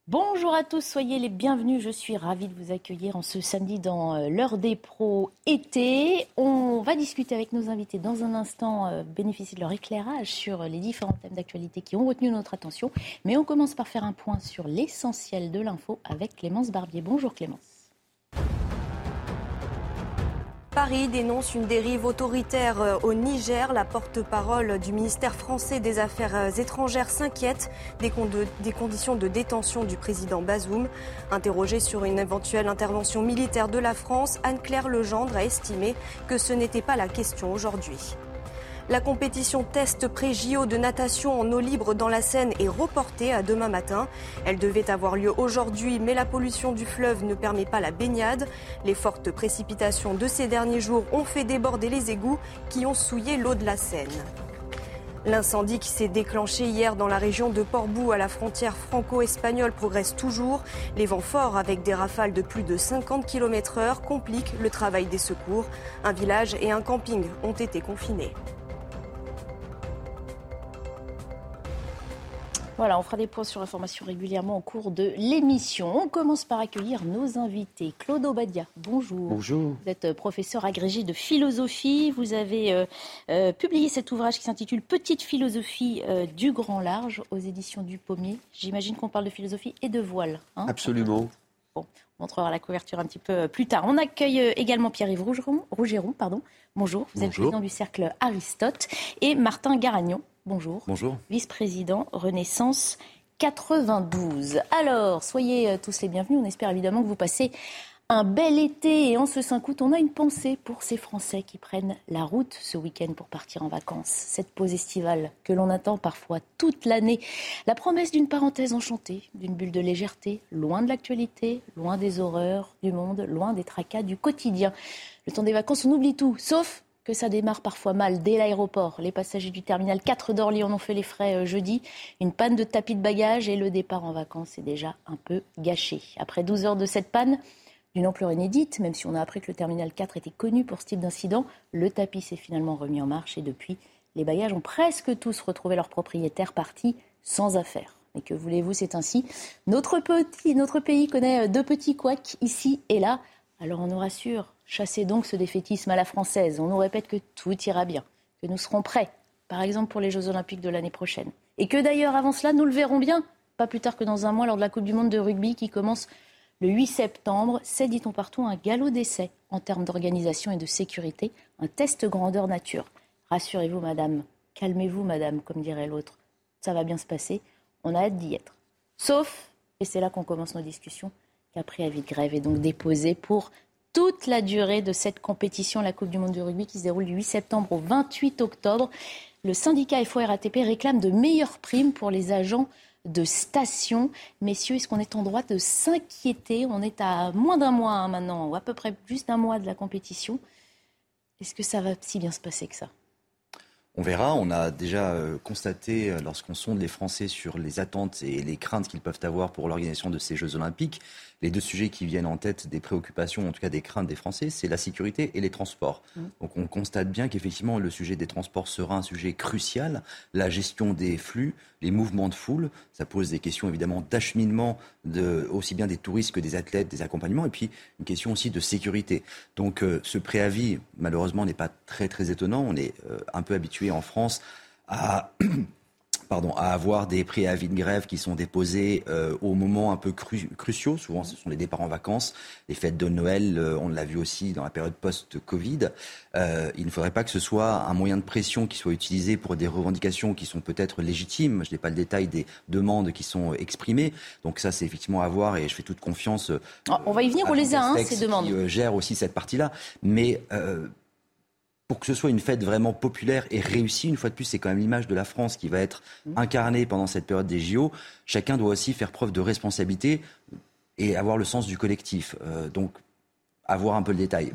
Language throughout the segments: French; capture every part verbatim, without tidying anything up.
Bonjour à tous, soyez les bienvenus. Je suis ravie de vous accueillir en ce samedi dans l'heure des pros été. On va discuter avec nos invités dans un instant, euh, bénéficier de leur éclairage sur les différents thèmes d'actualité qui ont retenu notre attention. Mais on commence par faire un point sur l'essentiel de l'info avec Clémence Barbier. Bonjour Clémence. Paris dénonce une dérive autoritaire au Niger. La porte-parole du ministère français des Affaires étrangères s'inquiète des, con- de, des conditions de détention du président Bazoum. Interrogée sur une éventuelle intervention militaire de la France, Anne-Claire Legendre a estimé que ce n'était pas la question aujourd'hui. La compétition test pré-J O de natation en eau libre dans la Seine est reportée à demain matin. Elle devait avoir lieu aujourd'hui, mais la pollution du fleuve ne permet pas la baignade. Les fortes précipitations de ces derniers jours ont fait déborder les égouts qui ont souillé l'eau de la Seine. L'incendie qui s'est déclenché hier dans la région de Portbou à la frontière franco-espagnole progresse toujours. Les vents forts avec des rafales de plus de cinquante kilomètres heure compliquent le travail des secours. Un village et un camping ont été confinés. Voilà, on fera des points sur l'information régulièrement au cours de l'émission. On commence par accueillir nos invités. Claude Obadia, bonjour. Bonjour. Vous êtes professeur agrégé de philosophie. Vous avez euh, euh, publié cet ouvrage qui s'intitule « Petite philosophie euh, du grand large » aux éditions du Pommier. J'imagine qu'on parle de philosophie et de voile. Hein, Absolument. Bon, on montrera la couverture un petit peu plus tard. On accueille également Pierre-Yves Rougeron. Rougeron, pardon. Bonjour, vous Bonjour. êtes président du Cercle Aristote. Et Martin Garagnon. Bonjour. Bonjour. Vice-président Renaissance quatre-vingt-douze. Alors, soyez tous les bienvenus. On espère évidemment que vous passez un bel été. Et en ce cinq août, on a une pensée pour ces Français qui prennent la route ce week-end pour partir en vacances. Cette pause estivale que l'on attend parfois toute l'année. La promesse d'une parenthèse enchantée, d'une bulle de légèreté, loin de l'actualité, loin des horreurs du monde, loin des tracas du quotidien. Le temps des vacances, on oublie tout, sauf que ça démarre parfois mal dès l'aéroport. Les passagers du terminal quatre d'Orly en ont fait les frais euh, jeudi. Une panne de tapis de bagages et le départ en vacances est déjà un peu gâché. Après douze heures de cette panne, d'une ampleur inédite, même si on a appris que le terminal quatre était connu pour ce type d'incident, le tapis s'est finalement remis en marche et depuis, les bagages ont presque tous retrouvé leur propriétaire parti sans affaire. Mais que voulez-vous, c'est ainsi. Notre, petit, notre pays connaît deux petits couacs ici et là. Alors on nous rassure, chassez donc ce défaitisme à la française. On nous répète que tout ira bien, que nous serons prêts, par exemple pour les Jeux Olympiques de l'année prochaine. Et que d'ailleurs, avant cela, nous le verrons bien, pas plus tard que dans un mois lors de la Coupe du Monde de rugby qui commence le huit septembre. C'est, dit-on partout, un galop d'essai en termes d'organisation et de sécurité, un test grandeur nature. Rassurez-vous, madame, calmez-vous, madame, comme dirait l'autre. Ça va bien se passer, on a hâte d'y être. Sauf, et c'est là qu'on commence nos discussions, qu'un préavis de grève est donc déposé pour toute la durée de cette compétition, la Coupe du Monde de rugby qui se déroule du huit septembre au vingt-huit octobre. Le syndicat F O R A T P réclame de meilleures primes pour les agents de station. Messieurs, est-ce qu'on est en droit de s'inquiéter ? On est à moins d'un mois hein, maintenant, ou à peu près juste un mois de la compétition. Est-ce que ça va si bien se passer que ça ? On verra. On a déjà euh, constaté, euh, lorsqu'on sonde les Français sur les attentes et les craintes qu'ils peuvent avoir pour l'organisation de ces Jeux Olympiques, les deux sujets qui viennent en tête des préoccupations, en tout cas des craintes des Français, c'est la sécurité et les transports. Mmh. Donc on constate bien qu'effectivement le sujet des transports sera un sujet crucial. La gestion des flux, les mouvements de foule, ça pose des questions évidemment d'acheminement, de, aussi bien des touristes que des athlètes, des accompagnements, et puis une question aussi de sécurité. Donc euh, ce préavis, malheureusement, n'est pas très très étonnant. On est euh, un peu habitué en France à... Pardon, à avoir des préavis de grève qui sont déposés euh, au moment un peu cru- cruciaux. Souvent, ce sont les départs en vacances, les fêtes de Noël. Euh, on l'a vu aussi dans la période post-Covid. Euh, il ne faudrait pas que ce soit un moyen de pression qui soit utilisé pour des revendications qui sont peut-être légitimes. Je n'ai pas le détail des demandes qui sont exprimées. Donc ça, c'est effectivement à voir et je fais toute confiance. Euh, on va y venir, on les a, hein, ces demandes. Qui euh, gère aussi cette partie-là. Mais... Euh, Pour que ce soit une fête vraiment populaire et réussie, une fois de plus, c'est quand même l'image de la France qui va être incarnée pendant cette période des J O. Chacun doit aussi faire preuve de responsabilité et avoir le sens du collectif. Euh, donc, avoir un peu le détail. Mais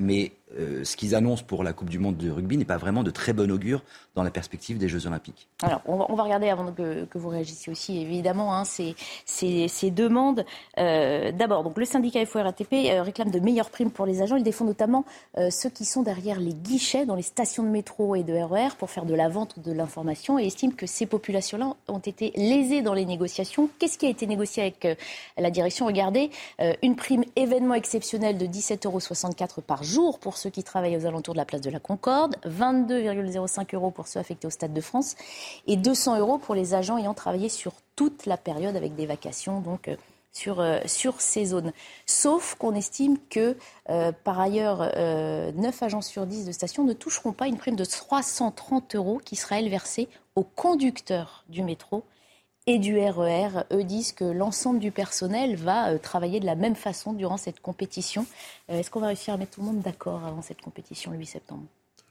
euh, ce qu'ils annoncent pour la Coupe du Monde de rugby n'est pas vraiment de très bon augure dans la perspective des Jeux Olympiques. Alors, on va, on va regarder avant que, que vous réagissiez aussi, évidemment, hein, ces, ces, ces demandes. Euh, d'abord, donc, le syndicat F O R A T P euh, réclame de meilleures primes pour les agents. Il défend notamment euh, ceux qui sont derrière les guichets dans les stations de métro et de R E R pour faire de la vente ou de l'information et estime que ces populations-là ont été lésées dans les négociations. Qu'est-ce qui a été négocié avec euh, la direction ? Regardez, euh, une prime événement exceptionnel de dix-sept euros soixante-quatre par jour pour ceux qui travaillent aux alentours de la place de la Concorde, vingt-deux virgule zéro cinq euros pour ceux affectés au Stade de France et deux cents euros pour les agents ayant travaillé sur toute la période avec des vacations, donc euh, sur, euh, sur ces zones. Sauf qu'on estime que, euh, par ailleurs, euh, neuf agents sur dix de station ne toucheront pas une prime de trois cent trente euros qui sera, elle, versée aux conducteurs du métro et du R E R. Eux disent que l'ensemble du personnel va euh, travailler de la même façon durant cette compétition. Euh, est-ce qu'on va réussir à mettre tout le monde d'accord avant cette compétition le huit septembre ?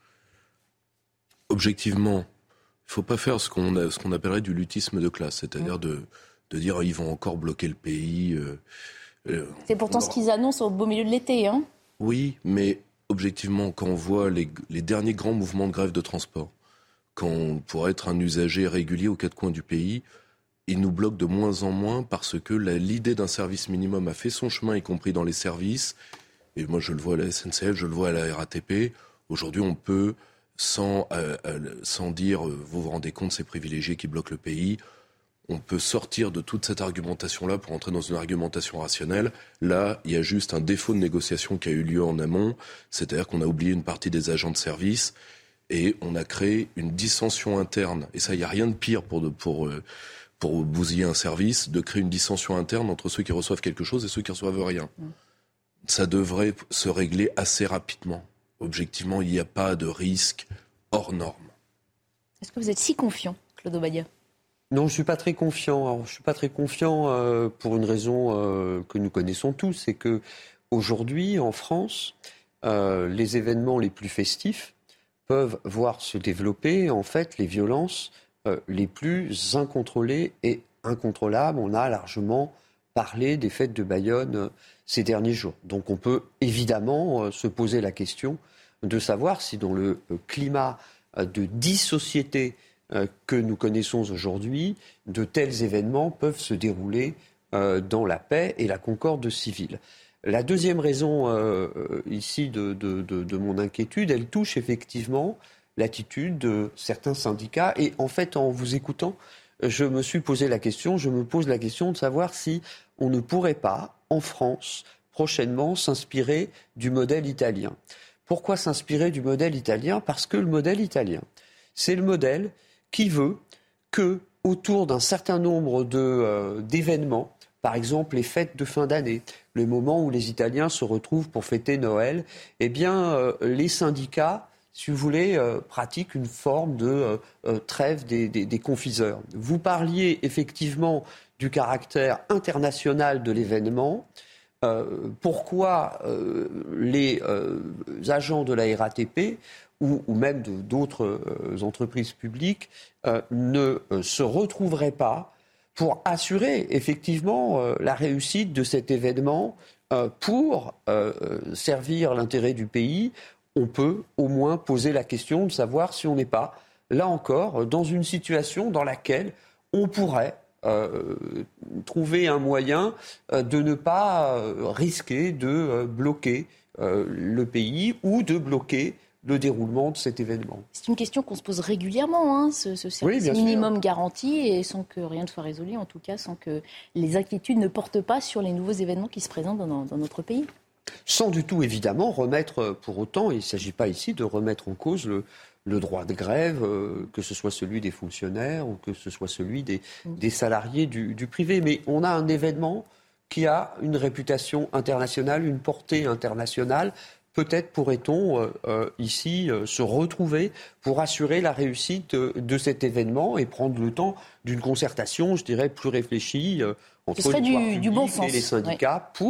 Objectivement, il ne faut pas faire ce qu'on, a, ce qu'on appellerait du lutisme de classe, c'est-à-dire mmh. de, de dire ils vont encore bloquer le pays. Euh, euh, C'est pourtant alors, ce qu'ils annoncent au beau milieu de l'été. Hein oui, mais objectivement, quand on voit les, les derniers grands mouvements de grève de transport, quand on pourrait être un usager régulier aux quatre coins du pays, ils nous bloquent de moins en moins parce que la, l'idée d'un service minimum a fait son chemin, y compris dans les services. Et moi, je le vois à la S N C F, je le vois à la R A T P. Aujourd'hui, on peut... Sans, euh, sans dire, euh, vous vous rendez compte, ces privilégiés qui bloquent le pays, on peut sortir de toute cette argumentation-là pour entrer dans une argumentation rationnelle. Là, il y a juste un défaut de négociation qui a eu lieu en amont, c'est-à-dire qu'on a oublié une partie des agents de service et on a créé une dissension interne. Et ça, il n'y a rien de pire pour, de, pour, euh, pour bousiller un service, de créer une dissension interne entre ceux qui reçoivent quelque chose et ceux qui ne reçoivent rien. Mmh. Ça devrait se régler assez rapidement. Objectivement, il n'y a pas de risque hors norme. Est-ce que vous êtes si confiant, Claude Obadia ? Non, je ne suis pas très confiant. Alors, je ne suis pas très confiant euh, pour une raison euh, que nous connaissons tous, c'est qu'aujourd'hui, en France, euh, les événements les plus festifs peuvent voir se développer, en fait, les violences euh, les plus incontrôlées et incontrôlables. On a largement parlé des fêtes de Bayonne euh, ces derniers jours. Donc on peut évidemment euh, se poser la question de savoir si dans le euh, climat euh, de dissociété euh, que nous connaissons aujourd'hui, de tels événements peuvent se dérouler euh, dans la paix et la concorde civile. La deuxième raison euh, ici de, de, de, de mon inquiétude, elle touche effectivement l'attitude de certains syndicats. Et en fait, en vous écoutant, je me suis posé la question, je me pose la question de savoir si on ne pourrait pas, en France, prochainement, s'inspirer du modèle italien. Pourquoi s'inspirer du modèle italien ? Parce que le modèle italien, c'est le modèle qui veut que, autour d'un certain nombre de, euh, d'événements, par exemple les fêtes de fin d'année, le moment où les Italiens se retrouvent pour fêter Noël, eh bien, euh, les syndicats, si vous voulez, euh, pratiquent une forme de euh, euh, trêve des, des, des confiseurs. Vous parliez effectivement du caractère international de l'événement. Euh, pourquoi euh, les euh, agents de la R A T P ou, ou même de, d'autres euh, entreprises publiques euh, ne euh, se retrouveraient pas pour assurer effectivement euh, la réussite de cet événement euh, pour euh, servir l'intérêt du pays? On peut au moins poser la question de savoir si on n'est pas, là encore, dans une situation dans laquelle on pourrait Euh, trouver un moyen euh, de ne pas euh, risquer de euh, bloquer euh, le pays ou de bloquer le déroulement de cet événement. C'est une question qu'on se pose régulièrement, hein, ce, ce service oui, minimum sûr. garanti, et sans que rien ne soit résolu, en tout cas sans que les inquiétudes ne portent pas sur les nouveaux événements qui se présentent dans, dans notre pays. Sans du tout, évidemment, remettre pour autant, il ne s'agit pas ici de remettre en cause le le droit de grève, euh, que ce soit celui des fonctionnaires ou que ce soit celui des, des salariés du, du privé. Mais on a un événement qui a une réputation internationale, une portée internationale. Peut-être pourrait-on euh, euh, ici euh, se retrouver pour assurer la réussite de, de cet événement et prendre le temps d'une concertation, je dirais, plus réfléchie euh, entre les pouvoirs publics et les syndicats ouais. pour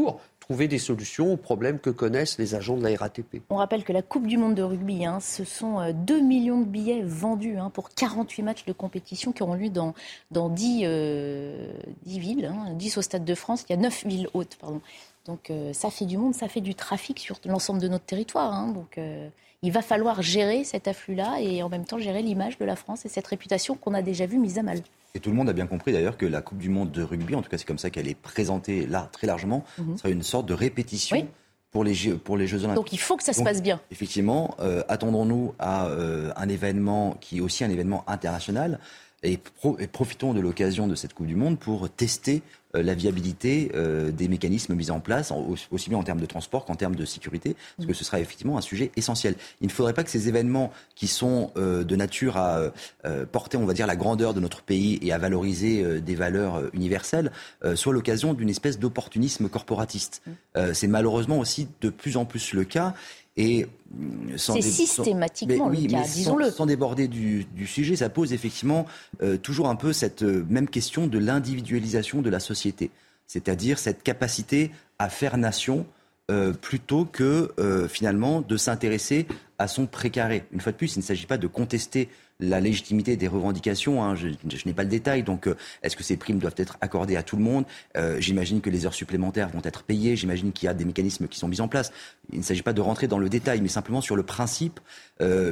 trouver des solutions aux problèmes que connaissent les agents de la R A T P. On rappelle que la Coupe du Monde de rugby, hein, ce sont deux millions de billets vendus hein, pour quarante-huit matchs de compétition qui auront lieu dans, dans dix, euh, dix villes, hein, dix au Stade de France, il y a neuf villes hautes, pardon. Donc euh, ça fait du monde, ça fait du trafic sur l'ensemble de notre territoire. Hein, donc euh, il va falloir gérer cet afflux-là et en même temps gérer l'image de la France et cette réputation qu'on a déjà vue mise à mal. Et tout le monde a bien compris d'ailleurs que la Coupe du Monde de rugby, en tout cas c'est comme ça qu'elle est présentée là très largement, mmh. sera une sorte de répétition oui. pour, les, pour les Jeux Olympiques. Donc il faut que ça se Donc, passe bien. Effectivement, euh, attendons-nous à euh, un événement qui est aussi un événement international. Et, pro- et profitons de l'occasion de cette Coupe du Monde pour tester euh, la viabilité euh, des mécanismes mis en place, en, aussi bien en termes de transport qu'en termes de sécurité, parce que ce sera effectivement un sujet essentiel. Il ne faudrait pas que ces événements qui sont euh, de nature à euh, porter, on va dire, la grandeur de notre pays et à valoriser euh, des valeurs euh, universelles, euh, soient l'occasion d'une espèce d'opportunisme corporatiste. Euh, c'est malheureusement aussi de plus en plus le cas. Et sans c'est dé- systématiquement sans, mais, oui, le cas, disons-le. Sans, sans déborder du, du sujet, ça pose effectivement euh, toujours un peu cette euh, même question de l'individualisation de la société. C'est-à-dire cette capacité à faire nation euh, plutôt que euh, finalement de s'intéresser à son précaré. Une fois de plus, il ne s'agit pas de contester la légitimité des revendications, hein, je, je n'ai pas le détail, donc euh, est-ce que ces primes doivent être accordées à tout le monde ? euh, J'imagine que les heures supplémentaires vont être payées, j'imagine qu'il y a des mécanismes qui sont mis en place. Il ne s'agit pas de rentrer dans le détail, mais simplement sur le principe, euh,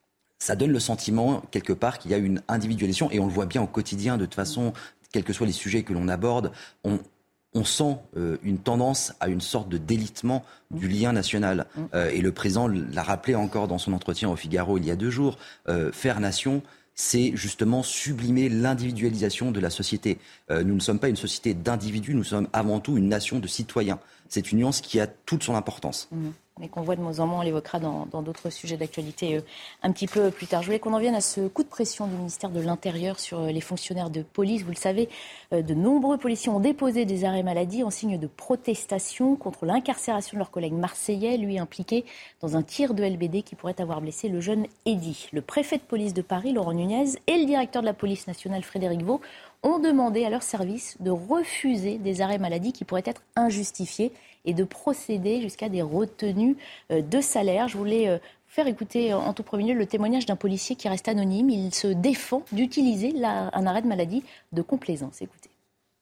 ça donne le sentiment quelque part qu'il y a une individualisation, et on le voit bien au quotidien, de toute façon, quels que soient les sujets que l'on aborde, on... on sent euh, une tendance à une sorte de délitement du lien national. Euh, et le président l'a rappelé encore dans son entretien au Figaro il y a deux jours. Euh, faire nation, c'est justement sublimer l'individualisation de la société. Euh, nous ne sommes pas une société d'individus, nous sommes avant tout une nation de citoyens. C'est une nuance qui a toute son importance. Mmh. Mais qu'on voit de moins en moins, on l'évoquera dans, dans d'autres sujets d'actualité euh, un petit peu plus tard. Je voulais qu'on en vienne à ce coup de pression du ministère de l'Intérieur sur les fonctionnaires de police. Vous le savez, euh, de nombreux policiers ont déposé des arrêts maladie en signe de protestation contre l'incarcération de leur collègue marseillais, lui impliqué dans un tir de L B D qui pourrait avoir blessé le jeune Eddy. Le préfet de police de Paris, Laurent Nunez, et le directeur de la police nationale, Frédéric Vaux, ont demandé à leur service de refuser des arrêts maladie qui pourraient être injustifiés et de procéder jusqu'à des retenues de salaire. Je voulais vous faire écouter en tout premier lieu le témoignage d'un policier qui reste anonyme. Il se défend d'utiliser la, un arrêt de maladie de complaisance. Écoutez.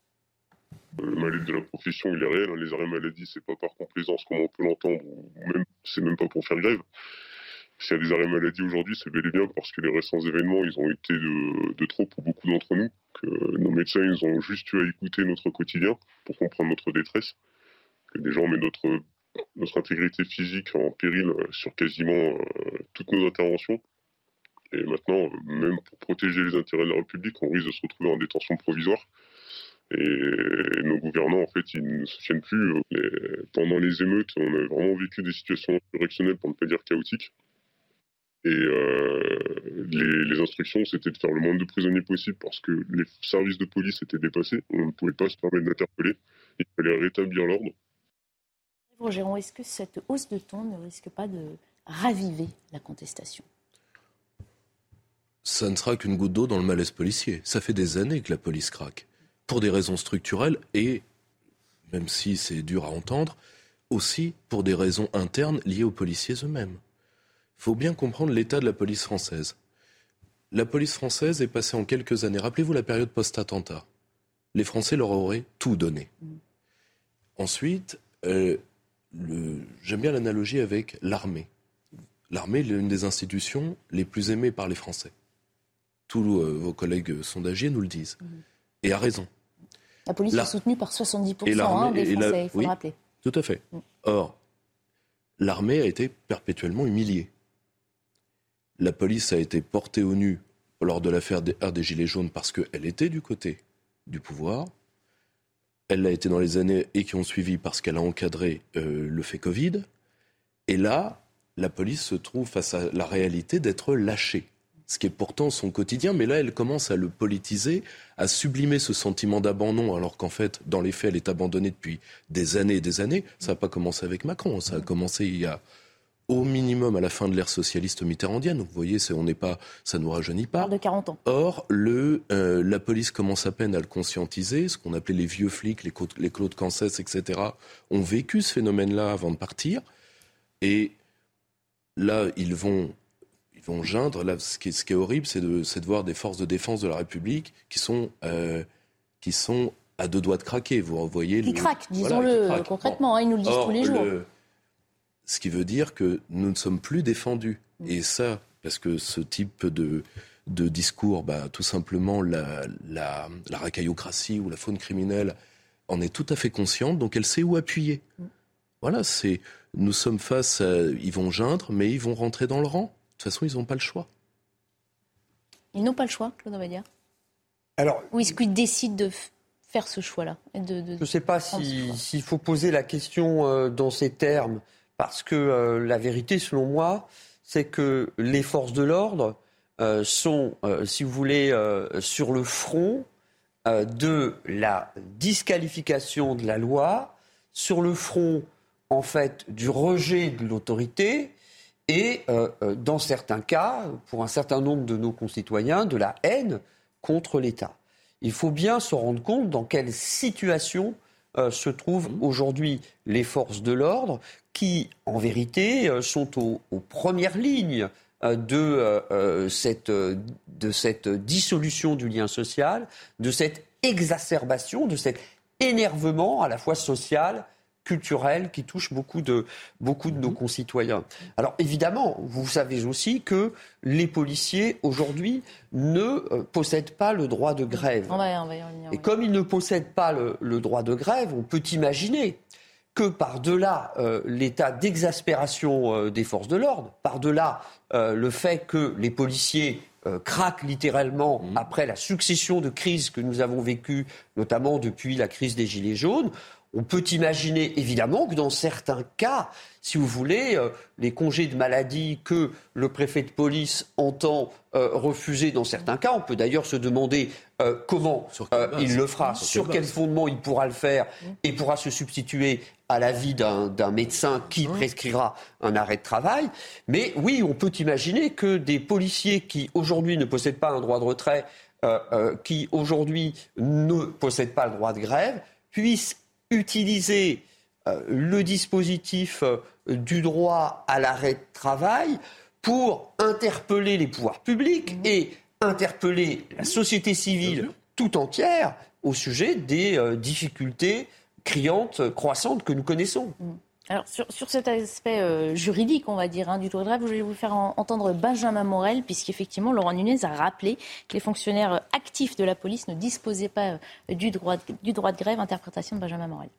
Le mal-être de la profession, il est réel. Les arrêts maladie, c'est pas par complaisance comme on peut l'entendre, ou même, c'est même pas pour faire grève. S'il y a des arrêts maladie aujourd'hui, c'est bel et bien parce que les récents événements, ils ont été de, de trop pour beaucoup d'entre nous. Que nos médecins, ils ont juste eu à écouter notre quotidien pour comprendre notre détresse. Que des gens mettent notre, notre intégrité physique en péril sur quasiment euh, toutes nos interventions. Et maintenant, même pour protéger les intérêts de la République, on risque de se retrouver en détention provisoire. Et nos gouvernants, en fait, ils ne se souviennent plus. Les, pendant les émeutes, on a vraiment vécu des situations insurrectionnelles, pour ne pas dire chaotiques. Et euh, les, les instructions, c'était de faire le moins de prisonniers possible parce que les services de police étaient dépassés. On ne pouvait pas se permettre d'interpeller. Il fallait rétablir l'ordre. Géron, est-ce que cette hausse de ton ne risque pas de raviver la contestation ? Ça ne sera qu'une goutte d'eau dans le malaise policier. Ça fait des années que la police craque. Pour des raisons structurelles et, même si c'est dur à entendre, aussi pour des raisons internes liées aux policiers eux-mêmes. Il faut bien comprendre l'état de la police française. La police française est passée en quelques années. Rappelez-vous la période post-attentat. Les Français leur auraient tout donné. Mmh. Ensuite, euh, le, j'aime bien l'analogie avec l'armée. L'armée est l'une des institutions les plus aimées par les Français. Tous euh, vos collègues sondagiers nous le disent. Mmh. Et à raison. La police la... est soutenue par soixante-dix pour cent hein, des Français, la... il faut oui, le rappeler. Tout à fait. Mmh. Or, l'armée a été perpétuellement humiliée. La police a été portée au nu lors de l'affaire des, des Gilets jaunes parce qu'elle était du côté du pouvoir. Elle l'a été dans les années et qui ont suivi parce qu'elle a encadré euh, le fait Covid. Et là, la police se trouve face à la réalité d'être lâchée. Ce qui est pourtant son quotidien, mais là, elle commence à le politiser, à sublimer ce sentiment d'abandon, alors qu'en fait, dans les faits, elle est abandonnée depuis des années et des années. Ça n'a pas commencé avec Macron, ça a commencé il y a au minimum à la fin de l'ère socialiste mitterrandienne. Vous voyez, c'est, on n'est pas, ça ne nous rajeunit pas. On parle de quarante ans. Or, le, euh, la police commence à peine à le conscientiser. Ce qu'on appelait les vieux flics, les, les Claude Cancès, et cetera, ont vécu ce phénomène-là avant de partir. Et là, ils vont, ils vont geindre. Là, ce qui est, ce qui est horrible, c'est de, c'est de voir des forces de défense de la République qui sont, euh, qui sont à deux doigts de craquer. Vous voyez, qui le, craquent, disons-le voilà, qui concrètement. Hein, ils nous le disent Or, tous les jours. Le, ce qui veut dire que nous ne sommes plus défendus. Mmh. Et ça, parce que ce type de, de discours, bah, tout simplement, la, la, la racaillocratie ou la faune criminelle en est tout à fait consciente, donc elle sait où appuyer. Mmh. Voilà, c'est, nous sommes face à... Ils vont geindre, mais ils vont rentrer dans le rang. De toute façon, ils n'ont pas le choix. Ils n'ont pas le choix, Claude Obadia. Alors, ou est-ce qu'ils décident de faire ce choix-là de, de, Je ne sais pas si, s'il faut poser la question euh, dans ces termes. Parce que euh, la vérité, selon moi, c'est que les forces de l'ordre euh, sont, euh, si vous voulez, euh, sur le front euh, de la disqualification de la loi, sur le front, en fait, du rejet de l'autorité et, euh, euh, dans certains cas, pour un certain nombre de nos concitoyens, de la haine contre l'État. Il faut bien se rendre compte dans quelle situation euh, se trouvent aujourd'hui les forces de l'ordre qui, en vérité, euh, sont aux, aux premières lignes euh, de, euh, cette, de cette dissolution du lien social, de cette exacerbation, de cet énervement à la fois social, culturel, qui touche beaucoup de, beaucoup de nos concitoyens. Alors évidemment, vous savez aussi que les policiers, aujourd'hui, ne euh, possèdent pas le droit de grève. On va, on va y revenir, Et oui. comme ils ne possèdent pas le, le droit de grève, on peut imaginer que par-delà euh, l'état d'exaspération euh, des forces de l'ordre, par-delà euh, le fait que les policiers euh, craquent littéralement mmh. après la succession de crises que nous avons vécues, notamment depuis la crise des Gilets jaunes, on peut imaginer évidemment que dans certains cas, si vous voulez, euh, les congés de maladie que le préfet de police entend euh, refuser dans certains cas, on peut d'ailleurs se demander euh, comment euh, il le fera, sur, sur quel fondement il pourra le faire et pourra se substituer à l'avis d'un, d'un médecin qui prescrira un arrêt de travail. Mais oui, on peut imaginer que des policiers qui aujourd'hui ne possèdent pas un droit de retrait, euh, euh, qui aujourd'hui ne possèdent pas le droit de grève, puissent utiliser euh, le dispositif euh, du droit à l'arrêt de travail pour interpeller les pouvoirs publics mmh. et interpeller la société civile tout entière au sujet des euh, difficultés criantes, croissantes que nous connaissons. Mmh. Alors, sur, sur cet aspect euh, juridique, on va dire, hein, du droit de grève, je vais vous faire en, entendre Benjamin Morel, puisqu'effectivement, Laurent Nunez a rappelé que les fonctionnaires actifs de la police ne disposaient pas euh, du, droit de, du droit de grève. Interprétation de Benjamin Morel.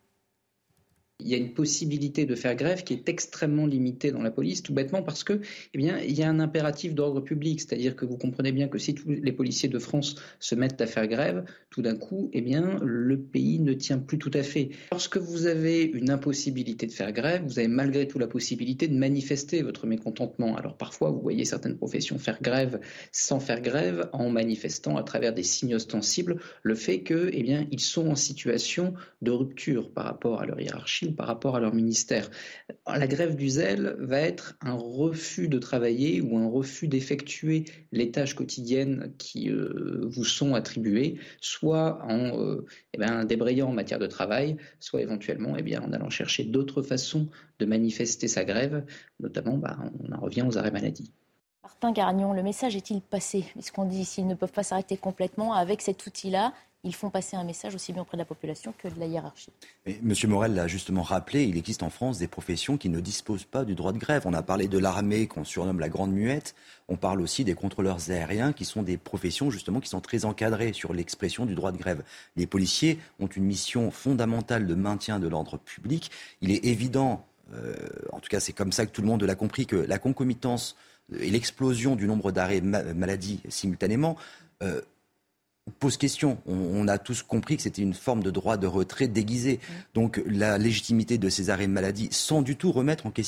Il y a une possibilité de faire grève qui est extrêmement limitée dans la police, tout bêtement parce que, eh bien, il y a un impératif d'ordre public, c'est-à-dire que vous comprenez bien que si tous les policiers de France se mettent à faire grève, tout d'un coup, eh bien, le pays ne tient plus tout à fait. Lorsque vous avez une impossibilité de faire grève, vous avez malgré tout la possibilité de manifester votre mécontentement. Alors parfois, vous voyez certaines professions faire grève sans faire grève, en manifestant à travers des signes ostensibles le fait que, eh bien, ils sont en situation de rupture par rapport à leur hiérarchie, par rapport à leur ministère. La grève du zèle va être un refus de travailler ou un refus d'effectuer les tâches quotidiennes qui euh, vous sont attribuées, soit en euh, eh bien, débrayant en matière de travail, soit éventuellement eh bien, en allant chercher d'autres façons de manifester sa grève, notamment bah, on en revient aux arrêts maladie. Martin Garagnon, le message est-il passé ? Puisqu'on dit s'ils ne peuvent pas s'arrêter complètement avec cet outil-là, ils font passer un message aussi bien auprès de la population que de la hiérarchie. Mais M. Morel l'a justement rappelé, il existe en France des professions qui ne disposent pas du droit de grève. On a parlé de l'armée qu'on surnomme la grande muette. On parle aussi des contrôleurs aériens qui sont des professions justement qui sont très encadrées sur l'expression du droit de grève. Les policiers ont une mission fondamentale de maintien de l'ordre public. Il est évident, euh, en tout cas c'est comme ça que tout le monde l'a compris, que la concomitance et l'explosion du nombre d'arrêts ma- maladie simultanément euh, pose question. On, on a tous compris que c'était une forme de droit de retrait déguisé. Donc la légitimité de ces arrêts maladie, sans du tout remettre en question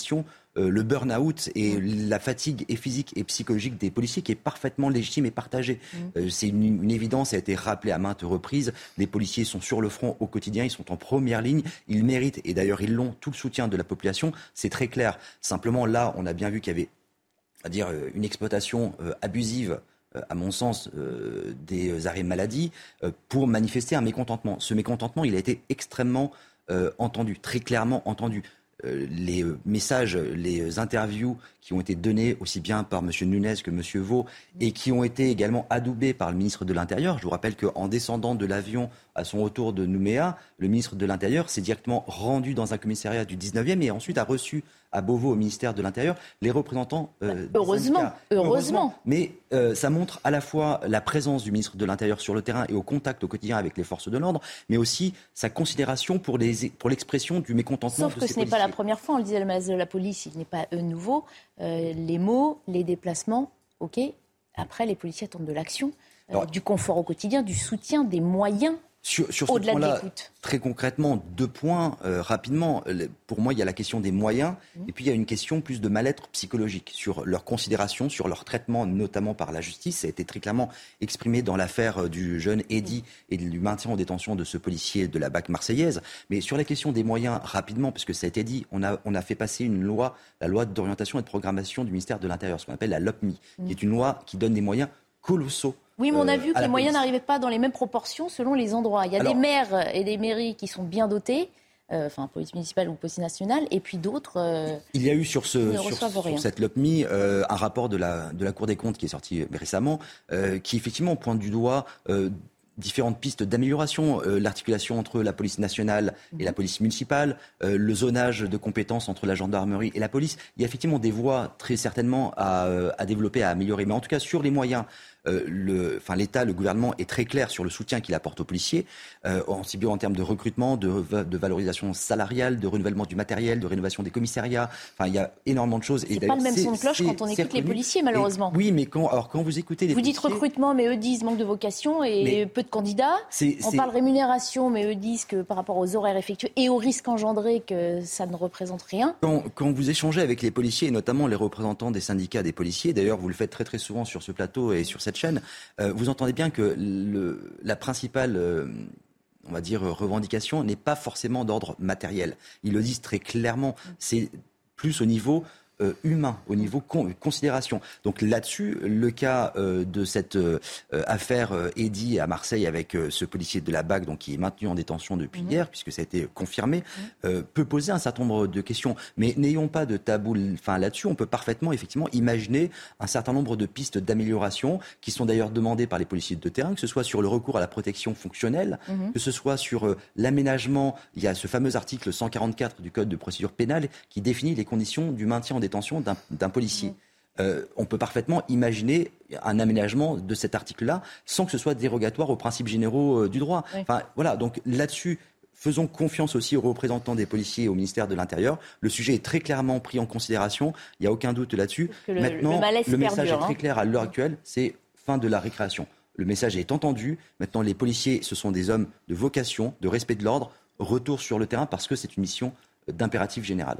euh, le burn-out et mmh. la fatigue et physique et psychologique des policiers qui est parfaitement légitime et partagée. Mmh. Euh, c'est une, une évidence, ça a été rappelé à maintes reprises. Les policiers sont sur le front au quotidien, ils sont en première ligne, ils méritent, et d'ailleurs ils l'ont, tout le soutien de la population, c'est très clair. Simplement là, on a bien vu qu'il y avait à dire, une exploitation euh, abusive, euh, à mon sens, euh, des arrêts maladie euh, pour manifester un mécontentement. Ce mécontentement, il a été extrêmement euh, entendu, très clairement entendu. Euh, les euh, messages, les interviews qui ont été donnés aussi bien par M. Nunez que M. Vaux et qui ont été également adoubés par le ministre de l'Intérieur. Je vous rappelle qu'en descendant de l'avion à son retour de Nouméa, le ministre de l'Intérieur s'est directement rendu dans un commissariat du dix-neuvième et ensuite a reçu à Beauvau, au ministère de l'Intérieur, les représentants euh, heureusement, des syndicats. Heureusement, heureusement. Mais euh, ça montre à la fois la présence du ministre de l'Intérieur sur le terrain et au contact au quotidien avec les forces de l'ordre, mais aussi sa considération pour, les, pour l'expression du mécontentement Sauf de que ces ce n'est policiers. pas la première fois, on le disait, le ministre de la police, il n'est pas eux nouveau. Euh, les mots, les déplacements, ok. Après, les policiers attendent de l'action, euh, Alors, du confort au quotidien, du soutien, des moyens. Sur, sur ce Au-delà point-là, de l'écoute. très concrètement, deux points euh, rapidement. Pour moi, il y a la question des moyens mmh. et puis il y a une question plus de mal-être psychologique sur leur considération, sur leur traitement, notamment par la justice. Ça a été très clairement exprimé dans l'affaire du jeune Eddy mmh. et du maintien en détention de ce policier de la B A C marseillaise. Mais sur la question des moyens, rapidement, parce que ça a été dit, on a, on a fait passer une loi, la loi d'orientation et de programmation du ministère de l'Intérieur, ce qu'on appelle la LOPMI, mmh. qui est une loi qui donne des moyens colossaux. Oui, mais on a vu euh, que les moyens police. n'arrivaient pas dans les mêmes proportions selon les endroits. Il y a Alors, des maires et des mairies qui sont bien dotés, euh, enfin police municipale ou police nationale, et puis d'autres euh, Il y a eu sur, ce, sur, sur cette LOPMI euh, un rapport de la, de la Cour des comptes qui est sorti récemment, euh, qui effectivement pointe du doigt euh, différentes pistes d'amélioration, euh, l'articulation entre la police nationale et la police municipale, euh, le zonage de compétences entre la gendarmerie et la police. Il y a effectivement des voies très certainement à, à développer, à améliorer. Mais en tout cas, sur les moyens, euh, le, enfin, l'État, le gouvernement est très clair sur le soutien qu'il apporte aux policiers, euh, aussi bien en termes de recrutement, de, de valorisation salariale, de renouvellement du matériel, de rénovation des commissariats. Enfin, il y a énormément de choses. C'est et pas le même son de cloche quand on écoute reconnu. Les policiers, malheureusement. Et, oui, mais quand, alors, quand vous écoutez les Vous policiers... dites recrutement, mais eux disent manque de vocation et mais peu de candidats. C'est, on c'est... parle rémunération, mais eux disent que par rapport aux horaires effectués et aux risques engendrés, que ça ne représente rien. Quand, quand vous échangez avec les policiers, et notamment les représentants des syndicats des policiers, d'ailleurs vous le faites très très souvent sur ce plateau et sur cette chaîne, euh, vous entendez bien que le, la principale... Euh, on va dire, revendication n'est pas forcément d'ordre matériel. Ils le disent très clairement. C'est plus au niveau euh, humain, au niveau con, considération. Donc là-dessus, le cas euh, de cette euh, affaire euh, Eddy à Marseille avec euh, ce policier de la B A C, donc qui est maintenu en détention depuis mmh. hier, puisque ça a été confirmé, mmh. euh, peut poser un certain nombre de questions. Mais n'ayons pas de tabou enfin, là-dessus. On peut parfaitement, effectivement, imaginer un certain nombre de pistes d'amélioration qui sont d'ailleurs demandées par les policiers de terrain, que ce soit sur le recours à la protection fonctionnelle, mmh. que ce soit sur euh, l'aménagement. Il y a ce fameux article cent quarante-quatre du Code de procédure pénale qui définit les conditions du maintien en détention D'un, d'un policier. Mmh. Euh, on peut parfaitement imaginer un aménagement de cet article-là sans que ce soit dérogatoire aux principes généraux euh, du droit. Oui. Enfin, voilà, donc là-dessus, faisons confiance aussi aux représentants des policiers et au ministère de l'Intérieur. Le sujet est très clairement pris en considération, il n'y a aucun doute là-dessus. Le, Maintenant, le, le message perdure, est très hein. clair à l'heure actuelle, c'est fin de la récréation. Le message est entendu. Maintenant, les policiers, ce sont des hommes de vocation, de respect de l'ordre, retour sur le terrain parce que c'est une mission d'impératif général.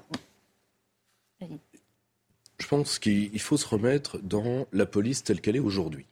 Oui. Je pense qu'il faut se remettre dans la police telle qu'elle est aujourd'hui.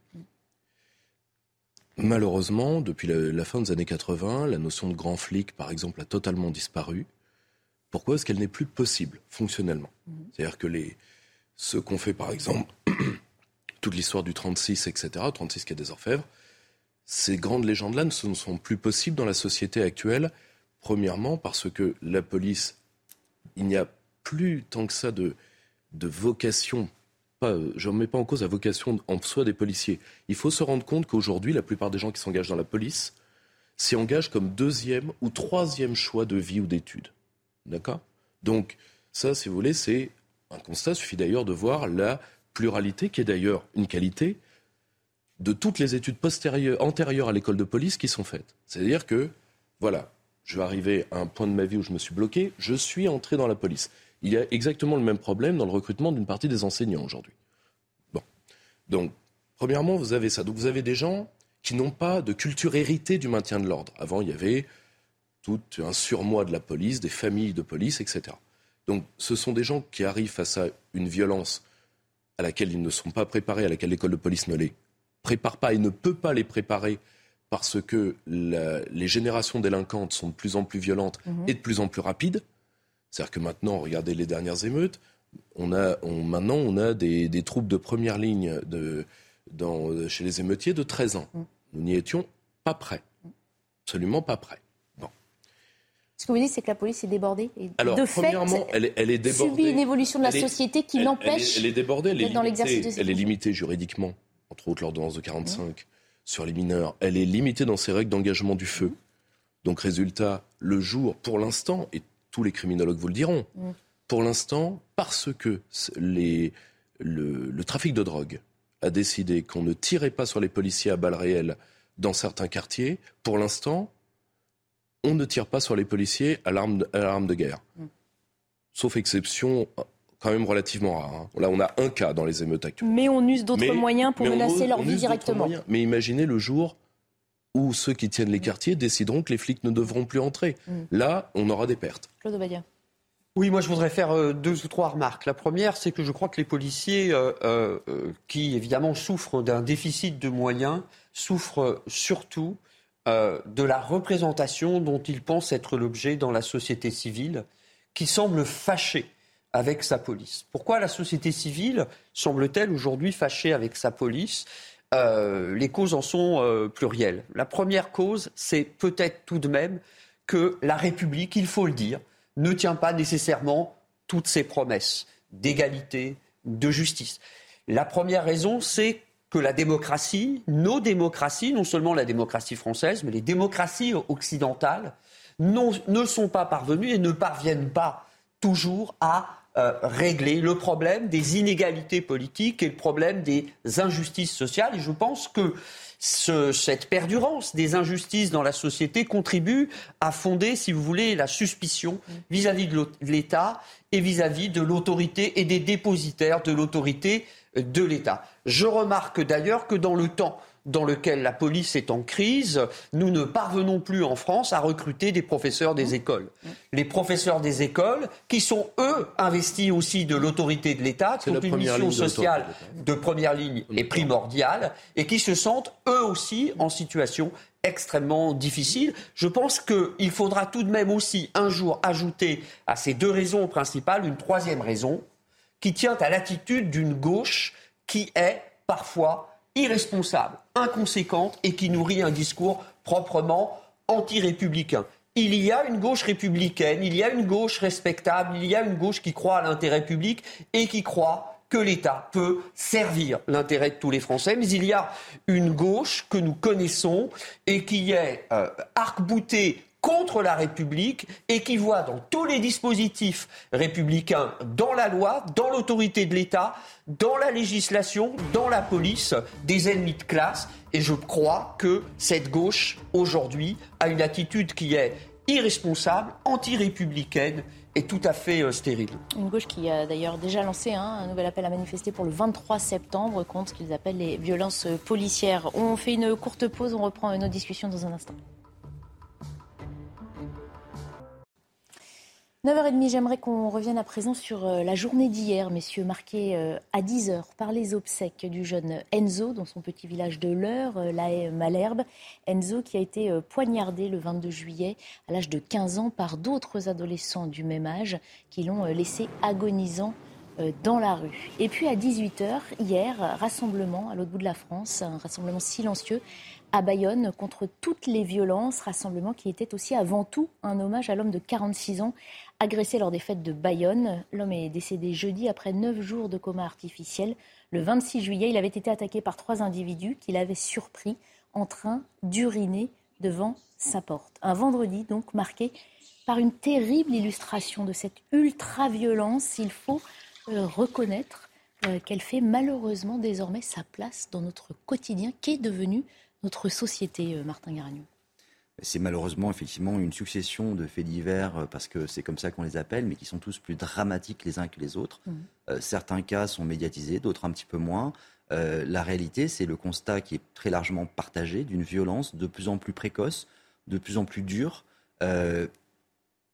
Malheureusement, depuis la, la fin des années quatre-vingts, la notion de grand flic, par exemple, a totalement disparu. Pourquoi est-ce qu'elle n'est plus possible, fonctionnellement ? Mmh. C'est-à-dire que les, ceux qu'on fait, par exemple, toute l'histoire du trente-six, et cetera, trente-six quai des Orfèvres, ces grandes légendes-là ne sont plus possibles dans la société actuelle. Premièrement, parce que la police, il n'y a plus tant que ça de... de vocation, pas, je ne remets pas en cause la vocation en soi des policiers. Il faut se rendre compte qu'aujourd'hui, la plupart des gens qui s'engagent dans la police s'y engagent comme deuxième ou troisième choix de vie ou d'études. D'accord ? Donc, ça, si vous voulez, c'est un constat. Il suffit d'ailleurs de voir la pluralité, qui est d'ailleurs une qualité, de toutes les études postérieures, antérieures à l'école de police qui sont faites. C'est-à-dire que, voilà, je vais arriver à un point de ma vie où je me suis bloqué, je suis entré dans la police. Il y a exactement le même problème dans le recrutement d'une partie des enseignants aujourd'hui. Bon. Donc, premièrement, vous avez ça. Donc, vous avez des gens qui n'ont pas de culture héritée du maintien de l'ordre. Avant, il y avait tout un surmoi de la police, des familles de police, et cetera, Donc ce sont des gens qui arrivent face à une violence à laquelle ils ne sont pas préparés, à laquelle l'école de police ne les prépare pas et ne peut pas les préparer parce que la, les générations délinquantes sont de plus en plus violentes mmh. et de plus en plus rapides. C'est-à-dire que maintenant, regardez les dernières émeutes, on a, on, maintenant on a des, des troupes de première ligne de, dans, chez les émeutiers de treize ans. Mmh. Nous n'y étions pas prêts, absolument pas prêts. Bon. Ce que vous dites, c'est que la police est débordée. Et Alors, de premièrement, fait, elle est, elle est débordée. subit une évolution de la elle société est, qui elle, l'empêche elle est, elle est débordée, elle est d'être dans l'exercice de limitée, ses elle est fonctions. limitée juridiquement, entre autres l'ordonnance de quarante-cinq, mmh. sur les mineurs. Elle est limitée dans ses règles d'engagement du feu. Mmh. Donc, résultat, le jour, pour l'instant, et tous les criminologues vous le diront, mmh. pour l'instant, parce que les, le, le trafic de drogue a décidé qu'on ne tirait pas sur les policiers à balles réelles dans certains quartiers, pour l'instant, on ne tire pas sur les policiers à l'arme de, à l'arme de guerre. Mm. Sauf exception quand même relativement rare. Hein. Là, on a un cas dans les émeutes actuelles. Mais on use d'autres mais, moyens pour menacer on, leur on vie directement. Mais imaginez le jour où ceux qui tiennent les quartiers décideront que les flics ne devront plus entrer. Mm. Là, on aura des pertes. Claude Obadia. Oui, moi je voudrais faire euh, deux ou trois remarques. La première, c'est que je crois que les policiers, euh, euh, qui évidemment souffrent d'un déficit de moyens, souffrent surtout euh, de la représentation dont ils pensent être l'objet dans la société civile, qui semble fâchée avec sa police. Pourquoi la société civile semble-t-elle aujourd'hui fâchée avec sa police ? euh, Les causes en sont euh, plurielles. La première cause, c'est peut-être tout de même que la République, il faut le dire, ne tient pas nécessairement toutes ses promesses d'égalité, de justice. La première raison, c'est que la démocratie, nos démocraties, non seulement la démocratie française, mais les démocraties occidentales, non, ne sont pas parvenues et ne parviennent pas toujours à euh, régler le problème des inégalités politiques et le problème des injustices sociales. Et je pense que Ce, cette perdurance des injustices dans la société contribue à fonder, si vous voulez, la suspicion vis-à-vis de l'État et vis-à-vis de l'autorité et des dépositaires de l'autorité de l'État. Je remarque d'ailleurs que dans le temps dans lequel la police est en crise, nous ne parvenons plus en France à recruter des professeurs des écoles. Les professeurs des écoles, qui sont eux investis aussi de l'autorité de l'État, qui ont une mission sociale de première ligne et primordiale, et qui se sentent eux aussi en situation extrêmement difficile. Je pense qu'il faudra tout de même aussi un jour ajouter à ces deux raisons principales une troisième raison, qui tient à l'attitude d'une gauche qui est parfois irresponsable, inconséquente et qui nourrit un discours proprement anti-républicain. Il y a une gauche républicaine, il y a une gauche respectable, il y a une gauche qui croit à l'intérêt public et qui croit que l'État peut servir l'intérêt de tous les Français. Mais il y a une gauche que nous connaissons et qui est euh, arc-boutée contre la République et qui voit dans tous les dispositifs républicains, dans la loi, dans l'autorité de l'État, dans la législation, dans la police, des ennemis de classe. Et je crois que cette gauche, aujourd'hui, a une attitude qui est irresponsable, anti-républicaine et tout à fait euh, stérile. Une gauche qui a d'ailleurs déjà lancé hein, un nouvel appel à manifester pour le vingt-trois septembre contre ce qu'ils appellent les violences policières. On fait une courte pause, on reprend notre discussion dans un instant. neuf heures trente, j'aimerais qu'on revienne à présent sur la journée d'hier, messieurs, marquée à dix heures par les obsèques du jeune Enzo dans son petit village de l'Eure, la haie Malherbe. Enzo qui a été poignardé le vingt-deux juillet à l'âge de quinze ans par d'autres adolescents du même âge qui l'ont laissé agonisant dans la rue. Et puis à dix-huit heures, hier, rassemblement à l'autre bout de la France, un rassemblement silencieux à Bayonne contre toutes les violences, rassemblement qui était aussi avant tout un hommage à l'homme de quarante-six ans agressé lors des fêtes de Bayonne. L'homme est décédé jeudi après neuf jours de coma artificiel. Le vingt-six juillet, il avait été attaqué par trois individus qu'il avait surpris en train d'uriner devant sa porte. Un vendredi donc marqué par une terrible illustration de cette ultra-violence. Il faut euh, reconnaître euh, qu'elle fait malheureusement désormais sa place dans notre quotidien qui est devenu notre société, euh, Martin Garagnon. C'est malheureusement effectivement une succession de faits divers, parce que c'est comme ça qu'on les appelle, mais qui sont tous plus dramatiques les uns que les autres. Mmh. Euh, certains cas sont médiatisés, d'autres un petit peu moins. Euh, la réalité, c'est le constat qui est très largement partagé d'une violence de plus en plus précoce, de plus en plus dure, euh,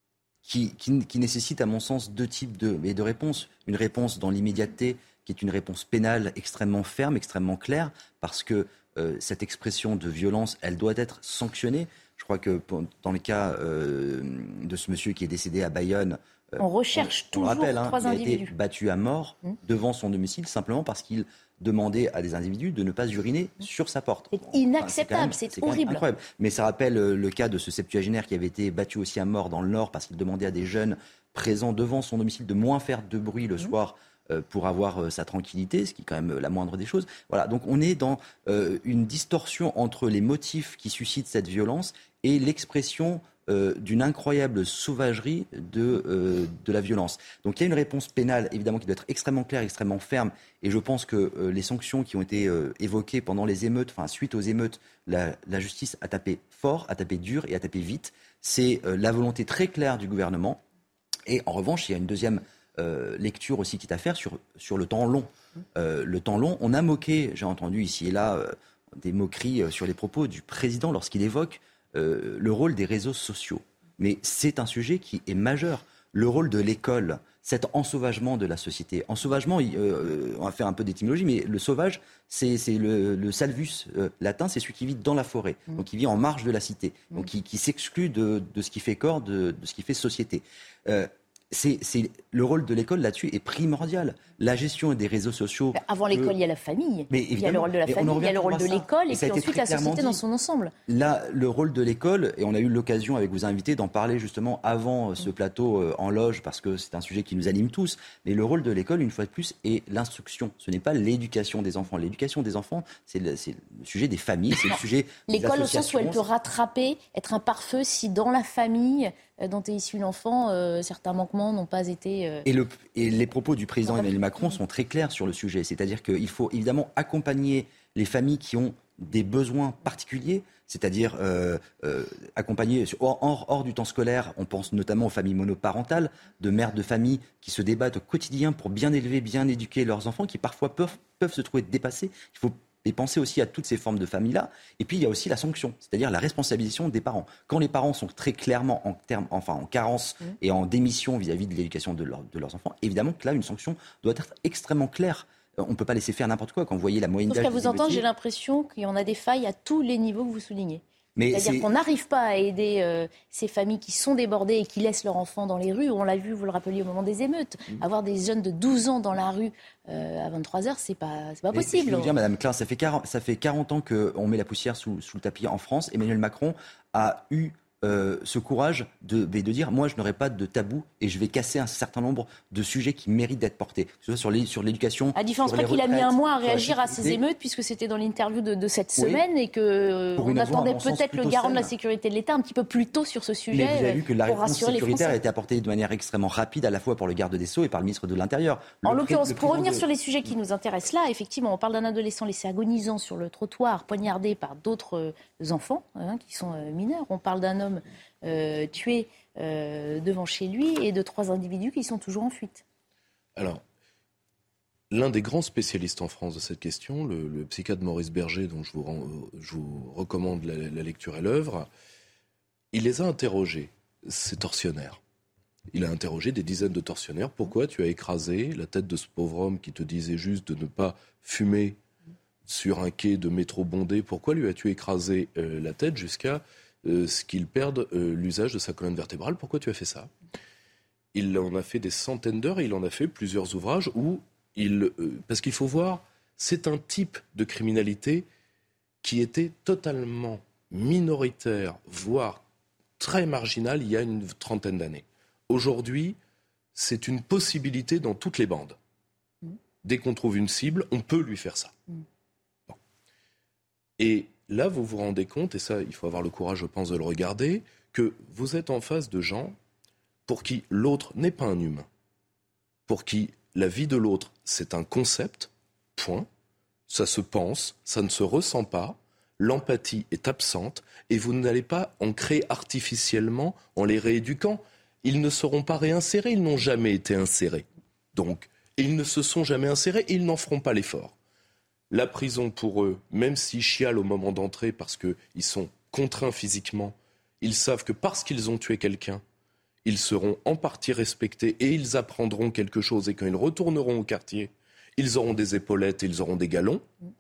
qui, qui, qui nécessite, à mon sens, deux types de, de réponses. Une réponse dans l'immédiateté, qui est une réponse pénale extrêmement ferme, extrêmement claire, parce que euh, cette expression de violence, elle doit être sanctionnée. Je crois que dans le cas euh, de ce monsieur qui est décédé à Bayonne, euh, on recherche on, on toujours rappelle, hein, trois il a individus. été battu à mort mmh. devant son domicile simplement parce qu'il demandait à des individus de ne pas uriner mmh. sur sa porte. C'est inacceptable, enfin, c'est, c'est, c'est horrible. Incroyable. Mais ça rappelle euh, le cas de ce septuagénaire qui avait été battu aussi à mort dans le Nord parce qu'il demandait à des jeunes présents devant son domicile de moins faire de bruit le mmh. soir euh, pour avoir euh, sa tranquillité, ce qui est quand même la moindre des choses. Voilà, donc on est dans euh, une distorsion entre les motifs qui suscitent cette violence et l'expression euh, d'une incroyable sauvagerie de, euh, de la violence. Donc il y a une réponse pénale, évidemment, qui doit être extrêmement claire, extrêmement ferme, et je pense que euh, les sanctions qui ont été euh, évoquées pendant les émeutes, enfin suite aux émeutes, la, la justice a tapé fort, a tapé dur et a tapé vite. C'est euh, la volonté très claire du gouvernement. Et en revanche, il y a une deuxième euh, lecture aussi qui est à faire sur, sur le temps long. Euh, le temps long, on a moqué, j'ai entendu ici et là, euh, des moqueries euh, sur les propos du président lorsqu'il évoque Euh, le rôle des réseaux sociaux. Mais c'est un sujet qui est majeur. Le rôle de l'école, cet ensauvagement de la société. Ensauvagement, euh, on va faire un peu d'étymologie, mais le sauvage, c'est, c'est le, le salvus euh, latin, c'est celui qui vit dans la forêt, mmh. donc qui vit en marge de la cité, mmh. donc qui, qui s'exclut de, de ce qui fait corps, de, de ce qui fait société. Euh, C'est, c'est, le rôle de l'école là-dessus est primordial. La gestion des réseaux sociaux... Avant l'école, euh, il y a la famille. Mais il y a le rôle de la famille, il y a le rôle de l'école, et, et puis ensuite la société dans son ensemble. Là, le rôle de l'école, et on a eu l'occasion avec vos invités d'en parler justement avant ce plateau euh, en loge, parce que c'est un sujet qui nous anime tous, mais le rôle de l'école, une fois de plus, est l'instruction. Ce n'est pas l'éducation des enfants. L'éducation des enfants, c'est le, c'est le sujet des familles, c'est le sujet des l'école au sens où elle peut rattraper, être un pare-feu si dans la famille dont est issu l'enfant, euh, certains manquements n'ont pas été... Euh... Et, le, et les propos du président Emmanuel Macron sont très clairs sur le sujet. C'est-à-dire qu'il faut évidemment accompagner les familles qui ont des besoins particuliers, c'est-à-dire euh, euh, accompagner hors, hors, hors du temps scolaire. On pense notamment aux familles monoparentales, de mères de famille qui se débattent au quotidien pour bien élever, bien éduquer leurs enfants, qui parfois peuvent, peuvent se trouver dépassés. Il faut et penser aussi à toutes ces formes de familles-là. Et puis, il y a aussi la sanction, c'est-à-dire la responsabilisation des parents. Quand les parents sont très clairement en, termes, enfin, en carence mmh. et en démission vis-à-vis de l'éducation de, leur, de leurs enfants, évidemment que là, une sanction doit être extrêmement claire. On ne peut pas laisser faire n'importe quoi. Quand vous voyez la moyenne d'âge... Sauf qu'à vous entendre, j'ai l'impression qu'il y en a des failles à tous les niveaux que vous soulignez. Mais C'est-à-dire c'est... qu'on n'arrive pas à aider euh, ces familles qui sont débordées et qui laissent leurs enfants dans les rues. On l'a vu, vous le rappeliez au moment des émeutes. Mmh. Avoir des jeunes de douze ans dans la rue euh, à vingt-trois heures, c'est pas, c'est pas possible. Je vais vous dire, Madame Klein, ça fait quarante, ça fait quarante ans qu'on met la poussière sous, sous le tapis en France. Emmanuel Macron a eu euh, ce courage de, de dire, moi, je n'aurai pas de tabou et je vais casser un certain nombre de sujets qui méritent d'être portés. Que ce soit sur, les, sur l'éducation, à différence près qu'il a mis un mois à réagir à ces émeutes, puisque c'était dans l'interview de, de cette semaine, oui, et qu'on attendait peut-être le garant saine. de la sécurité de l'État un petit peu plus tôt sur ce sujet. Mais vous avez vu que la réponse sécuritaire a été apportée de manière extrêmement rapide, à la fois par le garde des Sceaux et par le ministre de l'Intérieur. Le en l'occurrence, pour revenir de... sur les sujets qui nous intéressent là, effectivement, on parle d'un adolescent laissé agonisant sur le trottoir, poignardé par d'autres enfants hein, qui sont euh, mineurs. On parle d'un homme Euh, tué euh, devant chez lui et de trois individus qui sont toujours en fuite. Alors, l'un des grands spécialistes en France de cette question, le, le psychiatre Maurice Berger, dont je vous, rend, je vous recommande la, la lecture et l'œuvre, il les a interrogés, ces tortionnaires. Il a interrogé des dizaines de tortionnaires. Pourquoi tu as écrasé la tête de ce pauvre homme qui te disait juste de ne pas fumer sur un quai de métro bondé? Pourquoi lui as-tu écrasé euh, la tête jusqu'à Euh, ce qu'il perde euh, l'usage de sa colonne vertébrale? Pourquoi tu as fait ça? Il en a fait des centaines d'heures et il en a fait plusieurs ouvrages où il... Euh, parce qu'il faut voir, c'est un type de criminalité qui était totalement minoritaire, voire très marginal il y a une trentaine d'années. Aujourd'hui, c'est une possibilité dans toutes les bandes. Dès qu'on trouve une cible, on peut lui faire ça. Bon. Et là, vous vous rendez compte, et ça, il faut avoir le courage, je pense, de le regarder, que vous êtes en face de gens pour qui l'autre n'est pas un humain, pour qui la vie de l'autre, c'est un concept, point, ça se pense, ça ne se ressent pas, l'empathie est absente, et vous n'allez pas en créer artificiellement en les rééduquant. Ils ne seront pas réinsérés, ils n'ont jamais été insérés. Donc, ils ne se sont jamais insérés et ils n'en feront pas l'effort. La prison, pour eux, même s'ils chialent au moment d'entrer parce qu'ils sont contraints physiquement, ils savent que parce qu'ils ont tué quelqu'un, ils seront en partie respectés et ils apprendront quelque chose. Et quand ils retourneront au quartier, ils auront des épaulettes et ils auront des galons.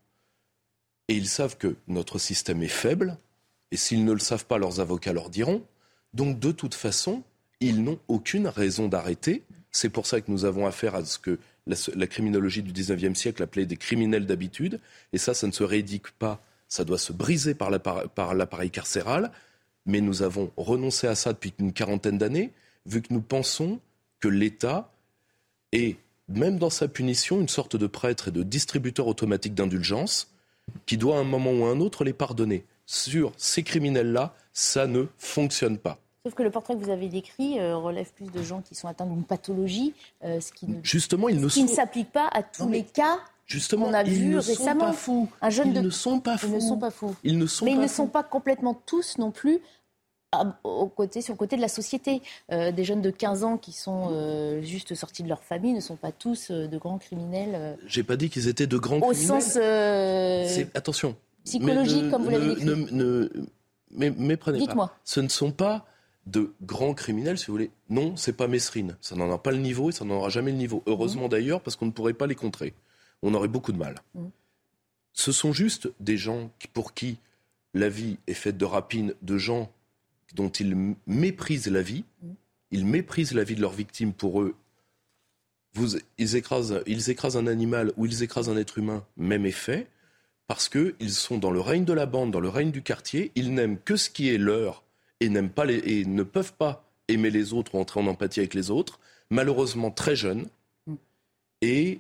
Et ils savent que notre système est faible. Et s'ils ne le savent pas, leurs avocats leur diront. Donc de toute façon, ils n'ont aucune raison d'arrêter. C'est pour ça que nous avons affaire à ce que la, la criminologie du dix-neuvième siècle appelait des criminels d'habitude. Et ça, ça ne se rééduque pas. Ça doit se briser par l'appareil, par l'appareil carcéral. Mais nous avons renoncé à ça depuis une quarantaine d'années, vu que nous pensons que l'État est, même dans sa punition, une sorte de prêtre et de distributeur automatique d'indulgence qui doit à un moment ou à un autre les pardonner. Sur ces criminels-là, ça ne fonctionne pas. Sauf que le portrait que vous avez décrit euh, relève plus de gens qui sont atteints d'une pathologie, euh, ce qui ne, Justement, ils ne, qui sont... ne s'applique pas à tous non, les cas justement, qu'on a ils vus ne récemment. Sont pas fous. Un jeune ils de... ne sont pas fous. Ils ne sont pas fous. Ils ne sont Mais pas ils ne fous. sont pas complètement tous non plus à, au côté, sur le côté de la société. Euh, des jeunes de quinze ans qui sont euh, juste sortis de leur famille ne sont pas tous euh, de grands criminels. Euh, J'ai pas dit qu'ils étaient de grands au criminels. sens euh, C'est... Attention. psychologique, ne, comme vous l'avez ne, décrit. Ne, ne, ne méprenez Dites-moi. pas. Ce ne sont pas de grands criminels, si vous voulez. Non, c'est pas Mesrine. Ça n'en a pas le niveau et ça n'en aura jamais le niveau. Heureusement mmh. d'ailleurs, parce qu'on ne pourrait pas les contrer. On aurait beaucoup de mal. Mmh. Ce sont juste des gens qui, pour qui la vie est faite de rapines, de gens dont ils méprisent la vie. Mmh. Ils méprisent la vie de leurs victimes. Pour eux, vous, ils, écrasent, ils écrasent un animal ou ils écrasent un être humain, même effet, parce qu'ils sont dans le règne de la bande, dans le règne du quartier. Ils n'aiment que ce qui est leur et, n'aiment pas les, et ne peuvent pas aimer les autres ou entrer en empathie avec les autres, malheureusement très jeunes. Mmh. Et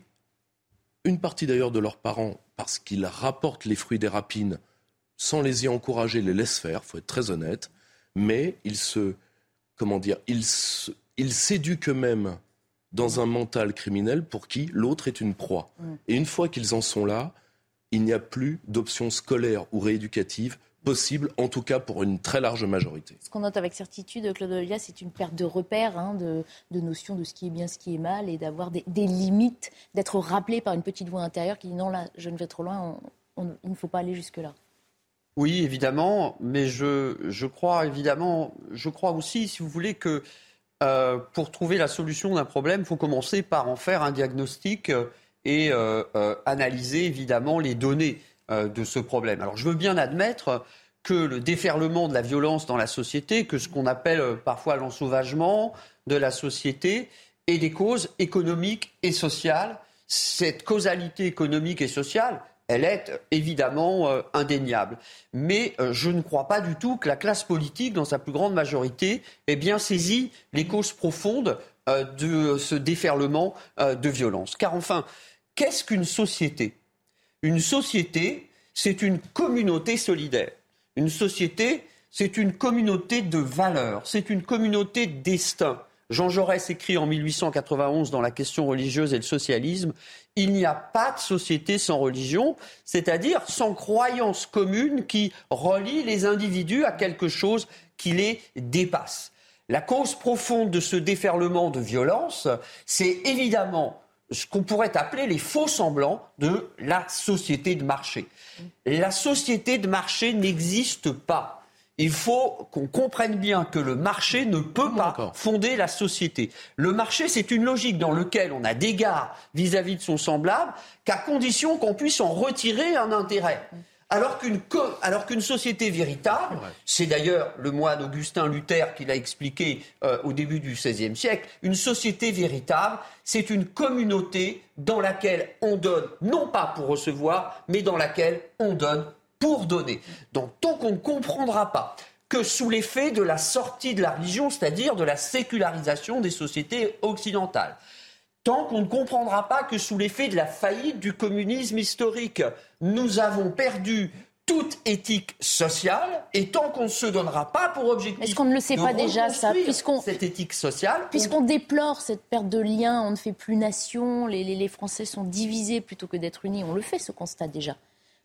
une partie d'ailleurs de leurs parents, parce qu'ils rapportent les fruits des rapines, sans les y encourager, les laissent faire, il faut être très honnête, mais ils se, comment dire, ils, se, ils s'éduquent eux-mêmes dans un mental criminel pour qui l'autre est une proie. Mmh. Et une fois qu'ils en sont là, il n'y a plus d'options scolaires ou rééducatives possibles, en tout cas pour une très large majorité. Ce qu'on note avec certitude, Claude Ollégua, c'est une perte de repères, hein, de, de notions de ce qui est bien, ce qui est mal, et d'avoir des, des limites, d'être rappelé par une petite voix intérieure qui dit non, là, je ne vais trop loin, on, on, il ne faut pas aller jusque-là. Oui, évidemment, mais je, je crois évidemment, je crois aussi, si vous voulez, que euh, pour trouver la solution d'un problème, il faut commencer par en faire un diagnostic euh, et euh, euh, analyser évidemment les données euh, de ce problème. Alors je veux bien admettre que le déferlement de la violence dans la société, que ce qu'on appelle euh, parfois l'ensauvagement de la société, ait des causes économiques et sociales. Cette causalité économique et sociale, elle est évidemment euh, indéniable. Mais euh, je ne crois pas du tout que la classe politique, dans sa plus grande majorité, ait bien saisi les causes profondes euh, de ce déferlement euh, de violence. Car enfin, qu'est-ce qu'une société ? Une société, c'est une communauté solidaire. Une société, c'est une communauté de valeurs, c'est une communauté de destin. Jean Jaurès écrit en mille huit cent quatre-vingt-onze dans La question religieuse et le socialisme, « Il n'y a pas de société sans religion, c'est-à-dire sans croyance commune qui relie les individus à quelque chose qui les dépasse. » La cause profonde de ce déferlement de violence, c'est évidemment ce qu'on pourrait appeler les faux semblants de la société de marché. La société de marché n'existe pas. Il faut qu'on comprenne bien que le marché ne peut pas D'accord. fonder la société. Le marché, c'est une logique dans laquelle on a des égards vis-à-vis de son semblable, qu'à condition qu'on puisse en retirer un intérêt. Alors qu'une, co- alors qu'une société véritable, c'est d'ailleurs le moine Augustin Luther qui l'a expliqué euh, au début du seizième siècle, une société véritable, c'est une communauté dans laquelle on donne, non pas pour recevoir, mais dans laquelle on donne pour donner. Donc tant qu'on ne comprendra pas que sous l'effet de la sortie de la religion, c'est-à-dire de la sécularisation des sociétés occidentales, tant qu'on ne comprendra pas que sous l'effet de la faillite du communisme historique, nous avons perdu toute éthique sociale, et tant qu'on ne se donnera pas pour objectif... Est-ce qu'on ne le sait de pas déjà, ça, puisqu'on, cette éthique sociale... Puisqu'on on... déplore cette perte de lien, on ne fait plus nation, les, les, les Français sont divisés plutôt que d'être unis, on le fait, ce constat déjà.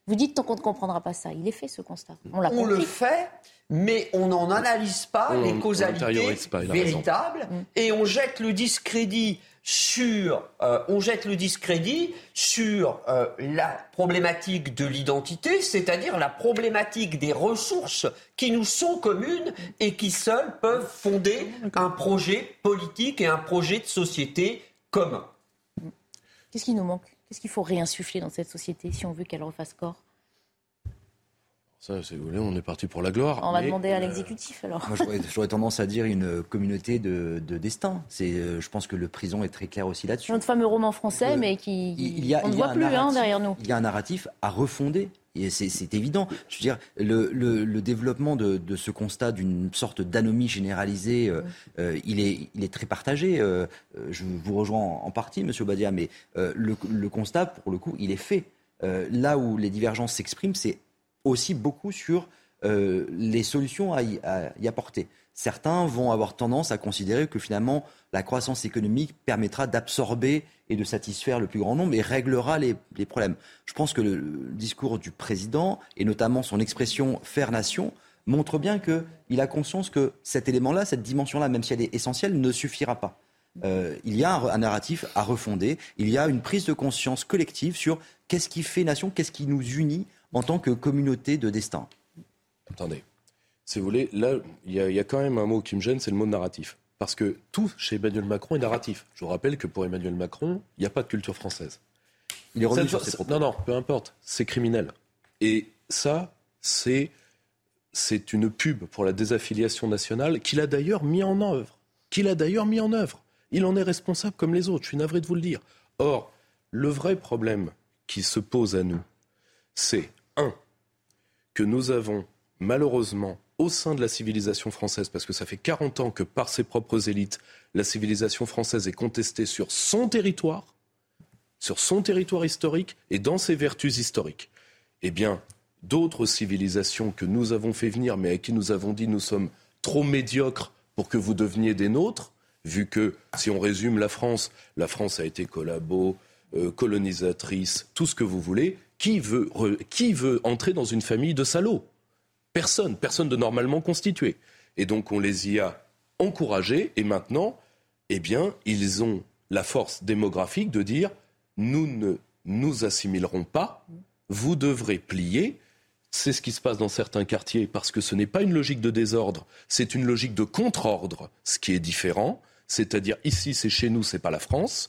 Vous dites tant qu'on ne comprendra pas ça. Il est fait ce constat. On l'a On compris. le fait, mais on n'en analyse pas on, les on causalités pas, véritables mmh. et on jette le discrédit sur, euh, on jette le discrédit sur euh, la problématique de l'identité, c'est-à-dire la problématique des ressources qui nous sont communes et qui seules peuvent fonder un projet politique et un projet de société commun. Qu'est-ce qui nous manque ? Qu'est-ce qu'il faut réinsuffler dans cette société si on veut qu'elle refasse corps ? Ça, si vous voulez, on est parti pour la gloire. On va mais, demander à euh... l'exécutif, alors. Moi, j'aurais, j'aurais tendance à dire une communauté de, de destin. C'est, euh, je pense que le président est très clair aussi là-dessus. Notre fameux roman français, euh, mais qui il y a, on ne voit plus narratif, hein, derrière nous. Il y a un narratif à refonder. Et c'est, c'est évident. Je veux dire, le, le, le développement de, de ce constat d'une sorte d'anomie généralisée, euh, euh, il, est, il est très partagé. Euh, je vous rejoins en, en partie, Monsieur Obadia, mais euh, le, le constat, pour le coup, il est fait. Euh, là où les divergences s'expriment, c'est aussi beaucoup sur euh, les solutions à y, à y apporter. Certains vont avoir tendance à considérer que finalement, la croissance économique permettra d'absorber et de satisfaire le plus grand nombre et réglera les, les problèmes. Je pense que le, le discours du président, et notamment son expression « faire nation », montre bien qu'il a conscience que cet élément-là, cette dimension-là, même si elle est essentielle, ne suffira pas. Euh, il y a un, un narratif à refonder, il y a une prise de conscience collective sur qu'est-ce qui fait nation, qu'est-ce qui nous unit en tant que communauté de destin. Attendez, si vous voulez, là, il y, y a quand même un mot qui me gêne, c'est le mot narratif. Parce que tout chez Emmanuel Macron est narratif. Je vous rappelle que pour Emmanuel Macron, il n'y a pas de culture française. Il est revenu ça, sur ses propos. Non, non, peu importe, c'est criminel. Et ça, c'est, c'est une pub pour la désaffiliation nationale qu'il a d'ailleurs mis en œuvre. Qu'il a d'ailleurs mis en œuvre. Il en est responsable comme les autres, je suis navré de vous le dire. Or, le vrai problème qui se pose à nous, c'est, un, que nous avons malheureusement, au sein de la civilisation française, parce que ça fait quarante ans que par ses propres élites, la civilisation française est contestée sur son territoire, sur son territoire historique et dans ses vertus historiques. Eh bien, d'autres civilisations que nous avons fait venir, mais à qui nous avons dit nous sommes trop médiocres pour que vous deveniez des nôtres, vu que, si on résume la France, la France a été collabo, euh, colonisatrice, tout ce que vous voulez, qui veut, re, qui veut entrer dans une famille de salauds ? Personne, personne de normalement constitué. Et donc on les y a encouragés et maintenant, eh bien, ils ont la force démographique de dire nous ne nous assimilerons pas, vous devrez plier. C'est ce qui se passe dans certains quartiers parce que ce n'est pas une logique de désordre, c'est une logique de contre-ordre, ce qui est différent. C'est-à-dire ici c'est chez nous, c'est pas la France.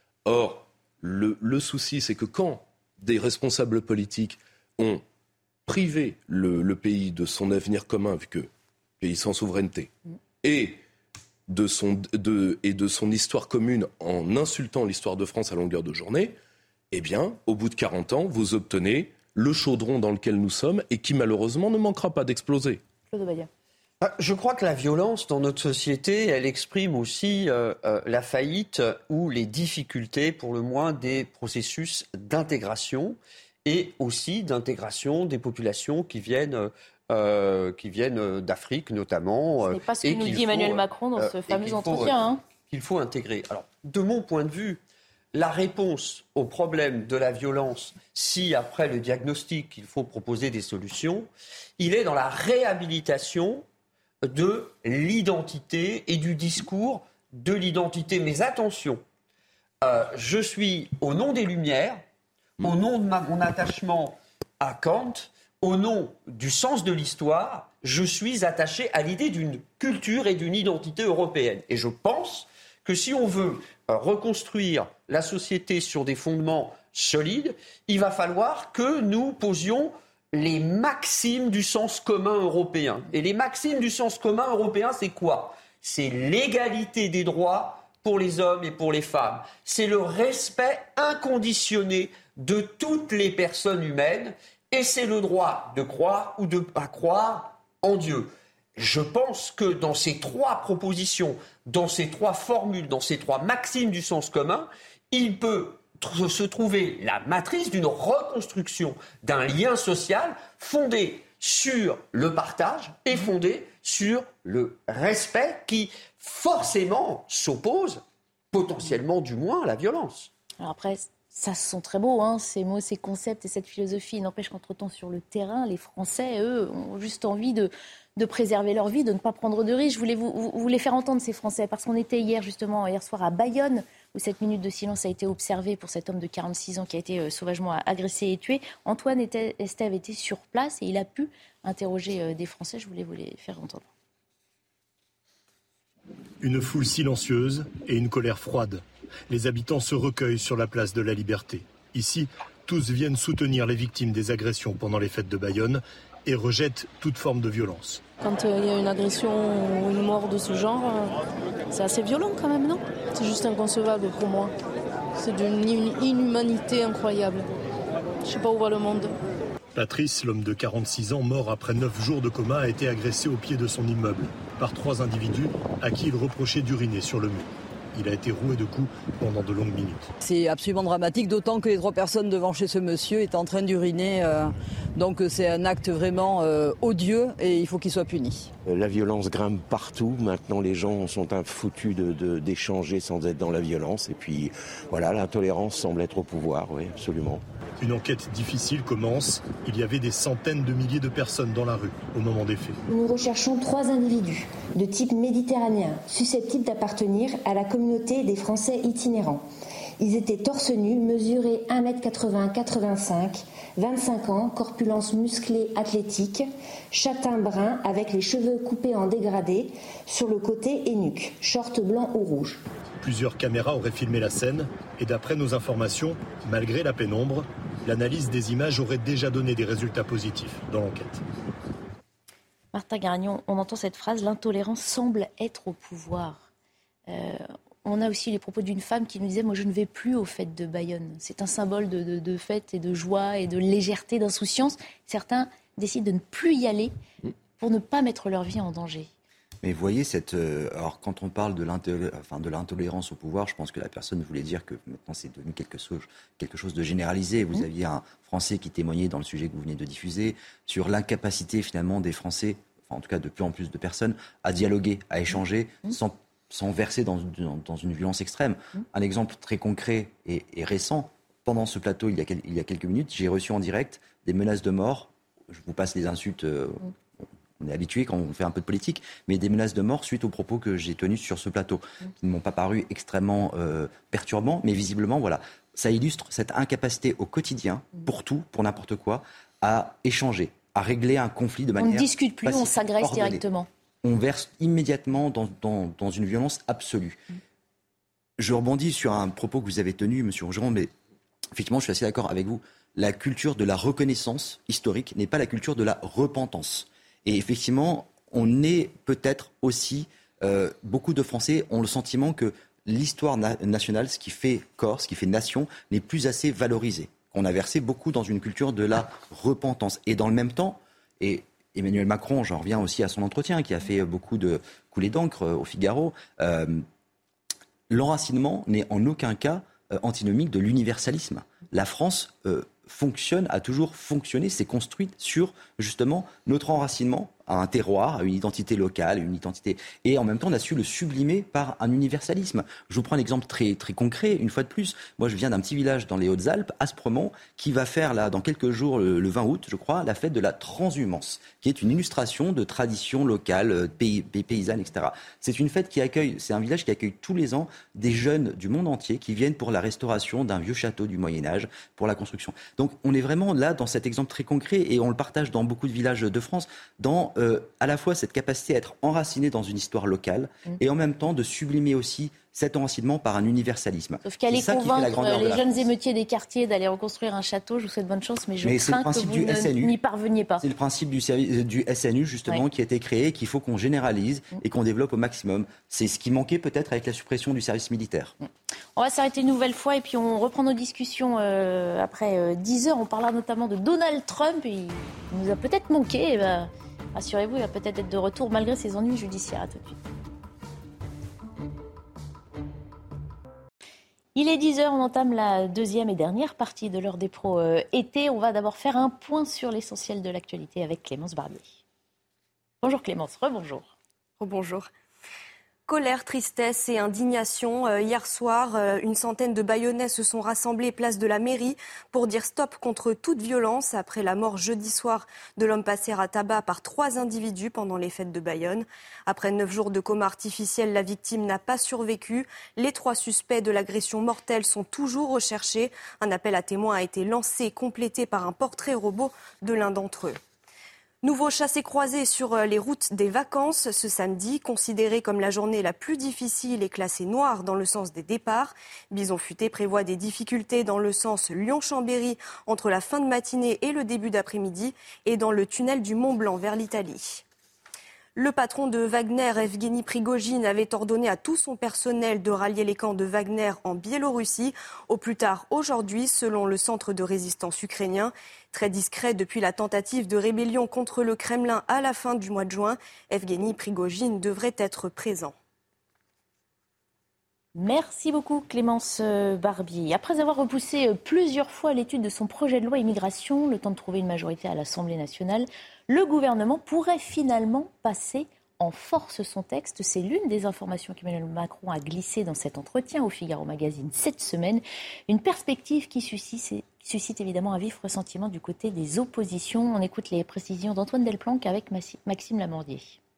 Or, le, le souci c'est que quand des responsables politiques ont priver le, le pays de son avenir commun, vu que pays sans souveraineté, et de, son, de, et de son histoire commune en insultant l'histoire de France à longueur de journée, eh bien, au bout de quarante ans, vous obtenez le chaudron dans lequel nous sommes et qui, malheureusement, ne manquera pas d'exploser. Claude Obadia. Je crois que la violence dans notre société, elle exprime aussi euh, euh, la faillite ou les difficultés, pour le moins, des processus d'intégration et aussi d'intégration des populations qui viennent, euh, qui viennent d'Afrique notamment. Ce n'est pas ce que nous dit Emmanuel faut, Macron dans ce euh, fameux entretien. Faut, hein. Qu'il faut intégrer. Alors, de mon point de vue, la réponse au problème de la violence, si après le diagnostic, il faut proposer des solutions, il est dans la réhabilitation de l'identité et du discours de l'identité. Mais attention, euh, je suis au nom des Lumières, au nom de ma, mon attachement à Kant, au nom du sens de l'histoire, je suis attaché à l'idée d'une culture et d'une identité européenne. Et je pense que si on veut euh, reconstruire la société sur des fondements solides, il va falloir que nous posions les maximes du sens commun européen. Et les maximes du sens commun européen, c'est quoi ? C'est l'égalité des droits pour les hommes et pour les femmes. C'est le respect inconditionné de toutes les personnes humaines, et c'est le droit de croire ou de ne pas croire en Dieu. Je pense que dans ces trois propositions, dans ces trois formules, dans ces trois maximes du sens commun, il peut tr- se trouver la matrice d'une reconstruction d'un lien social fondé sur le partage et fondé sur le respect qui forcément s'oppose, potentiellement du moins, à la violence. Alors après, ça se sent très beau, hein, ces mots, ces concepts et cette philosophie. N'empêche qu'entre-temps, sur le terrain, les Français, eux, ont juste envie de, de préserver leur vie, de ne pas prendre de risques. Je voulais vous, vous, vous les faire entendre, ces Français, parce qu'on était hier, justement, hier soir à Bayonne, où cette minute de silence a été observée pour cet homme de quarante-six ans qui a été euh, sauvagement agressé et tué. Antoine était, Estève était sur place et il a pu interroger euh, des Français. Je voulais vous les faire entendre. Une foule silencieuse et une colère froide. Les habitants se recueillent sur la place de la Liberté. Ici, tous viennent soutenir les victimes des agressions pendant les fêtes de Bayonne et rejettent toute forme de violence. Quand il euh, y a une agression ou une mort de ce genre, euh, c'est assez violent quand même, non ? C'est juste inconcevable pour moi. C'est d'une inhumanité incroyable. Je ne sais pas où va le monde. Patrice, l'homme de quarante-six ans, mort après neuf jours de coma, a été agressé au pied de son immeuble par trois individus à qui il reprochait d'uriner sur le mur. Il a été roué de coups pendant de longues minutes. C'est absolument dramatique, d'autant que les trois personnes devant chez ce monsieur étaient en train d'uriner. Euh, donc c'est un acte vraiment euh, odieux et il faut qu'il soit puni. La violence grimpe partout. Maintenant, les gens sont foutus de, de, d'échanger sans être dans la violence. Et puis, voilà, l'intolérance semble être au pouvoir, oui, absolument. Une enquête difficile commence. Il y avait des centaines de milliers de personnes dans la rue au moment des faits. Nous recherchons trois individus de type méditerranéen, susceptibles d'appartenir à la communauté des Français itinérants. Ils étaient torse nu, mesurés un mètre quatre-vingts à quatre-vingt-cinq, vingt-cinq ans, corpulence musclée athlétique, châtain brun avec les cheveux coupés en dégradé sur le côté et nuque, short blanc ou rouge. Plusieurs caméras auraient filmé la scène et d'après nos informations, malgré la pénombre, l'analyse des images aurait déjà donné des résultats positifs dans l'enquête. Martin Garagnon, on entend cette phrase, l'intolérance semble être au pouvoir. Euh, on a aussi les propos d'une femme qui nous disait « Moi, je ne vais plus aux fêtes de Bayonne ». C'est un symbole de, de, de fête et de joie et de légèreté, d'insouciance. Certains décident de ne plus y aller pour ne pas mettre leur vie en danger. Mais vous voyez, cette, euh, alors quand on parle de, l'intolé- enfin, de l'intolérance au pouvoir, je pense que la personne voulait dire que maintenant c'est devenu quelque chose, quelque chose de généralisé. Vous mmh. aviez un Français qui témoignait dans le sujet que vous venez de diffuser sur l'incapacité finalement des Français, enfin en tout cas de plus en plus de personnes, à dialoguer, à échanger mmh. sans, sans verser dans, dans, dans une violence extrême. Mmh. Un exemple très concret et, et récent, pendant ce plateau il y, a, il y a quelques minutes, j'ai reçu en direct des menaces de mort. Je vous passe les insultes. Euh, mmh. On est habitué quand on fait un peu de politique, mais des menaces de mort suite aux propos que j'ai tenus sur ce plateau, qui ne m'ont pas paru extrêmement euh, perturbants, mais visiblement, voilà, ça illustre cette incapacité au quotidien, pour tout, pour n'importe quoi, à échanger, à régler un conflit de manière On ne discute plus, on s'agresse ordonnée. Directement. On verse immédiatement dans, dans, dans une violence absolue. Mm. Je rebondis sur un propos que vous avez tenu, M. Rougeron, mais effectivement, je suis assez d'accord avec vous. La culture de la reconnaissance historique n'est pas la culture de la repentance. Et effectivement, on est peut-être aussi, euh, beaucoup de Français ont le sentiment que l'histoire na- nationale, ce qui fait corps, ce qui fait nation, n'est plus assez valorisé. On a versé beaucoup dans une culture de la repentance. Et dans le même temps, et Emmanuel Macron, j'en reviens aussi à son entretien, qui a fait beaucoup de coulées d'encre au Figaro, euh, l'enracinement n'est en aucun cas euh, antinomique de l'universalisme. La France euh, fonctionne, a toujours fonctionné, s'est construite sur justement notre enracinement à un terroir, à une identité locale, une identité... Et en même temps, on a su le sublimer par un universalisme. Je vous prends un exemple très, très concret, une fois de plus. Moi, je viens d'un petit village dans les Hautes-Alpes, Aspremont, qui va faire, là, dans quelques jours, le, le vingt août, je crois, la fête de la transhumance, qui est une illustration de traditions locales, pays, paysannes, et cetera. C'est une fête qui accueille, c'est un village qui accueille tous les ans des jeunes du monde entier qui viennent pour la restauration d'un vieux château du Moyen-Âge, pour la construction. Donc, on est vraiment là, dans cet exemple très concret, et on le partage dans beaucoup de villages de France, dans euh, à la fois cette capacité à être enraciné dans une histoire locale mmh. et en même temps de sublimer aussi cet enracinement par un universalisme. Sauf qu'aller convaincre les jeunes émeutiers des quartiers d'aller reconstruire un château, je vous souhaite bonne chance, mais je mais crains que vous ne, n'y parveniez pas. C'est le principe du, service, du S N U, justement, ouais. qui a été créé, qu'il faut qu'on généralise mmh. et qu'on développe au maximum. C'est ce qui manquait peut-être avec la suppression du service militaire. Mmh. On va s'arrêter une nouvelle fois et puis on reprend nos discussions euh, après euh, dix heures. On parlera notamment de Donald Trump. Il nous a peut-être manqué. Et ben, rassurez-vous, il va peut-être être de retour malgré ses ennuis judiciaires. À tout de suite. Il est dix heures, on entame la deuxième et dernière partie de l'heure des pros euh, été. On va d'abord faire un point sur l'essentiel de l'actualité avec Clémence Barbier. Bonjour Clémence, rebonjour. Rebonjour. Colère, tristesse et indignation. Euh, hier soir, euh, une centaine de Bayonnais se sont rassemblés place de la mairie pour dire stop contre toute violence après la mort jeudi soir de l'homme passé à tabac par trois individus pendant les fêtes de Bayonne. Après neuf jours de coma artificiel, la victime n'a pas survécu. Les trois suspects de l'agression mortelle sont toujours recherchés. Un appel à témoins a été lancé, complété par un portrait robot de l'un d'entre eux. Nouveau chassé-croisé sur les routes des vacances ce samedi, considéré comme la journée la plus difficile et classé noir dans le sens des départs. Bison Futé prévoit des difficultés dans le sens Lyon-Chambéry entre la fin de matinée et le début d'après-midi et dans le tunnel du Mont-Blanc vers l'Italie. Le patron de Wagner, Evgeny Prigojine, avait ordonné à tout son personnel de rallier les camps de Wagner en Biélorussie, au plus tard aujourd'hui, selon le centre de résistance ukrainien. Très discret depuis la tentative de rébellion contre le Kremlin à la fin du mois de juin, Evgeny Prigojine devrait être présent. Merci beaucoup Clémence Barbier. Après avoir repoussé plusieurs fois l'étude de son projet de loi immigration, le temps de trouver une majorité à l'Assemblée nationale, le gouvernement pourrait finalement passer en force son texte. C'est l'une des informations qu'Emmanuel Macron a glissées dans cet entretien au Figaro Magazine cette semaine. Une perspective qui suscite, suscite évidemment un vif ressentiment du côté des oppositions. On écoute les précisions d'Antoine Delplanque avec Maxime Lamandier.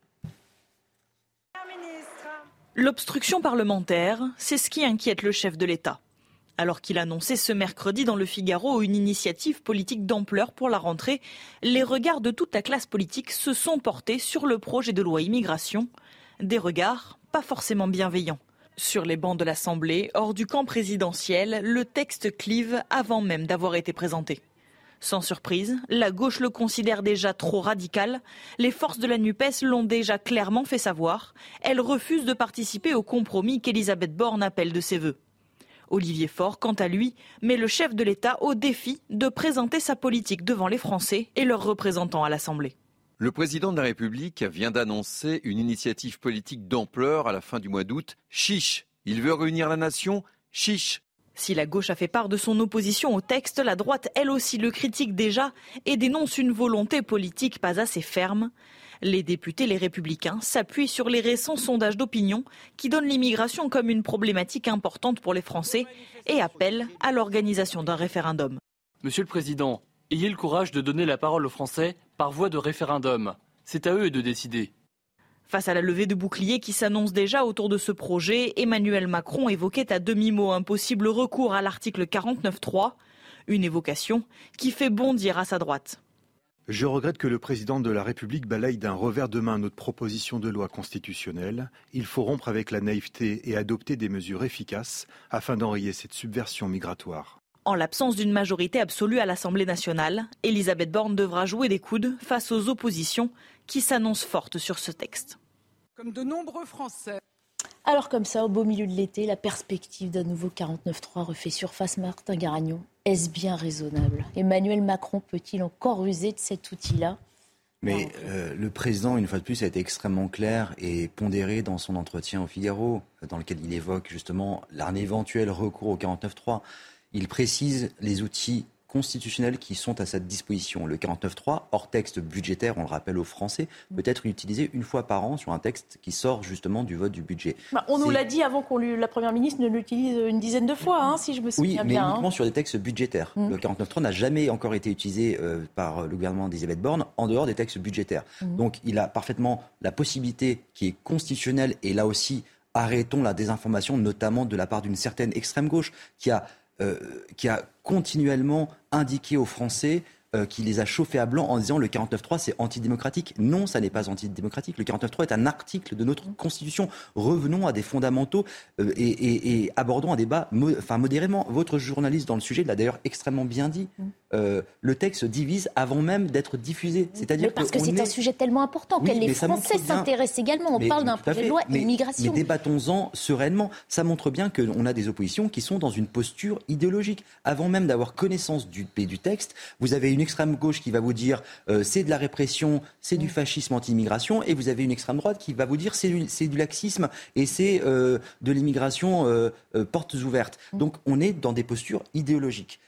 L'obstruction parlementaire, c'est ce qui inquiète le chef de l'État. Alors qu'il annonçait ce mercredi dans le Figaro une initiative politique d'ampleur pour la rentrée, les regards de toute la classe politique se sont portés sur le projet de loi immigration. Des regards pas forcément bienveillants. Sur les bancs de l'Assemblée, hors du camp présidentiel, le texte clive avant même d'avoir été présenté. Sans surprise, la gauche le considère déjà trop radical. Les forces de la NUPES l'ont déjà clairement fait savoir. Elle refuse de participer au compromis qu'Elisabeth Borne appelle de ses vœux. Olivier Faure, quant à lui, met le chef de l'État au défi de présenter sa politique devant les Français et leurs représentants à l'Assemblée. Le président de la République vient d'annoncer une initiative politique d'ampleur à la fin du mois d'août. Chiche, il veut réunir la nation, chiche. Si la gauche a fait part de son opposition au texte, la droite, elle aussi, le critique déjà et dénonce une volonté politique pas assez ferme. Les députés, les Républicains, s'appuient sur les récents sondages d'opinion qui donnent l'immigration comme une problématique importante pour les Français et appellent à l'organisation d'un référendum. Monsieur le Président, ayez le courage de donner la parole aux Français par voie de référendum. C'est à eux de décider. Face à la levée de boucliers qui s'annonce déjà autour de ce projet, Emmanuel Macron évoquait à demi-mot un possible recours à l'article quarante-neuf trois, une évocation qui fait bondir à sa droite. Je regrette que le président de la République balaye d'un revers de main notre proposition de loi constitutionnelle. Il faut rompre avec la naïveté et adopter des mesures efficaces afin d'enrayer cette subversion migratoire. En l'absence d'une majorité absolue à l'Assemblée nationale, Elisabeth Borne devra jouer des coudes face aux oppositions qui s'annoncent fortes sur ce texte. Comme de nombreux Français. Alors comme ça, au beau milieu de l'été, la perspective d'un nouveau quarante-neuf trois refait surface. Martin Garagnon, est-ce bien raisonnable ? Emmanuel Macron peut-il encore user de cet outil-là ? Mais euh, le président, une fois de plus, a été extrêmement clair et pondéré dans son entretien au Figaro, dans lequel il évoque justement un éventuel recours au quarante-neuf trois. Il précise les outils constitutionnels qui sont à sa disposition. Le quarante-neuf trois, hors texte budgétaire, on le rappelle aux Français, peut être utilisé une fois par an sur un texte qui sort justement du vote du budget. Bah, on C'est... nous l'a dit avant qu'on lui, la Première ministre ne l'utilise une dizaine de fois, hein, si je me souviens oui, bien. Oui, mais uniquement hein. sur des textes budgétaires. Mmh. Le quarante-neuf trois n'a jamais encore été utilisé euh, par le gouvernement d'Elisabeth Borne en dehors des textes budgétaires. Mmh. Donc il a parfaitement la possibilité qui est constitutionnelle et là aussi, arrêtons la désinformation, notamment de la part d'une certaine extrême gauche qui a Euh, qui a continuellement indiqué aux Français euh, qui les a chauffés à blanc en disant le quarante-neuf trois c'est antidémocratique. Non, ça n'est pas antidémocratique. Le quarante-neuf trois est un article de notre Constitution. Revenons à des fondamentaux euh, et, et, et abordons un débat mo- enfin, modérément. Votre journaliste dans le sujet l'a d'ailleurs extrêmement bien dit. Euh, le texte se divise avant même d'être diffusé. C'est-à-dire mais parce que, que c'est est... un sujet tellement important oui, que les Français s'intéressent également. On mais, parle d'un projet de loi mais, immigration. Mais débattons-en sereinement. Ça montre bien qu'on a des oppositions qui sont dans une posture idéologique. Avant même d'avoir connaissance du, du texte, vous avez une extrême gauche qui va vous dire euh, c'est de la répression, c'est du fascisme anti-immigration, et vous avez une extrême droite qui va vous dire c'est du, c'est du laxisme et c'est euh, de l'immigration euh, euh, portes ouvertes. Donc on est dans des postures idéologiques.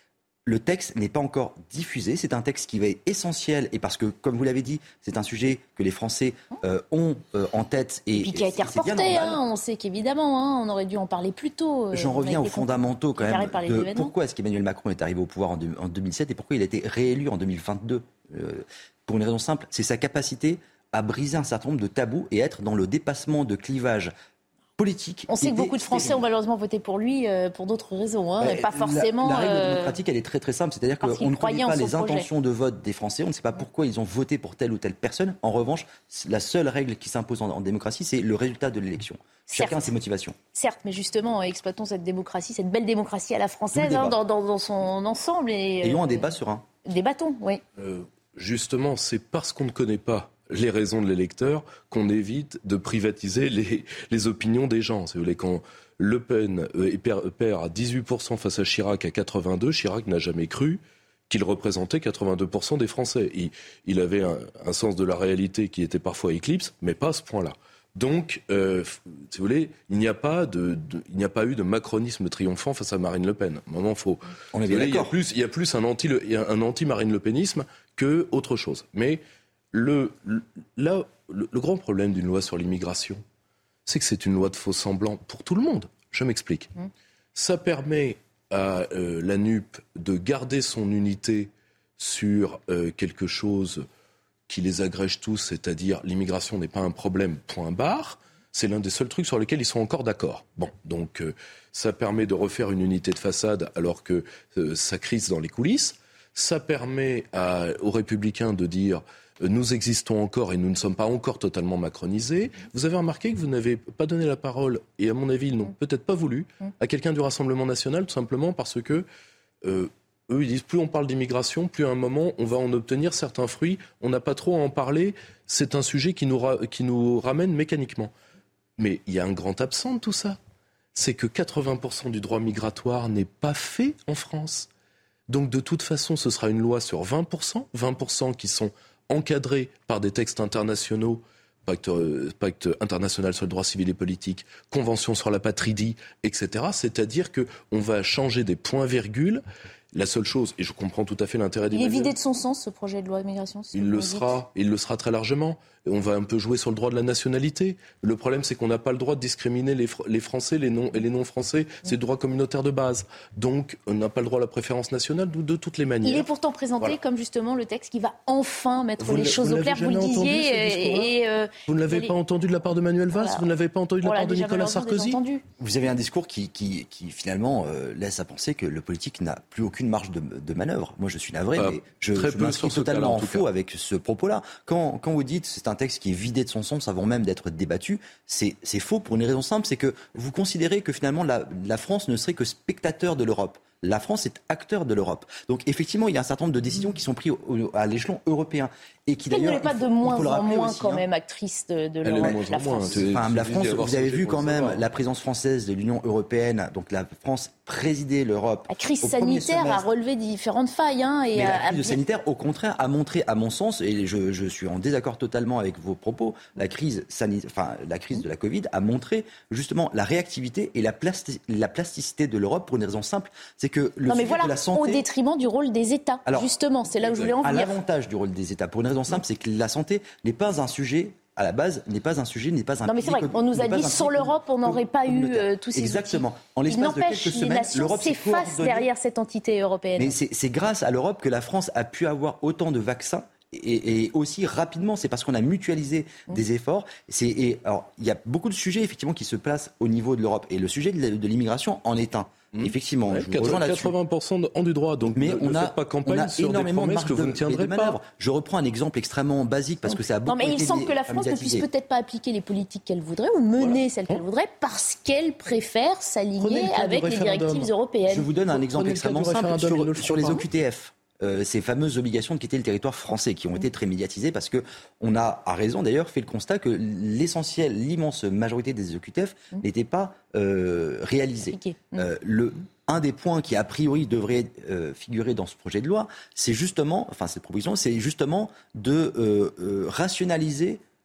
le texte n'est pas encore diffusé. C'est un texte qui va être essentiel et parce que, comme vous l'avez dit, c'est un sujet que les Français euh, ont euh, en tête. Et, et puis qui a été reporté. Hein, on sait qu'évidemment, hein, on aurait dû en parler plus tôt. J'en reviens aux fondamentaux quand même. De pourquoi est-ce qu'Emmanuel Macron est arrivé au pouvoir en, de, en deux mille sept et pourquoi il a été réélu en deux mille vingt-deux euh, pour une raison simple, c'est sa capacité à briser un certain nombre de tabous et être dans le dépassement de clivages politique. On sait que beaucoup de Français ont malheureusement voté pour lui euh, pour d'autres raisons, hein, bah, pas forcément... La, la règle euh... démocratique, elle est très très simple, c'est-à-dire qu'on ne connaît pas les intentions de vote des Français, on ne sait pas pourquoi ils ont voté pour telle ou telle personne. En revanche, la seule règle qui s'impose en, en démocratie, c'est le résultat de l'élection. Chacun certes, a ses motivations. Certes, mais justement, exploitons cette démocratie, cette belle démocratie à la française, hein, dans, dans, dans son ensemble. Et, Ayons euh, un débat serein. Débattons, oui. Euh, justement, c'est parce qu'on ne connaît pas les raisons de l'électeur qu'on évite de privatiser les, les opinions des gens. Si vous voulez, quand Le Pen perd, perd à dix-huit pour cent face à Chirac à quatre-vingt-deux, Chirac n'a jamais cru qu'il représentait quatre-vingt-deux pour cent des Français. Il, il avait un, un sens de la réalité qui était parfois éclipse, mais pas à ce point-là. Donc, euh, si vous voulez, il n'y a pas de, de, il n'y a pas eu de macronisme triomphant face à Marine Le Pen. Maintenant, faut. On est bien voulez, d'accord. Il y a plus, il y a plus un anti, il y a un anti-Marine Le Penisme que autre chose. Mais le, le, là, le, le grand problème d'une loi sur l'immigration, c'est que c'est une loi de faux semblants pour tout le monde. Je m'explique. Mmh. Ça permet à euh, la N U P de garder son unité sur euh, quelque chose qui les agrège tous, c'est-à-dire l'immigration n'est pas un problème, point barre. C'est l'un des seuls trucs sur lesquels ils sont encore d'accord. Bon, donc euh, ça permet de refaire une unité de façade alors que euh, ça crise dans les coulisses. Ça permet à, aux Républicains de dire euh, nous existons encore et nous ne sommes pas encore totalement macronisés. Vous avez remarqué que vous n'avez pas donné la parole, et à mon avis ils n'ont peut-être pas voulu, à quelqu'un du Rassemblement national, tout simplement parce que euh, eux ils disent plus on parle d'immigration, plus à un moment on va en obtenir certains fruits. On n'a pas trop à en parler, c'est un sujet qui nous, ra- qui nous ramène mécaniquement. Mais il y a un grand absent de tout ça. C'est que quatre-vingts pour cent du droit migratoire n'est pas fait en France. Donc de toute façon, ce sera une loi sur vingt pour cent, vingt pour cent qui sont encadrés par des textes internationaux, pacte, euh, pacte international sur le droit civil et politique, convention sur la patridie, et cetera. C'est-à-dire qu'on va changer des points-virgules. La seule chose, et je comprends tout à fait l'intérêt d'Emmanuel... Il est vidé de son sens, ce projet de loi immigration. Il le sera, il le sera très largement. On va un peu jouer sur le droit de la nationalité. Le problème, c'est qu'on n'a pas le droit de discriminer les, les Français les non, et les non-Français. C'est le droit communautaire de base. Donc, on n'a pas le droit à la préférence nationale de, de toutes les manières. Il est pourtant présenté voilà. comme justement le texte qui va enfin mettre vous les choses au clair. Vous le disiez. Et, euh, vous ne l'avez allez... pas entendu de la part de Manuel Valls. Voilà. Vous ne l'avez pas entendu de la part de Nicolas Sarkozy. Vous avez un discours qui, qui, qui finalement euh, laisse à penser que le politique n'a plus aucune marge de, de manœuvre. Moi, je suis navré, euh, mais je, je m'inscris totalement en faux avec ce propos-là. Quand, quand vous dites c'est un texte qui est vidé de son sens avant même d'être débattu, c'est, c'est faux pour une raison simple, c'est que vous considérez que finalement la, la France ne serait que spectateur de l'Europe. La France est acteur de l'Europe. Donc effectivement, il y a un certain nombre de décisions qui sont prises au, au, à l'échelon européen. Et qui, d'ailleurs, elle n'est pas de moins en moins aussi, quand hein. même actrice de, de l'Europe, la France. Enfin, la France, vous avez vu quand même la présidence française de l'Union européenne, donc la France présider l'Europe. La crise sanitaire a relevé différentes failles. Hein, et Mais a, la crise a... sanitaire, au contraire, a montré, à mon sens, et je, je suis en désaccord totalement avec vos propos, la crise, sanitaire, enfin, la crise de la Covid a montré justement la réactivité et la, plasti- la plasticité de l'Europe pour une raison simple, c'est que le non, mais sujet voilà, de la santé... au détriment du rôle des États, Alors, justement, c'est là où je voulais en venir. À l'avantage du rôle des États, pour une raison simple, c'est que la santé n'est pas un sujet... à la base, n'est pas un sujet, n'est pas un... Non mais c'est vrai qu'on nous a dit sans l'Europe, on n'aurait pas eu euh, tous ces Exactement. outils. En l'espace de quelques semaines, les nations l'Europe s'effacent derrière cette entité européenne. Mais c'est, c'est grâce à l'Europe que la France a pu avoir autant de vaccins et, et aussi rapidement. C'est parce qu'on a mutualisé mmh. des efforts. C'est, et, alors, il y a beaucoup de sujets effectivement qui se placent au niveau de l'Europe. Et le sujet de, de l'immigration en est un. Mmh. Effectivement, ouais, je rejoins là-dessus. quatre-vingts pour cent ont du droit, donc mais ne, on ne a, faites pas campagne on a sur des promesses que vous ne tiendrez de pas. Je reprends un exemple extrêmement basique parce que ça a beaucoup Non mais il été semble que la France ne puisse peut-être pas appliquer les politiques qu'elle voudrait ou mener voilà. celles qu'elle voudrait parce qu'elle préfère s'aligner avec les directives européennes. Je vous donne un exemple extrêmement simple sur, sur les O Q T F. Euh, ces fameuses obligations de quitter le territoire français qui ont été très médiatisées parce que on a, à raison d'ailleurs, fait le constat que l'essentiel, l'immense majorité des O Q T F mmh. n'étaient pas euh, réalisés. Mmh. Euh, le, un des points qui a priori devrait euh, figurer dans ce projet de loi, c'est justement, enfin cette proposition, c'est justement de euh, euh, rationaliser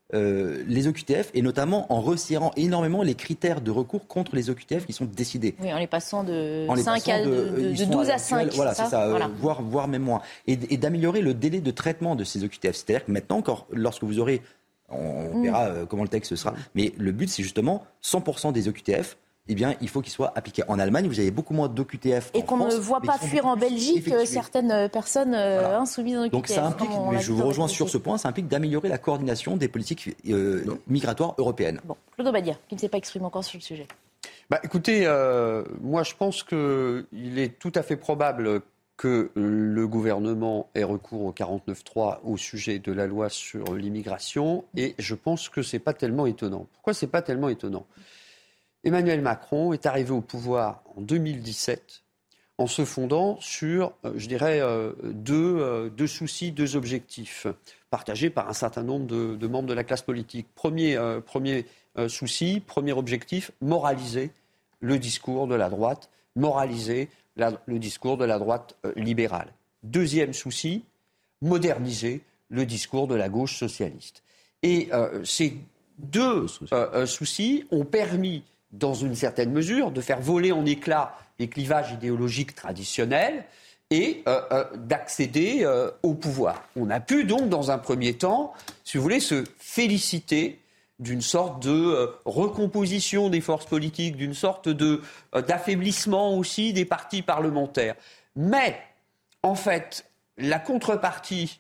euh, les O Q T F et notamment en resserrant énormément les critères de recours contre les O Q T F qui sont décidés. Oui, en les passant de, en les cinq passant à, de, de, de douze à cinq. Voilà, c'est ça, voilà. euh, voire, voire même moins. Et, et d'améliorer le délai de traitement de ces O Q T F. C'est-à-dire que maintenant, encore, lorsque vous aurez, on Mm. verra euh, comment le texte sera, mais le but c'est justement cent pour cent des O Q T F. Eh bien, il faut qu'ils soient appliqués. En Allemagne, vous avez beaucoup moins d'O Q T F. Et qu'on France, ne voit pas fuir en Belgique effectués. certaines personnes euh, voilà. insoumises en O Q T F. Donc ça implique, mais je vous rejoins sur ce point, ça implique d'améliorer la coordination des politiques euh, migratoires européennes. Bon, Claude Obadia, qui ne s'est pas exprimé encore sur le sujet. Bah, écoutez, euh, moi je pense qu'il est tout à fait probable que le gouvernement ait recours au quarante-neuf trois au sujet de la loi sur l'immigration, et je pense que c'est pas tellement étonnant. Pourquoi c'est pas tellement étonnant ? Emmanuel Macron est arrivé au pouvoir en deux mille dix-sept en se fondant sur, euh, je dirais, euh, deux, euh, deux soucis, deux objectifs partagés par un certain nombre de, de membres de la classe politique. Premier, euh, premier euh, souci, premier objectif, moraliser le discours de la droite, moraliser la, le discours de la droite euh, libérale. Deuxième souci, moderniser le discours de la gauche socialiste. Et euh, ces deux euh, soucis ont permis, dans une certaine mesure, de faire voler en éclats les clivages idéologiques traditionnels et euh, euh, d'accéder euh, au pouvoir. On a pu donc, dans un premier temps, si vous voulez, se féliciter d'une sorte de euh, recomposition des forces politiques, d'une sorte de, euh, d'affaiblissement aussi des partis parlementaires. Mais, en fait, la contrepartie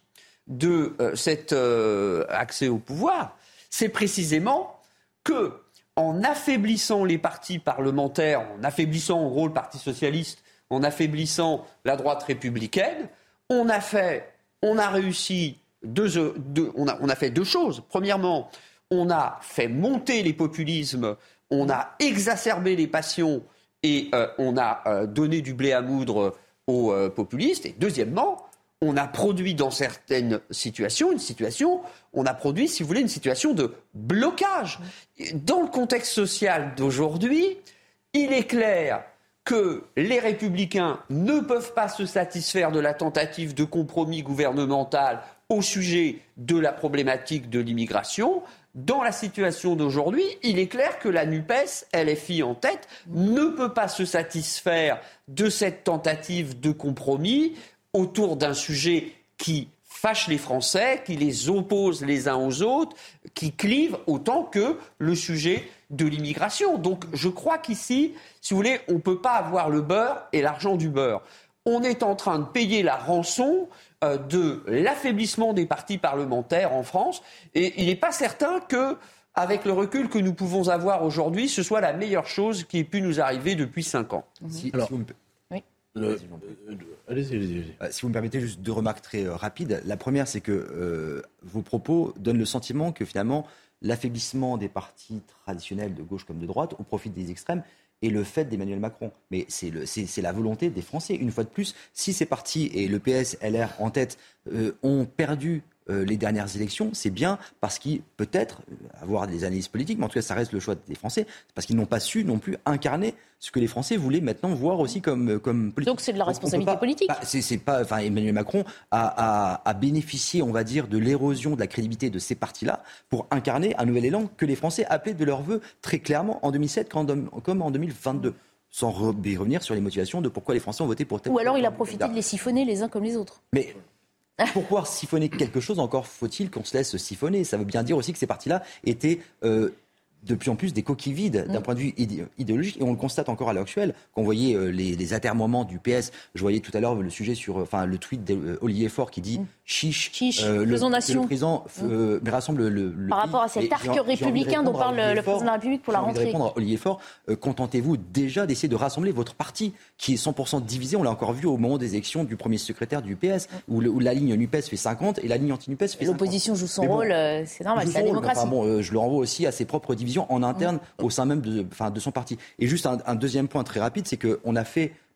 de euh, cet euh, accès au pouvoir, c'est précisément que, en affaiblissant les partis parlementaires, en affaiblissant en gros le Parti socialiste, en affaiblissant la droite républicaine, on a fait, on a réussi deux, deux, on a, on a fait deux choses. Premièrement, on a fait monter les populismes, on a exacerbé les passions et euh, on a euh, donné du blé à moudre aux euh, populistes. Et deuxièmement, on a produit dans certaines situations, une situation, on a produit, si vous voulez, une situation de blocage. Dans le contexte social d'aujourd'hui, il est clair que les Républicains ne peuvent pas se satisfaire de la tentative de compromis gouvernemental au sujet de la problématique de l'immigration. Dans la situation d'aujourd'hui, il est clair que la NUPES, L F I en tête, ne peut pas se satisfaire de cette tentative de compromis autour d'un sujet qui fâche les Français, qui les oppose les uns aux autres, qui clive autant que le sujet de l'immigration. Donc je crois qu'ici, si vous voulez, on ne peut pas avoir le beurre et l'argent du beurre. On est en train de payer la rançon euh, de l'affaiblissement des partis parlementaires en France, et il n'est pas certain que, avec le recul que nous pouvons avoir aujourd'hui, ce soit la meilleure chose qui ait pu nous arriver depuis cinq ans. Mmh. Si, Alors, si vous me... Le... Allez-y, allez-y. Si vous me permettez juste deux remarques très euh, rapides. La première, c'est que euh, vos propos donnent le sentiment que finalement l'affaiblissement des partis traditionnels de gauche comme de droite au profit des extrêmes est le fait d'Emmanuel Macron. Mais c'est, le, c'est, c'est la volonté des Français. Une fois de plus, si ces partis, et le P S, L R en tête, euh, ont perdu euh, les dernières élections, c'est bien parce qu'ils, peut-être, avoir des analyses politiques, mais en tout cas ça reste le choix des Français, parce qu'ils n'ont pas su non plus incarner ce que les Français voulaient maintenant voir aussi comme, comme politique. Donc c'est de la responsabilité pas, politique. Pas, c'est, c'est pas, enfin, Emmanuel Macron a, a, a bénéficié, on va dire, de l'érosion de la crédibilité de ces partis-là pour incarner un nouvel élan que les Français appelaient de leur vœu très clairement en deux mille sept comme en deux mille vingt-deux. Sans re- revenir sur les motivations de pourquoi les Français ont voté pour tel. Ou alors il a profité de les siphonner les uns comme les autres. Mais pour pouvoir siphonner quelque chose, encore faut-il qu'on se laisse siphonner. Ça veut bien dire aussi que ces partis-là étaient euh, de plus en plus des coquilles vides d'un mmh. point de vue idé- idéologique. Et on le constate encore à l'heure actuelle. Quand on voyait euh, les, les atermoiements du P S, je voyais tout à l'heure le sujet sur, enfin le tweet d'Olivier Faure qui dit mmh. chiche, chiche euh, le, faisons nation. Le président euh, mmh. rassemble le, le par rapport à cet arc républicain dont parle le président de la République pour la rentrée. Je vais répondre à Olivier Faure. Euh, contentez-vous déjà d'essayer de rassembler votre parti qui est cent pour cent divisé. On l'a encore vu au moment des élections du premier secrétaire du P S mmh. où, le, où la ligne NUPES fait cinquante et la ligne anti-NUPES fait cinquante. L'opposition joue son bon, rôle, euh, c'est normal, c'est la démocratie. Enfin, bon, euh, je le renvoie aussi à ses propres divisions en interne. Mmh. Au sein même de, enfin, de son parti. Et juste un, un deuxième point très rapide, c'est qu'on a fait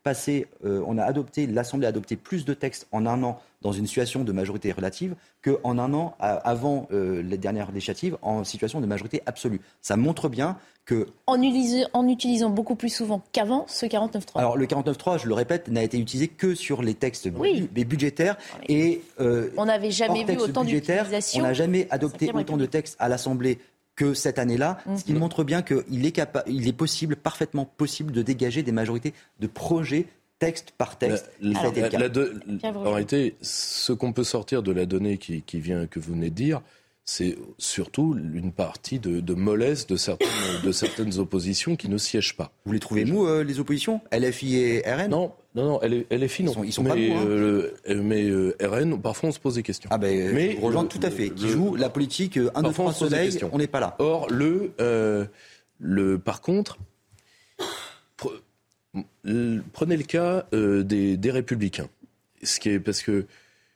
passé, euh, on a adopté, l'Assemblée a adopté plus de textes en un an dans une situation de majorité relative qu'en un an à, avant euh, les dernières législatives en situation de majorité absolue. Ça montre bien que... En, utilise, en utilisant beaucoup plus souvent qu'avant ce quarante-neuf trois. Alors le quarante-neuf trois, je le répète, n'a été utilisé que sur les textes oui. bu- budgétaires. Et, euh, on n'avait jamais vu autant d'utilisation. On n'a jamais adopté autant de textes à l'Assemblée que cette année-là, mmh. ce qui montre bien qu'il est, capa- il est possible, parfaitement possible de dégager des majorités de projets texte par texte. La, la, la, la de, en réalité, ce qu'on peut sortir de la donnée qui, qui vient, que vous venez de dire, c'est surtout une partie de, de mollesse de certaines, de certaines oppositions qui ne siègent pas. Vous les trouvez mous, euh, les oppositions ? L F I et R N ? Non, non, non, L F I, non. Ils sont, ils sont mais, pas mous, hein. euh, mais euh, R N, parfois on se pose des questions. Ah ben, mais, je rejoins tout à fait. Qui joue la politique, un, deux, trois soleil, on n'est pas là. Or, le, euh, le, par contre... Pre, Prenez le cas euh, des, des Républicains. Ce qui est parce que,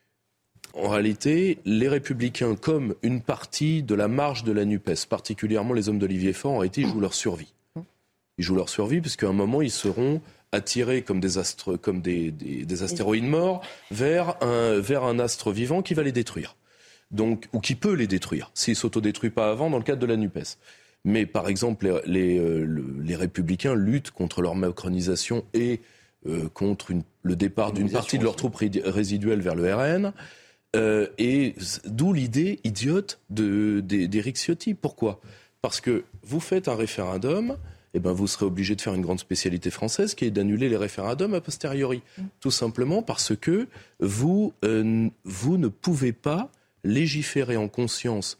en réalité, les Républicains, comme une partie de la marge de la NUPES, particulièrement les hommes d'Olivier Faure, en réalité, ils jouent leur survie. Ils jouent leur survie parce qu'à un moment, ils seront attirés comme des astres, comme des, des, des astéroïdes morts vers un, vers un astre vivant qui va les détruire. Donc, ou qui peut les détruire, s'il ne s'autodétruit pas avant, dans le cadre de la NUPES. Mais par exemple, les, les, euh, les Républicains luttent contre leur macronisation et euh, contre une, le départ d'une partie de leurs troupes résiduelles vers le R N. Euh, et d'où l'idée idiote de, de, d'Éric Ciotti. Pourquoi ? Parce que vous faites un référendum, eh ben vous serez obligé de faire une grande spécialité française qui est d'annuler les référendums a posteriori. Mmh. Tout simplement parce que vous, euh, vous ne pouvez pas légiférer en conscience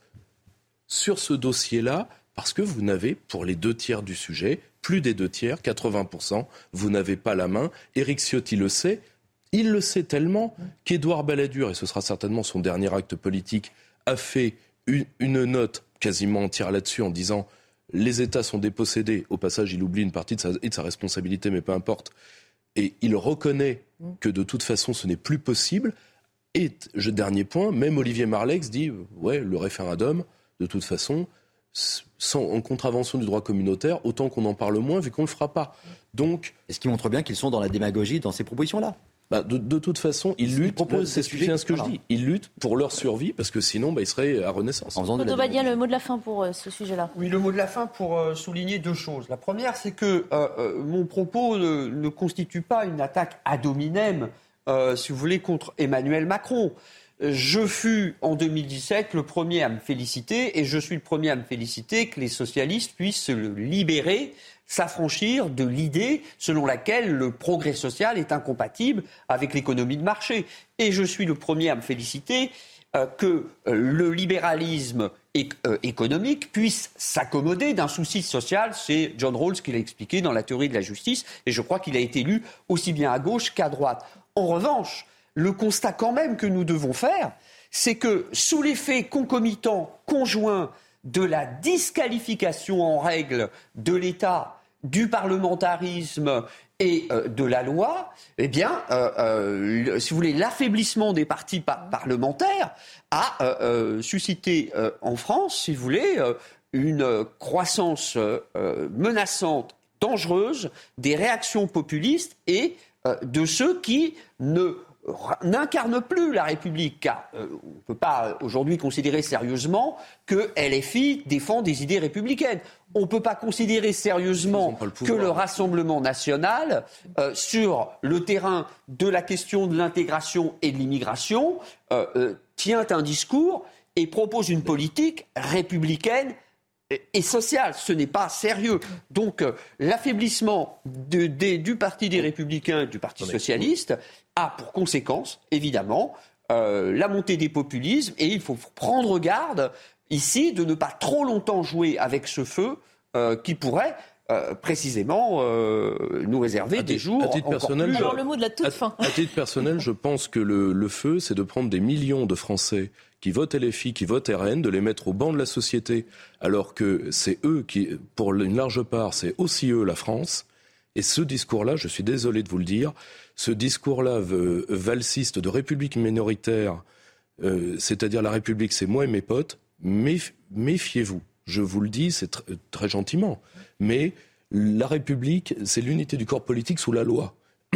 sur ce dossier-là. Parce que vous n'avez, pour les deux tiers du sujet, plus des deux tiers, quatre-vingts pour cent, vous n'avez pas la main. Éric Ciotti le sait. Il le sait tellement qu'Édouard Balladur, et ce sera certainement son dernier acte politique, a fait une, une note quasiment entière là-dessus en disant « les États sont dépossédés ». Au passage, il oublie une partie de sa, de sa responsabilité, mais peu importe. Et il reconnaît que de toute façon, ce n'est plus possible. Et, je, dernier point, même Olivier Marleix dit « ouais, le référendum, de toute façon... » sans, en contravention du droit communautaire, autant qu'on en parle moins, vu qu'on ne le fera pas. Donc, et ce qui montre bien qu'ils sont dans la démagogie dans ces propositions-là. Bah de, de toute façon, ils luttent, c'est ce que voilà. je dis, ils luttent pour leur survie, parce que sinon, bah, ils seraient à Renaissance. Claude Obadia, le mot de la fin pour euh, ce sujet-là. Oui, le mot de la fin pour euh, souligner deux choses. La première, c'est que euh, euh, mon propos ne, ne constitue pas une attaque ad hominem, euh, si vous voulez, contre Emmanuel Macron. Je fus en deux mille dix-sept le premier à me féliciter, et je suis le premier à me féliciter que les socialistes puissent se libérer, s'affranchir de l'idée selon laquelle le progrès social est incompatible avec l'économie de marché. Et je suis le premier à me féliciter euh, que euh, le libéralisme é- euh, économique puisse s'accommoder d'un souci social. C'est John Rawls qui l'a expliqué dans la théorie de la justice, et je crois qu'il a été lu aussi bien à gauche qu'à droite. En revanche, le constat quand même que nous devons faire, c'est que sous l'effet concomitant, conjoint de la disqualification en règle de l'État, du parlementarisme et euh, de la loi, eh bien, euh, euh, si vous voulez, l'affaiblissement des partis par- parlementaires a euh, euh, suscité euh, en France, si vous voulez, euh, une croissance euh, menaçante, dangereuse des réactions populistes et euh, de ceux qui ne n'incarne plus la République, car euh, on ne peut pas aujourd'hui considérer sérieusement que L F I défend des idées républicaines. On ne peut pas considérer sérieusement le que le Rassemblement national, euh, sur le terrain de la question de l'intégration et de l'immigration, euh, euh, tient un discours et propose une politique républicaine et sociale. Ce n'est pas sérieux. Donc euh, l'affaiblissement de, de, du Parti des Républicains et du Parti Socialiste a pour conséquence, évidemment, euh, la montée des populismes, et il faut prendre garde ici de ne pas trop longtemps jouer avec ce feu euh, qui pourrait euh, précisément euh, nous réserver à des jours à titre personnel, plus... Alors le mot de la toute fin. À, à titre personnel, je pense que le, le feu, c'est de prendre des millions de Français qui votent L F I, qui votent R N, de les mettre au banc de la société, alors que c'est eux qui, pour une large part, c'est aussi eux la France. Et ce discours-là, je suis désolé de vous le dire, ce discours-là euh, valsiste de république minoritaire, euh, c'est-à-dire la République, c'est moi et mes potes, méf- méfiez-vous. Je vous le dis, c'est tr- très gentiment. Mais la République, c'est l'unité du corps politique sous la loi.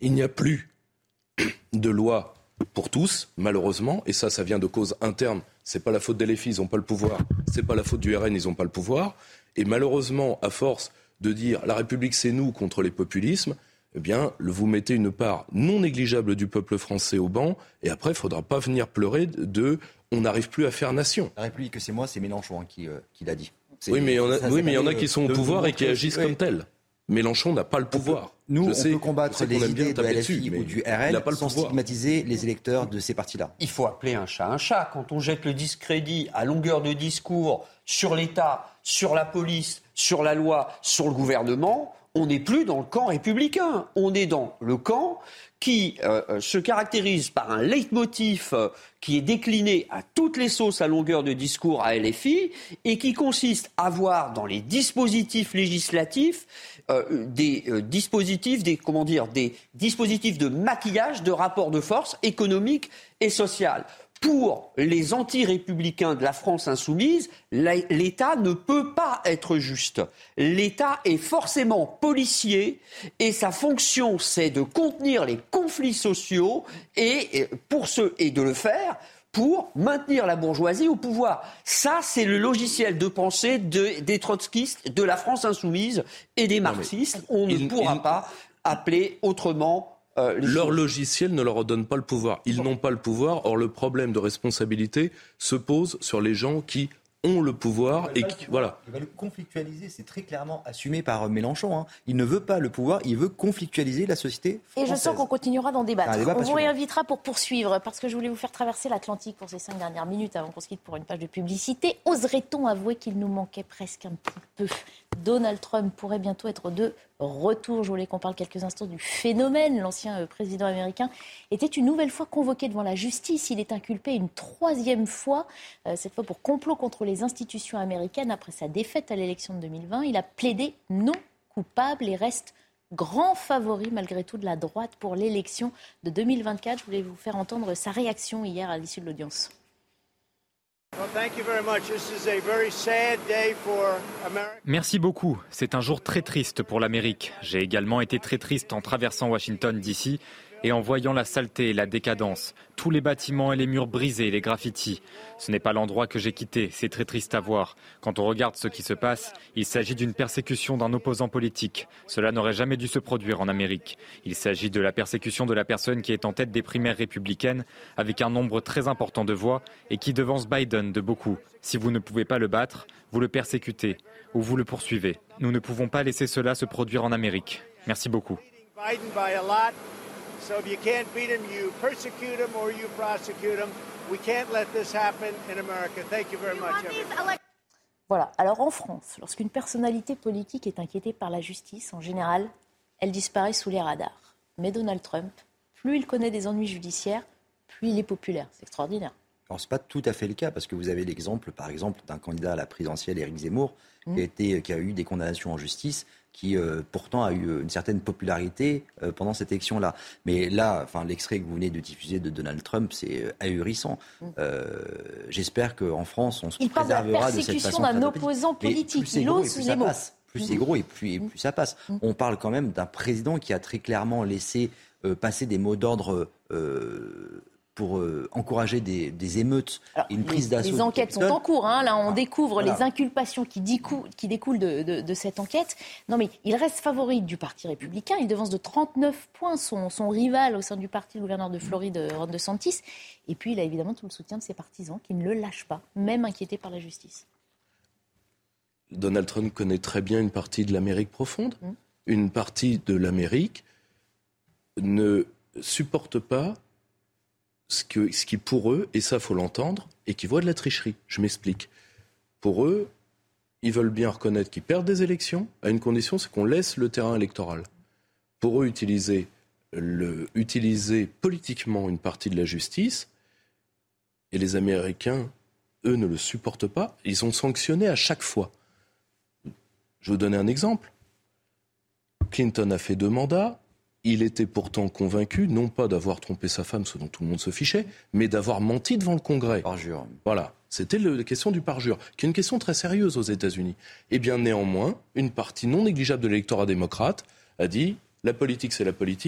il n'y a plus de loi pour tous, malheureusement, et ça, ça vient de causes internes. C'est pas la faute des L F I, ils n'ont pas le pouvoir. C'est pas la faute du R N, ils n'ont pas le pouvoir. Et malheureusement, à force de dire la République c'est nous contre les populismes, eh bien, vous mettez une part non négligeable du peuple français au banc, et après, il ne faudra pas venir pleurer de on n'arrive plus à faire nation. La République, c'est moi, c'est Mélenchon hein, qui, euh, qui l'a dit. C'est, oui, mais il y en a, oui, mais il y en a euh, qui sont au pouvoir et qui agissent oui. comme tels. Mélenchon n'a pas le pouvoir. Nous, Je on sais, peut combattre on les idées de L F I dessus, ou du R N sans stigmatiser les électeurs de ces partis-là. Il faut appeler un chat un chat. Quand on jette le discrédit à longueur de discours sur l'État, sur la police, sur la loi, sur le gouvernement, on n'est plus dans le camp républicain. On est dans le camp qui euh, se caractérise par un leitmotiv euh, qui est décliné à toutes les sauces à longueur de discours à L F I et qui consiste à voir dans les dispositifs législatifs euh, des euh, dispositifs, des comment dire, des dispositifs de maquillage de rapports de force économique et social. Pour les anti-républicains de la France insoumise, l'État ne peut pas être juste. L'État est forcément policier et sa fonction, c'est de contenir les conflits sociaux et, pour ce, et de le faire pour maintenir la bourgeoisie au pouvoir. Ça, c'est le logiciel de pensée de, des trotskistes, de la France insoumise et des marxistes. On il, ne pourra il... pas appeler autrement... Euh, leur logiciel ne leur donne pas le pouvoir. Ils bon. n'ont pas le pouvoir. Or, le problème de responsabilité se pose sur les gens qui ont le pouvoir et qui, voilà. Il va le conflictualiser. C'est très clairement assumé par Mélenchon. Hein. Il ne veut pas le pouvoir. Il veut conflictualiser la société française. Et je sens qu'on continuera d'en débattre. On vous réinvitera pour poursuivre parce que je voulais vous faire traverser l'Atlantique pour ces cinq dernières minutes avant qu'on se quitte pour une page de publicité. Oserait-on avouer qu'il nous manquait presque un petit peu ? Donald Trump pourrait bientôt être de retour. Je voulais qu'on parle quelques instants du phénomène. L'ancien président américain était une nouvelle fois convoqué devant la justice. Il est inculpé une troisième fois, cette fois pour complot contre les institutions américaines après sa défaite à l'élection de deux mille vingt. Il a plaidé non coupable et reste grand favori malgré tout de la droite pour l'élection de deux mille vingt-quatre. Je voulais vous faire entendre sa réaction hier à l'issue de l'audience. Merci beaucoup. C'est un jour très triste pour l'Amérique. J'ai également été très triste en traversant Washington D C et en voyant la saleté et la décadence, tous les bâtiments et les murs brisés, les graffitis. Ce n'est pas l'endroit que j'ai quitté, c'est très triste à voir. Quand on regarde ce qui se passe, il s'agit d'une persécution d'un opposant politique. Cela n'aurait jamais dû se produire en Amérique. Il s'agit de la persécution de la personne qui est en tête des primaires républicaines, avec un nombre très important de voix et qui devance Biden de beaucoup. Si vous ne pouvez pas le battre, vous le persécutez ou vous le poursuivez. Nous ne pouvons pas laisser cela se produire en Amérique. Merci beaucoup. So if you can't beat him, you persecute him or you prosecute him. We can't let this happen in America. Thank you very much. Voilà. Alors en France, lorsqu'une personnalité politique est inquiétée par la justice, en général, elle disparaît sous les radars. Mais Donald Trump, plus il connaît des ennuis judiciaires, plus il est populaire. C'est extraordinaire. Alors c'est pas tout à fait le cas parce que vous avez l'exemple, par exemple, d'un candidat à la présidentielle, Éric Zemmour, mmh. qui, a été, qui a eu des condamnations en justice, qui euh, pourtant a eu une certaine popularité euh, pendant cette élection-là. Mais là, enfin, l'extrait que vous venez de diffuser de Donald Trump, c'est euh, ahurissant. Mmh. Euh, j'espère qu'en France, on se Il préservera de, de cette façon. Il parle de la persécution d'un opposant politique. Il ose les mots. Plus c'est gros et plus, et plus ça passe. Mmh. On parle quand même d'un président qui a très clairement laissé euh, passer des mots d'ordre euh, pour euh, encourager des, des émeutes Alors, et une prise d'assaut. Les enquêtes sont en cours. Hein. Là, on ah, découvre voilà. les inculpations qui, dicou- qui découlent de, de, de cette enquête. Non, mais il reste favori du Parti républicain. Il devance de trente-neuf points son, son rival au sein du parti, le gouverneur de Floride, Ron DeSantis. Et puis, il a évidemment tout le soutien de ses partisans qui ne le lâchent pas, même inquiétés par la justice. Donald Trump connaît très bien une partie de l'Amérique profonde. Mmh. Une partie de l'Amérique ne supporte pas Ce, que, ce qui pour eux, et ça faut l'entendre, équivaut à de la tricherie. Je m'explique. Pour eux, ils veulent bien reconnaître qu'ils perdent des élections, à une condition, c'est qu'on laisse le terrain électoral. Pour eux, utiliser, le, utiliser politiquement une partie de la justice, et les Américains, eux, ne le supportent pas, ils sont sanctionnés à chaque fois. Je vais vous donner un exemple. Clinton a fait deux mandats. Il était pourtant convaincu, non pas d'avoir trompé sa femme, ce dont tout le monde se fichait, mais d'avoir menti devant le Congrès. Parjure. Voilà, c'était le, la question du parjure, qui est une question très sérieuse aux États-Unis. Eh bien, néanmoins, une partie non négligeable de l'électorat démocrate a dit « la politique, c'est la politique,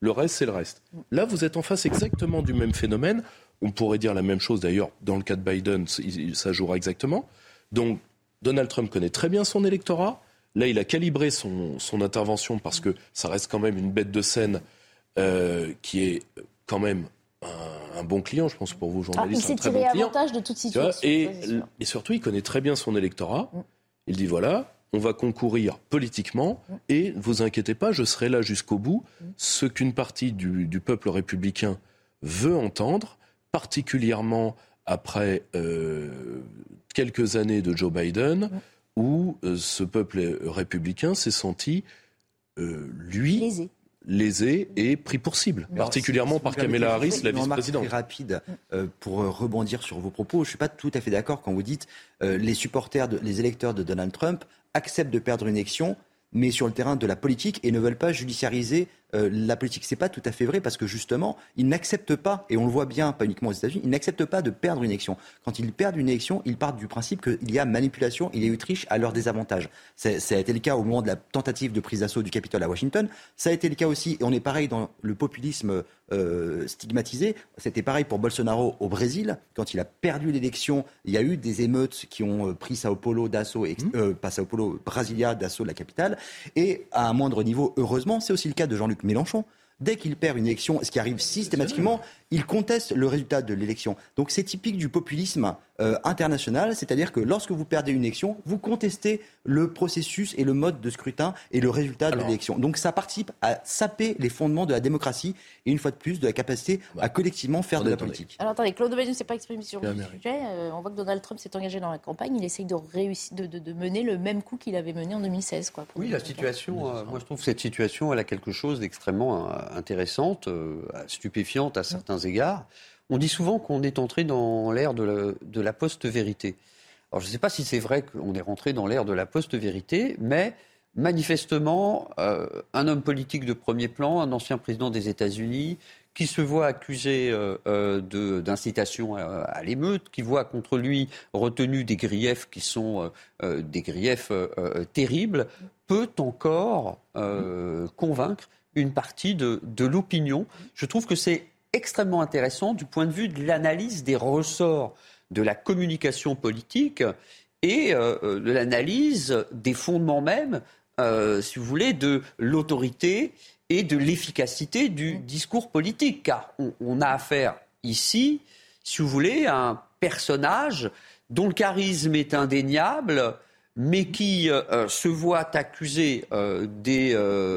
Le reste, c'est le reste. Là, vous êtes en face exactement du même phénomène. On pourrait dire la même chose d'ailleurs dans le cas de Biden, ça jouera exactement. Donc, Donald Trump connaît très bien son électorat. Là, il a calibré son, son intervention parce que ça reste quand même une bête de scène euh, qui est quand même un, un bon client, je pense, pour vous, journalistes. Ah, il s'est tiré avantage de toute situation. Et, et surtout, il connaît très bien son électorat. Mm. Il dit, voilà, on va concourir politiquement mm. et ne vous inquiétez pas, je serai là jusqu'au bout. Mm. Ce qu'une partie du, du peuple républicain veut entendre, particulièrement après euh, quelques années de Joe Biden, mm. où euh, ce peuple républicain s'est senti, euh, lui, lésé. lésé et pris pour cible, Alors, particulièrement par Kamala Harris, la vice-présidente. Très rapide euh, pour rebondir sur vos propos. Je ne suis pas tout à fait d'accord quand vous dites euh, les supporters, de, les électeurs de Donald Trump acceptent de perdre une élection, mais sur le terrain de la politique et ne veulent pas judiciariser euh, la politique. C'est pas tout à fait vrai parce que justement, ils n'acceptent pas, et on le voit bien, pas uniquement aux États-Unis, ils n'acceptent pas de perdre une élection. Quand ils perdent une élection, ils partent du principe qu'il y a manipulation, il y a eu triche à leur désavantage. C'est, ça a été le cas au moment de la tentative de prise d'assaut du Capitole à Washington. Ça a été le cas aussi, et on est pareil dans le populisme euh, stigmatisé. C'était pareil pour Bolsonaro au Brésil. Quand il a perdu l'élection, il y a eu des émeutes qui ont pris Sao Paulo d'assaut, mmh. euh, pas Sao Paulo, Brasilia d'assaut de la capitale. Et à un moindre niveau, heureusement, c'est aussi le cas de Jean-Luc Mélenchon. Dès qu'il perd une élection, ce qui arrive systématiquement, il conteste le résultat de l'élection. Donc c'est typique du populisme euh, international, c'est-à-dire que lorsque vous perdez une élection, vous contestez le processus et le mode de scrutin et le résultat Alors, de l'élection. Donc ça participe à saper les fondements de la démocratie et une fois de plus de la capacité à collectivement faire attendez, de la politique. Alors attendez, Claude Biden ne s'est pas exprimé sur le sujet. Euh, on voit que Donald Trump s'est engagé dans la campagne. Il essaye de, réussir, de, de, de mener le même coup qu'il avait mené en deux mille seize. Quoi, oui, la situation, euh, moi je trouve que cette situation, elle a quelque chose d'extrêmement euh, intéressante, euh, stupéfiante à certains mmh. égards. On dit souvent qu'on est entré dans l'ère de la, de la post-vérité. Alors je ne sais pas si c'est vrai qu'on est rentré dans l'ère de la post-vérité, mais manifestement, euh, un homme politique de premier plan, un ancien président des États-Unis, qui se voit accusé euh, euh, de, d'incitation à, à l'émeute, qui voit contre lui retenu des griefs qui sont euh, des griefs euh, euh, terribles, peut encore euh, convaincre une partie de, de l'opinion. Je trouve que c'est extrêmement intéressant du point de vue de l'analyse des ressorts de la communication politique et euh, de l'analyse des fondements même, euh, si vous voulez, de l'autorité et de l'efficacité du discours politique. Car on, on a affaire ici, si vous voulez, à un personnage dont le charisme est indéniable, mais qui euh, se voit accuser euh, des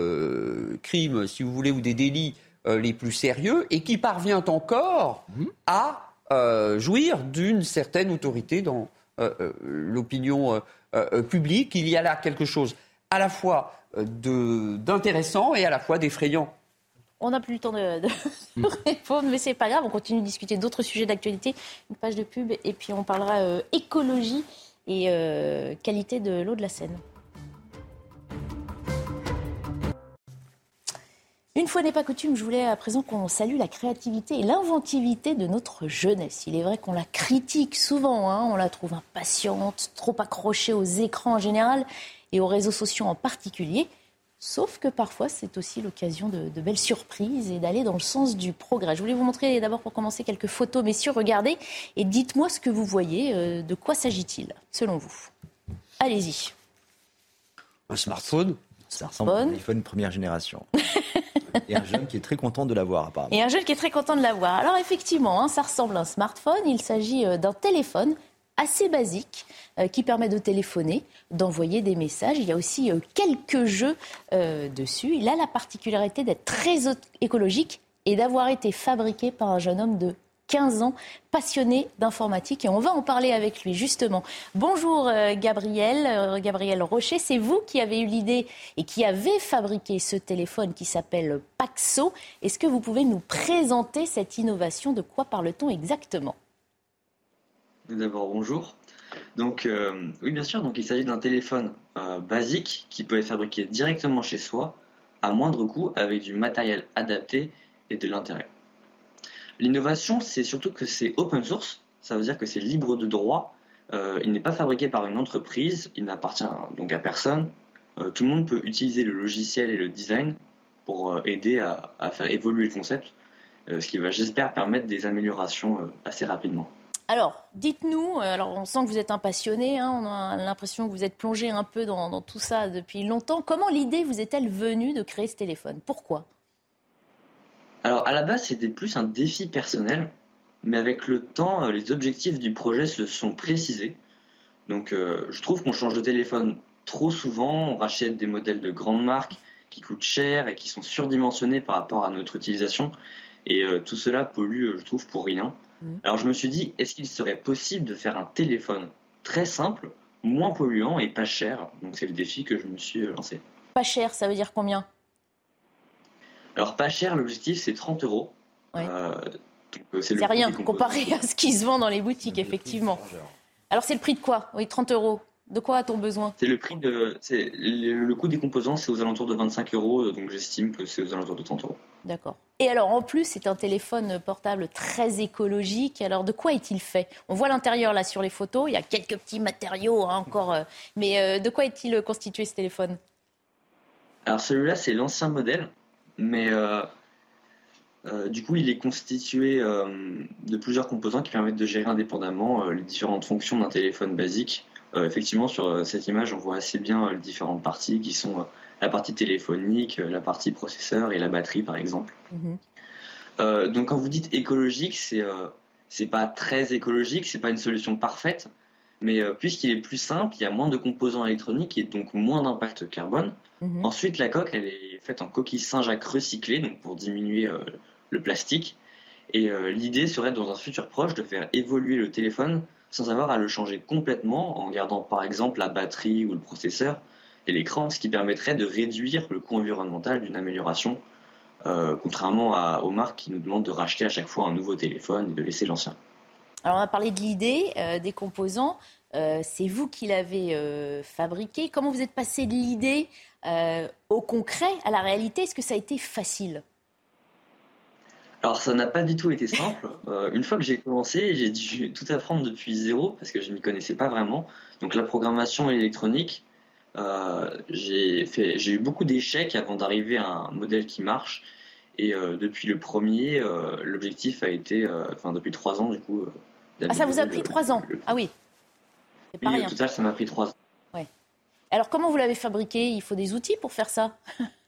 euh, crimes, si vous voulez, ou des délits euh, les plus sérieux, et qui parvient encore mmh. à euh, jouir d'une certaine autorité dans euh, euh, l'opinion euh, euh, publique. Il y a là quelque chose à la fois de, d'intéressant et à la fois d'effrayant. On n'a plus le temps de, de mmh. répondre, mais c'est pas grave. On continue de discuter d'autres sujets d'actualité. Une page de pub, et puis on parlera euh, écologie et euh, qualité de l'eau de la Seine. Une fois n'est pas coutume, je voulais à présent qu'on salue la créativité et l'inventivité de notre jeunesse. Il est vrai qu'on la critique souvent, hein, on la trouve impatiente, trop accrochée aux écrans en général et aux réseaux sociaux en particulier. Sauf que parfois, c'est aussi l'occasion de, de belles surprises et d'aller dans le sens du progrès. Je voulais vous montrer d'abord pour commencer quelques photos. Messieurs, regardez et dites-moi ce que vous voyez. Euh, de quoi s'agit-il, selon vous ? Allez-y. Un smartphone ? Ça ressemble à un iPhone première génération. Et un jeune qui est très content de l'avoir, apparemment. Et un jeune qui est très content de l'avoir. Alors effectivement, hein, ça ressemble à un smartphone. Il s'agit euh, d'un téléphone assez basique euh, qui permet de téléphoner, d'envoyer des messages. Il y a aussi euh, quelques jeux euh, dessus. Il a la particularité d'être très écologique et d'avoir été fabriqué par un jeune homme de quinze ans, passionné d'informatique. Et on va en parler avec lui, justement. Bonjour euh, Gabriel, euh, Gabriel Rocher. C'est vous qui avez eu l'idée et qui avez fabriqué ce téléphone qui s'appelle Paxo. Est-ce que vous pouvez nous présenter cette innovation ? De quoi parle-t-on exactement ? D'abord, bonjour. Donc, euh, oui, bien sûr. Donc, il s'agit d'un téléphone euh, basique qui peut être fabriqué directement chez soi, à moindre coût, avec du matériel adapté et de l'intérêt. L'innovation, c'est surtout que c'est open source. Ça veut dire que c'est libre de droit. Euh, il n'est pas fabriqué par une entreprise. Il n'appartient donc à personne. Euh, tout le monde peut utiliser le logiciel et le design. pour aider à, à faire évoluer le concept, euh, ce qui va, j'espère, permettre des améliorations euh, assez rapidement. Alors, dites-nous, alors on sent que vous êtes un passionné, hein, on a l'impression que vous êtes plongé un peu dans, dans tout ça depuis longtemps. Comment l'idée vous est-elle venue de créer ce téléphone ? Pourquoi ? Alors, à la base, c'était plus un défi personnel, mais avec le temps, les objectifs du projet se sont précisés. Donc, euh, je trouve qu'on change de téléphone trop souvent, on rachète des modèles de grandes marques qui coûtent cher et qui sont surdimensionnés par rapport à notre utilisation. Et euh, tout cela pollue, je trouve, pour rien. Mmh. Alors, je me suis dit, est-ce qu'il serait possible de faire un téléphone très simple, moins polluant et pas cher ? Donc, c'est le défi que je me suis lancé. Pas cher, ça veut dire combien ? Alors, pas cher, l'objectif, c'est trente euros. Ouais. Euh, donc, c'est c'est rien comparé à ce qui se vend dans les boutiques, effectivement. Alors, c'est le prix de quoi ? Oui, trente euros. De quoi a-t-on besoin ? C'est le prix de. C'est, le, le coût des composants, c'est aux alentours de vingt-cinq euros, donc j'estime que c'est aux alentours de trente euros. D'accord. Et alors, en plus, c'est un téléphone portable très écologique. Alors, de quoi est-il fait ? On voit l'intérieur, là, sur les photos. Il y a quelques petits matériaux, hein, encore. Euh, mais euh, de quoi est-il constitué, ce téléphone ? Alors, celui-là, c'est l'ancien modèle. Mais euh, euh, du coup, il est constitué euh, de plusieurs composants qui permettent de gérer indépendamment euh, les différentes fonctions d'un téléphone basique. Euh, effectivement, sur euh, cette image, on voit assez bien euh, les différentes parties qui sont euh, la partie téléphonique, euh, la partie processeur et la batterie, par exemple. Mmh. Euh, donc, quand vous dites écologique, c'est euh, c'est pas très écologique, c'est pas une solution parfaite, mais euh, puisqu'il est plus simple, il y a moins de composants électroniques et donc moins d'impact carbone. Mmh. Ensuite, la coque, elle est faite en coquille Saint-Jacques recyclée, donc pour diminuer euh, le plastique. Et euh, l'idée serait, dans un futur proche, de faire évoluer le téléphone sans avoir à le changer complètement, en gardant par exemple la batterie ou le processeur et l'écran, ce qui permettrait de réduire le coût environnemental d'une amélioration, euh, contrairement à, aux marques qui nous demandent de racheter à chaque fois un nouveau téléphone et de laisser l'ancien. Alors on a parlé de l'idée, euh, des composants. Euh, c'est vous qui l'avez euh, fabriqué. Comment vous êtes passé de l'idée euh, au concret, à la réalité ? Est-ce que ça a été facile ? Alors ça n'a pas du tout été simple. Euh, une fois que j'ai commencé, j'ai dû tout apprendre depuis zéro parce que je ne m'y connaissais pas vraiment. Donc la programmation électronique, euh, j'ai, fait, j'ai eu beaucoup d'échecs avant d'arriver à un modèle qui marche. Et euh, depuis le premier, euh, l'objectif a été, euh, enfin depuis trois ans du coup. Euh, ah ça vous a pris trois ans ? le... Ah oui. C'est pas oui, rien. Au total ça m'a pris trois ans. Ouais. Alors comment vous l'avez fabriqué ? Il faut des outils pour faire ça ?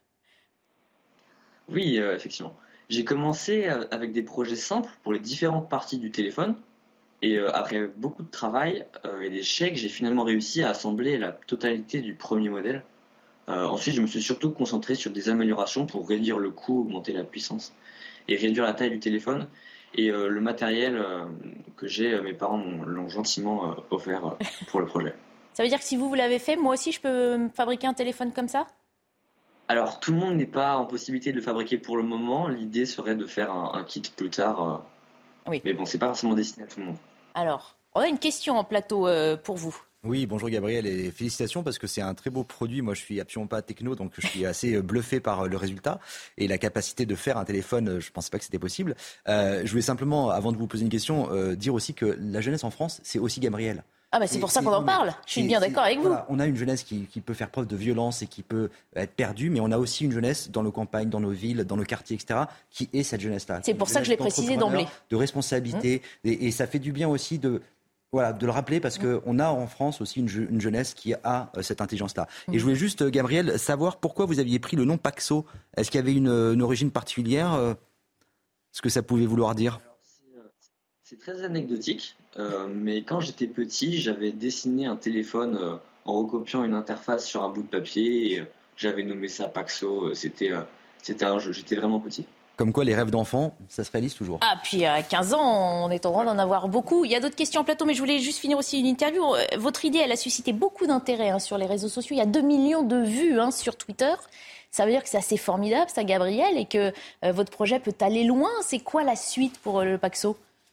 Oui, euh, effectivement. J'ai commencé avec des projets simples pour les différentes parties du téléphone. Et euh, après beaucoup de travail euh, et d'échecs, j'ai finalement réussi à assembler la totalité du premier modèle. Euh, ensuite, je me suis surtout concentré sur des améliorations pour réduire le coût, augmenter la puissance et réduire la taille du téléphone. Et euh, le matériel euh, que j'ai, mes parents l'ont gentiment euh, offert euh, pour le projet. Ça veut dire que si vous, vous l'avez fait, moi aussi je peux fabriquer un téléphone comme ça ? Alors, tout le monde n'est pas en possibilité de le fabriquer pour le moment. L'idée serait de faire un, un kit plus tard. Euh... Oui. Mais bon, c'est pas forcément destiné à tout le monde. Alors, on a une question en plateau euh, pour vous. Oui, bonjour Gabriel et félicitations parce que c'est un très beau produit. Moi, je suis absolument pas techno, donc je suis assez bluffé par le résultat et la capacité de faire un téléphone. Je pensais pas que c'était possible. Euh, je voulais simplement, avant de vous poser une question, euh, dire aussi que la jeunesse en France, c'est aussi Gabriel. Ah bah c'est et pour ça qu'on en parle, je suis bien d'accord avec vous. Voilà, on a une jeunesse qui, qui peut faire preuve de violence et qui peut être perdue, mais on a aussi une jeunesse dans nos campagnes, dans nos villes, dans nos quartiers, et cetera, qui est cette jeunesse-là. C'est pour ça que je l'ai précisé d'emblée. De responsabilité, mmh. et, et ça fait du bien aussi de... Voilà, de le rappeler parce mmh. qu'on a en France aussi une, je, une jeunesse qui a euh, cette intelligence-là. Mmh. Et je voulais juste, euh, Gabriel, savoir pourquoi vous aviez pris le nom Paxo. Est-ce qu'il y avait une, une origine particulière euh, ce que ça pouvait vouloir dire ? C'est très anecdotique, euh, mais quand j'étais petit, j'avais dessiné un téléphone euh, en recopiant une interface sur un bout de papier et euh, j'avais nommé ça Paxo. C'était, euh, c'était un jeu, j'étais vraiment petit. Comme quoi, les rêves d'enfants, ça se réalise toujours. Ah, puis à quinze ans, on est en droit d'en avoir beaucoup. Il y a d'autres questions en plateau, mais je voulais juste finir aussi une interview. Votre idée, elle a suscité beaucoup d'intérêt hein, sur les réseaux sociaux. Il y a deux millions de vues hein, sur Twitter. Ça veut dire que c'est assez formidable, ça, Gabriel, et que euh, votre projet peut aller loin. C'est quoi la suite pour euh, le Paxo ?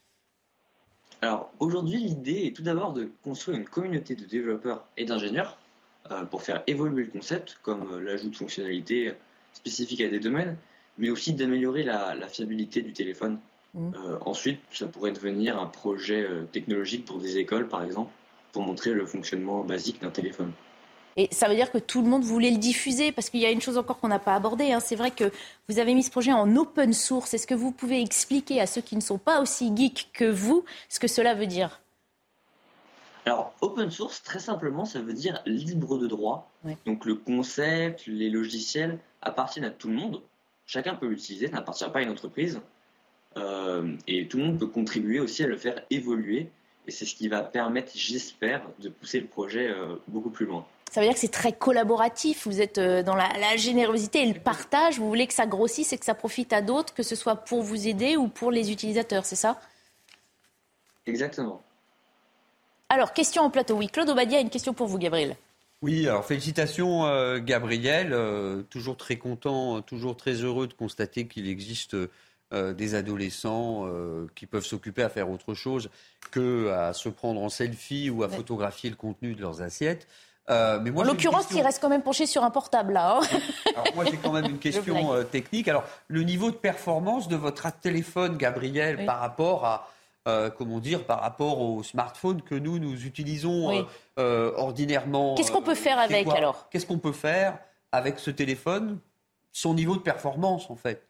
Alors aujourd'hui, l'idée est tout d'abord de construire une communauté de développeurs et d'ingénieurs euh, pour faire évoluer le concept, comme euh, l'ajout de fonctionnalités spécifiques à des domaines, mais aussi d'améliorer la, la fiabilité du téléphone. Mmh. Euh, ensuite, ça pourrait devenir un projet euh, technologique pour des écoles, par exemple, pour montrer le fonctionnement basique d'un téléphone. Et ça veut dire que tout le monde voulait le diffuser, parce qu'il y a une chose encore qu'on n'a pas abordée. Hein. C'est vrai que vous avez mis ce projet en open source. Est-ce que vous pouvez expliquer à ceux qui ne sont pas aussi geeks que vous ce que cela veut dire ? Alors, open source, très simplement, ça veut dire libre de droit. Ouais. Donc, le concept, les logiciels appartiennent à tout le monde. Chacun peut l'utiliser, ça n'appartient pas à une entreprise. Euh, et tout le monde peut contribuer aussi à le faire évoluer. Et c'est ce qui va permettre, j'espère, de pousser le projet euh, beaucoup plus loin. Ça veut dire que c'est très collaboratif. Vous êtes dans la, la générosité et le partage. Vous voulez que ça grossisse et que ça profite à d'autres, que ce soit pour vous aider ou pour les utilisateurs, c'est ça ? Exactement. Alors, question en plateau. Oui, Claude Obadia a une question pour vous, Gabriel. Oui, alors félicitations, euh, Gabriel. Euh, toujours très content, toujours très heureux de constater qu'il existe euh, des adolescents euh, qui peuvent s'occuper à faire autre chose qu'à se prendre en selfie ou à ouais. photographier le contenu de leurs assiettes. Euh, mais moi, en l'occurrence, question... il reste quand même penché sur un portable, là. Hein. Alors, moi, j'ai quand même une question euh, technique. Alors, le niveau de performance de votre téléphone, Gabriel, oui. par rapport à, euh, comment dire, par rapport au smartphone que nous, nous utilisons oui. euh, euh, ordinairement. Qu'est-ce qu'on peut faire euh, avec, alors ? Qu'est-ce qu'on peut faire avec ce téléphone ? Son niveau de performance, en fait.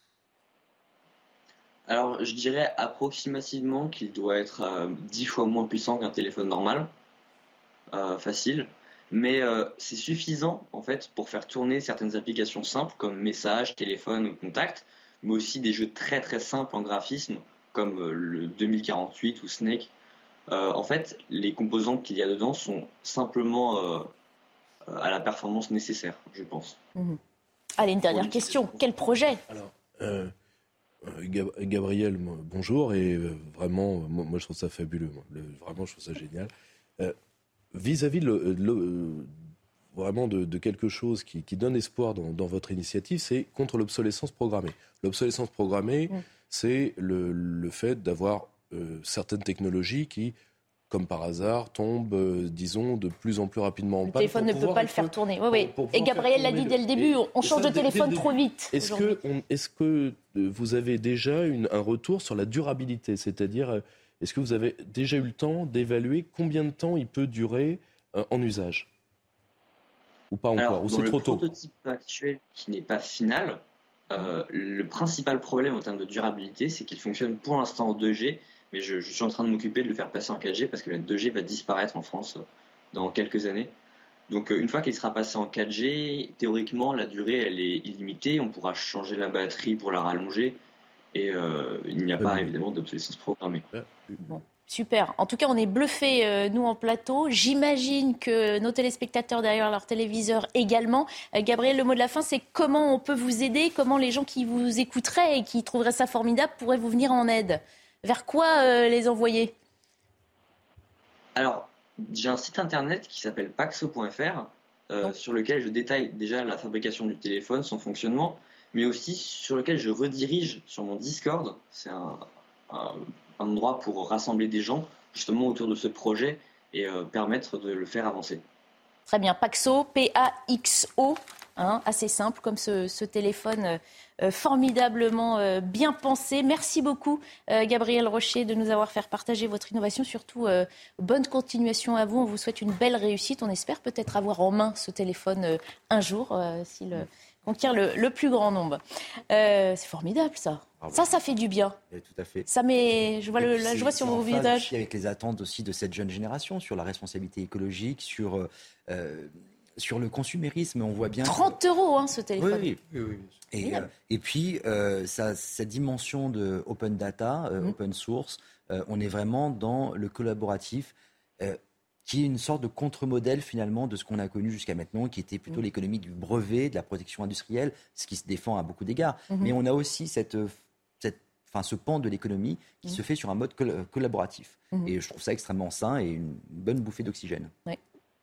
Alors, je dirais approximativement qu'il doit être euh, dix fois moins puissant qu'un téléphone normal. Euh, facile. Mais euh, c'est suffisant en fait pour faire tourner certaines applications simples comme messages, téléphone ou contact, mais aussi des jeux très très simples en graphisme comme euh, le deux mille quarante-huit ou Snake. Euh, en fait, les composants qu'il y a dedans sont simplement euh, à la performance nécessaire, je pense. Mmh. Allez, une dernière question. Quel projet ? Alors, euh, Gab- Gabriel, moi, bonjour, et euh, vraiment, moi, moi je trouve ça fabuleux. Moi. Le, vraiment, je trouve ça génial. Euh, Vis-à-vis de, le, le, vraiment de, de quelque chose qui, qui donne espoir dans, dans votre initiative, c'est contre l'obsolescence programmée. L'obsolescence programmée, mmh. c'est le, le fait d'avoir euh, certaines technologies qui, comme par hasard, tombent, euh, disons, de plus en plus rapidement en panne. Le téléphone ne peut pas le faire tourner. Oui, oui. Pour, pour Et Gabriel l'a dit dès le début, on change ça, de téléphone dès, dès, trop vite. Est-ce que, on, est-ce que vous avez déjà une, un retour sur la durabilité ? C'est-à-dire... Est-ce que vous avez déjà eu le temps d'évaluer combien de temps il peut durer euh, en usage ? Ou pas encore ? Alors, Ou c'est trop tôt ? Dans le prototype actuel qui n'est pas final, euh, le principal problème en termes de durabilité, c'est qu'il fonctionne pour l'instant en deux G, mais je, je suis en train de m'occuper de le faire passer en quatre G parce que la deux G va disparaître en France dans quelques années. Donc euh, une fois qu'il sera passé en quatre G, théoriquement la durée elle est illimitée, on pourra changer la batterie pour la rallonger. Et euh, il n'y a pas, évidemment, d'obsolescence programmée. Bon, super. En tout cas, on est bluffés, euh, nous, en plateau. J'imagine que nos téléspectateurs derrière leur téléviseur également. Euh, Gabriel, le mot de la fin, c'est comment on peut vous aider ? Comment les gens qui vous écouteraient et qui trouveraient ça formidable pourraient vous venir en aide ? Vers quoi euh, les envoyer ? Alors, j'ai un site internet qui s'appelle paxo point f r, euh, sur lequel je détaille déjà la fabrication du téléphone, son fonctionnement, mais aussi sur lequel je redirige sur mon Discord. C'est un, un, un endroit pour rassembler des gens justement autour de ce projet et euh, permettre de le faire avancer. Très bien, Paxo, P A X O, hein, assez simple comme ce, ce téléphone euh, formidablement euh, bien pensé. Merci beaucoup euh, Gabriel Rocher de nous avoir fait partager votre innovation. Surtout, euh, bonne continuation à vous. On vous souhaite une belle réussite. On espère peut-être avoir en main ce téléphone euh, un jour, euh, si le... conquiert le, le plus grand nombre. Euh, c'est formidable, ça. Ah ouais. Ça, ça fait du bien. Et tout à fait. Ça met, je vois, le, la joie sur vos visages. Avec les attentes aussi de cette jeune génération sur la responsabilité écologique, sur, euh, sur le consumérisme. On voit bien. trente euros, hein, ce téléphone. Oui, oui. oui, oui. Et, euh, et puis, euh, ça, cette dimension de open data, euh, mmh. open source, euh, on est vraiment dans le collaboratif. Euh, qui est une sorte de contre-modèle finalement de ce qu'on a connu jusqu'à maintenant, qui était plutôt mmh. l'économie du brevet, de la protection industrielle, ce qui se défend à beaucoup d'égards. Mmh. Mais on a aussi cette, cette, enfin, ce pan de l'économie qui mmh. se fait sur un mode col- collaboratif. Mmh. Et je trouve ça extrêmement sain et une bonne bouffée d'oxygène. Ouais.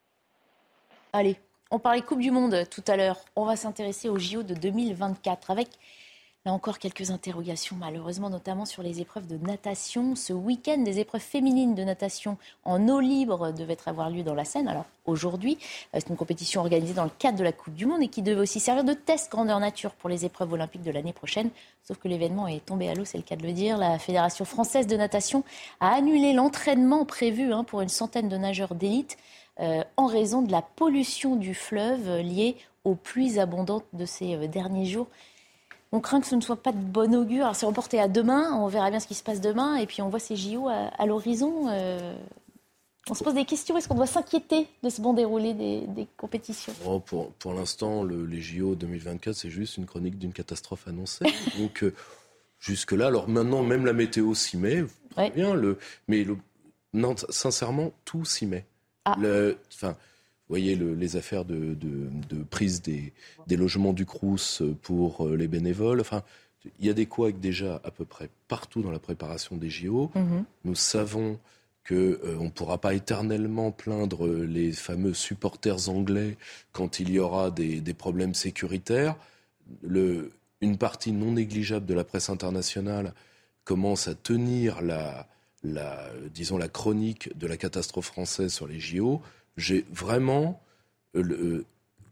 Allez, on parlait Coupe du Monde tout à l'heure. On va s'intéresser aux J O de deux mille vingt-quatre avec... Là encore, quelques interrogations, malheureusement, notamment sur les épreuves de natation. Ce week-end, des épreuves féminines de natation en eau libre devaient avoir lieu dans la Seine. Alors, aujourd'hui, c'est une compétition organisée dans le cadre de la Coupe du Monde et qui devait aussi servir de test grandeur nature pour les épreuves olympiques de l'année prochaine. Sauf que l'événement est tombé à l'eau, c'est le cas de le dire. La Fédération française de natation a annulé l'entraînement prévu hein, pour une centaine de nageurs d'élite. euh, en raison de la pollution du fleuve euh, liée aux pluies abondantes de ces euh, derniers jours. On craint que ce ne soit pas de bon augure. Alors c'est reporté à demain, on verra bien ce qui se passe demain, et puis on voit ces J O à, à l'horizon. Euh, on se pose des questions, est-ce qu'on doit s'inquiéter de ce bon déroulé des, des compétitions ? oh, pour, pour l'instant, le, les J O deux mille vingt-quatre, c'est juste une chronique d'une catastrophe annoncée. Donc euh, jusque-là, alors maintenant, même la météo s'y met, très ouais. bien, le, mais le, non, sincèrement, tout s'y met. Ah. Le, enfin, vous voyez le, les affaires de, de, de prise des, des logements du Crous pour les bénévoles. Enfin, il y a des couacs déjà à peu près partout dans la préparation des J O. Mm-hmm. Nous savons qu'on euh, ne pourra pas éternellement plaindre les fameux supporters anglais quand il y aura des, des problèmes sécuritaires. Le, une partie non négligeable de la presse internationale commence à tenir la, la, disons, la chronique de la catastrophe française sur les J O. J'ai vraiment... Euh, le,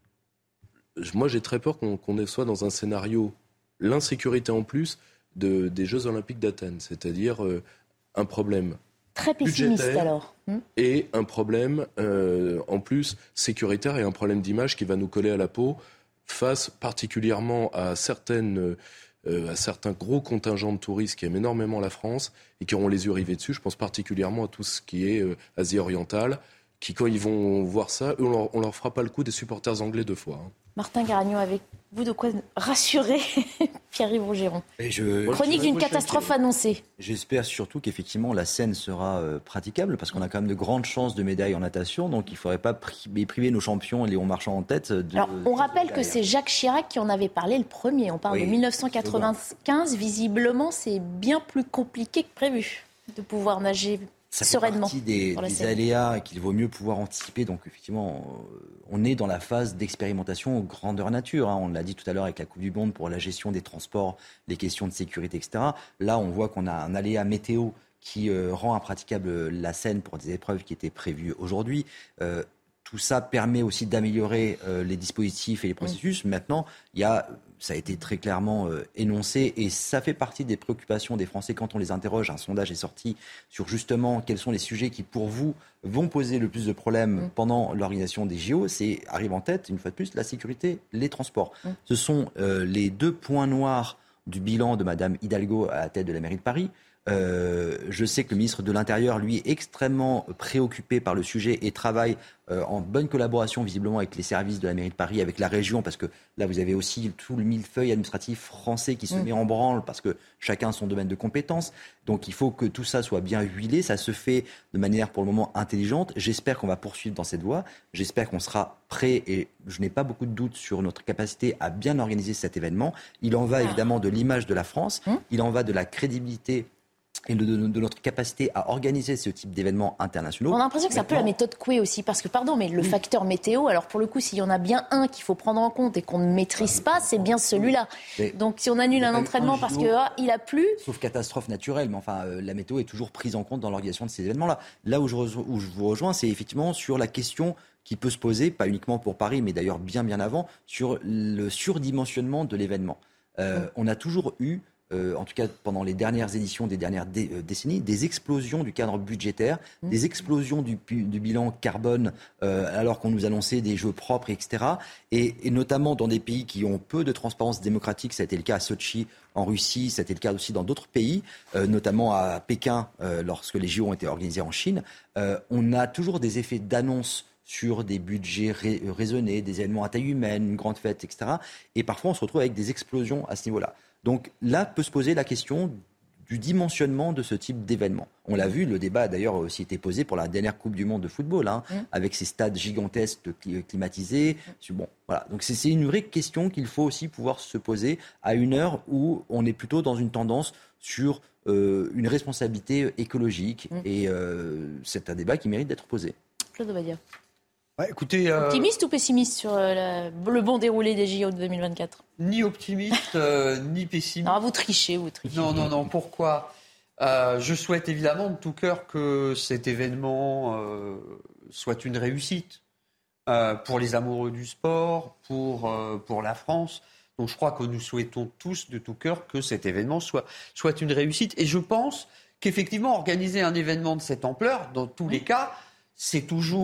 euh, moi, j'ai très peur qu'on, qu'on soit dans un scénario, l'insécurité en plus, de, des Jeux Olympiques d'Athènes. C'est-à-dire euh, un problème très pessimiste, alors. Hmm. Et un problème, euh, en plus, sécuritaire et un problème d'image qui va nous coller à la peau face particulièrement à certaines... Euh, à certains gros contingents de touristes qui aiment énormément la France et qui auront les yeux rivés dessus. Je pense particulièrement à tout ce qui est euh, Asie orientale, qui, quand ils vont voir ça, eux, on leur, on leur fera pas le coup des supporters anglais deux fois. Hein. Martin Garagnon, avec vous, de quoi rassurer Pierre-Yves Rougeron. Je... Chronique d'une catastrophe annoncée. J'espère surtout qu'effectivement la Seine sera euh, praticable, parce qu'on a quand même de grandes chances de médailles en natation, donc il ne faudrait pas priver, priver nos champions et Léon Marchand en tête. De, Alors, on rappelle que c'est Jacques Chirac qui en avait parlé le premier. On parle oui, de dix-neuf cent quatre-vingt-quinze. Visiblement, c'est bien plus compliqué que prévu de pouvoir nager ça sereinement. Ça fait partie des, des aléas qu'il vaut mieux pouvoir anticiper. Donc effectivement, on est dans la phase d'expérimentation grandeur nature. Hein. On l'a dit tout à l'heure avec la Coupe du Monde pour la gestion des transports, les questions de sécurité, et cetera. Là, on voit qu'on a un aléa météo qui euh, rend impraticable la Seine pour des épreuves qui étaient prévues aujourd'hui. Euh, tout ça permet aussi d'améliorer euh, les dispositifs et les processus. Mmh. Maintenant, il y a, ça a été très clairement euh, énoncé et ça fait partie des préoccupations des Français quand on les interroge. Un sondage est sorti sur justement quels sont les sujets qui, pour vous, vont poser le plus de problèmes mmh. pendant l'organisation des J O. C'est, arrive en tête, une fois de plus, la sécurité, les transports. Mmh. Ce sont euh, les deux points noirs du bilan de Madame Hidalgo à la tête de la mairie de Paris. Euh, je sais que le ministre de l'Intérieur, lui, est extrêmement préoccupé par le sujet et travaille euh, en bonne collaboration, visiblement, avec les services de la mairie de Paris, avec la région, parce que là, vous avez aussi tout le millefeuille administratif français qui se mmh. met en branle, parce que chacun a son domaine de compétences. Donc, il faut que tout ça soit bien huilé. Ça se fait de manière, pour le moment, intelligente. J'espère qu'on va poursuivre dans cette voie. J'espère qu'on sera prêt, et je n'ai pas beaucoup de doutes sur notre capacité à bien organiser cet événement. Il en va, évidemment, de l'image de la France. Mmh. Il en va de la crédibilité et de, de, de notre capacité à organiser ce type d'événements internationaux. On a l'impression que c'est un peu la méthode Coué aussi, parce que, pardon, mais le oui. facteur météo, alors pour le coup, s'il y en a bien un qu'il faut prendre en compte et qu'on ne maîtrise pas, c'est bien celui-là. Mais donc si on annule un entraînement un parce qu'il ah, a plu... Sauf catastrophe naturelle, mais enfin, euh, la météo est toujours prise en compte dans l'organisation de ces événements-là. Là où je, re- où je vous rejoins, c'est effectivement sur la question qui peut se poser, pas uniquement pour Paris, mais d'ailleurs bien bien avant, sur le surdimensionnement de l'événement. Euh, mmh. On a toujours eu... Euh, en tout cas pendant les dernières éditions des dernières dé- euh, décennies, des explosions du cadre budgétaire, mmh. des explosions du, du bilan carbone euh, alors qu'on nous annonçait des jeux propres, et cetera. Et, et notamment dans des pays qui ont peu de transparence démocratique, ça a été le cas à Sochi en Russie, ça a été le cas aussi dans d'autres pays, euh, notamment à Pékin euh, lorsque les J O ont été organisés en Chine. Euh, on a toujours des effets d'annonce sur des budgets rais- raisonnés, des événements à taille humaine, une grande fête, et cetera. Et parfois on se retrouve avec des explosions à ce niveau-là. Donc là peut se poser la question du dimensionnement de ce type d'événement. On l'a vu, le débat a d'ailleurs aussi été posé pour la dernière Coupe du Monde de football, hein, mmh. avec ces stades gigantesques climatisés. Mmh. Bon, voilà. Donc c'est, c'est une vraie question qu'il faut aussi pouvoir se poser à une heure où on est plutôt dans une tendance sur euh, une responsabilité écologique. Mmh. Et euh, c'est un débat qui mérite d'être posé. Claude Obadia. Ouais, écoutez, euh... optimiste ou pessimiste sur euh, la, le bon déroulé des J O de deux mille vingt-quatre ? Ni optimiste, euh, ni pessimiste. Non, vous trichez, vous trichez. Non, non, non. Pourquoi ? euh, Je souhaite évidemment de tout cœur que cet événement euh, soit une réussite euh, pour les amoureux du sport, pour, euh, pour la France. Donc je crois que nous souhaitons tous de tout cœur que cet événement soit, soit une réussite. Et je pense qu'effectivement, organiser un événement de cette ampleur, dans tous les cas, c'est toujours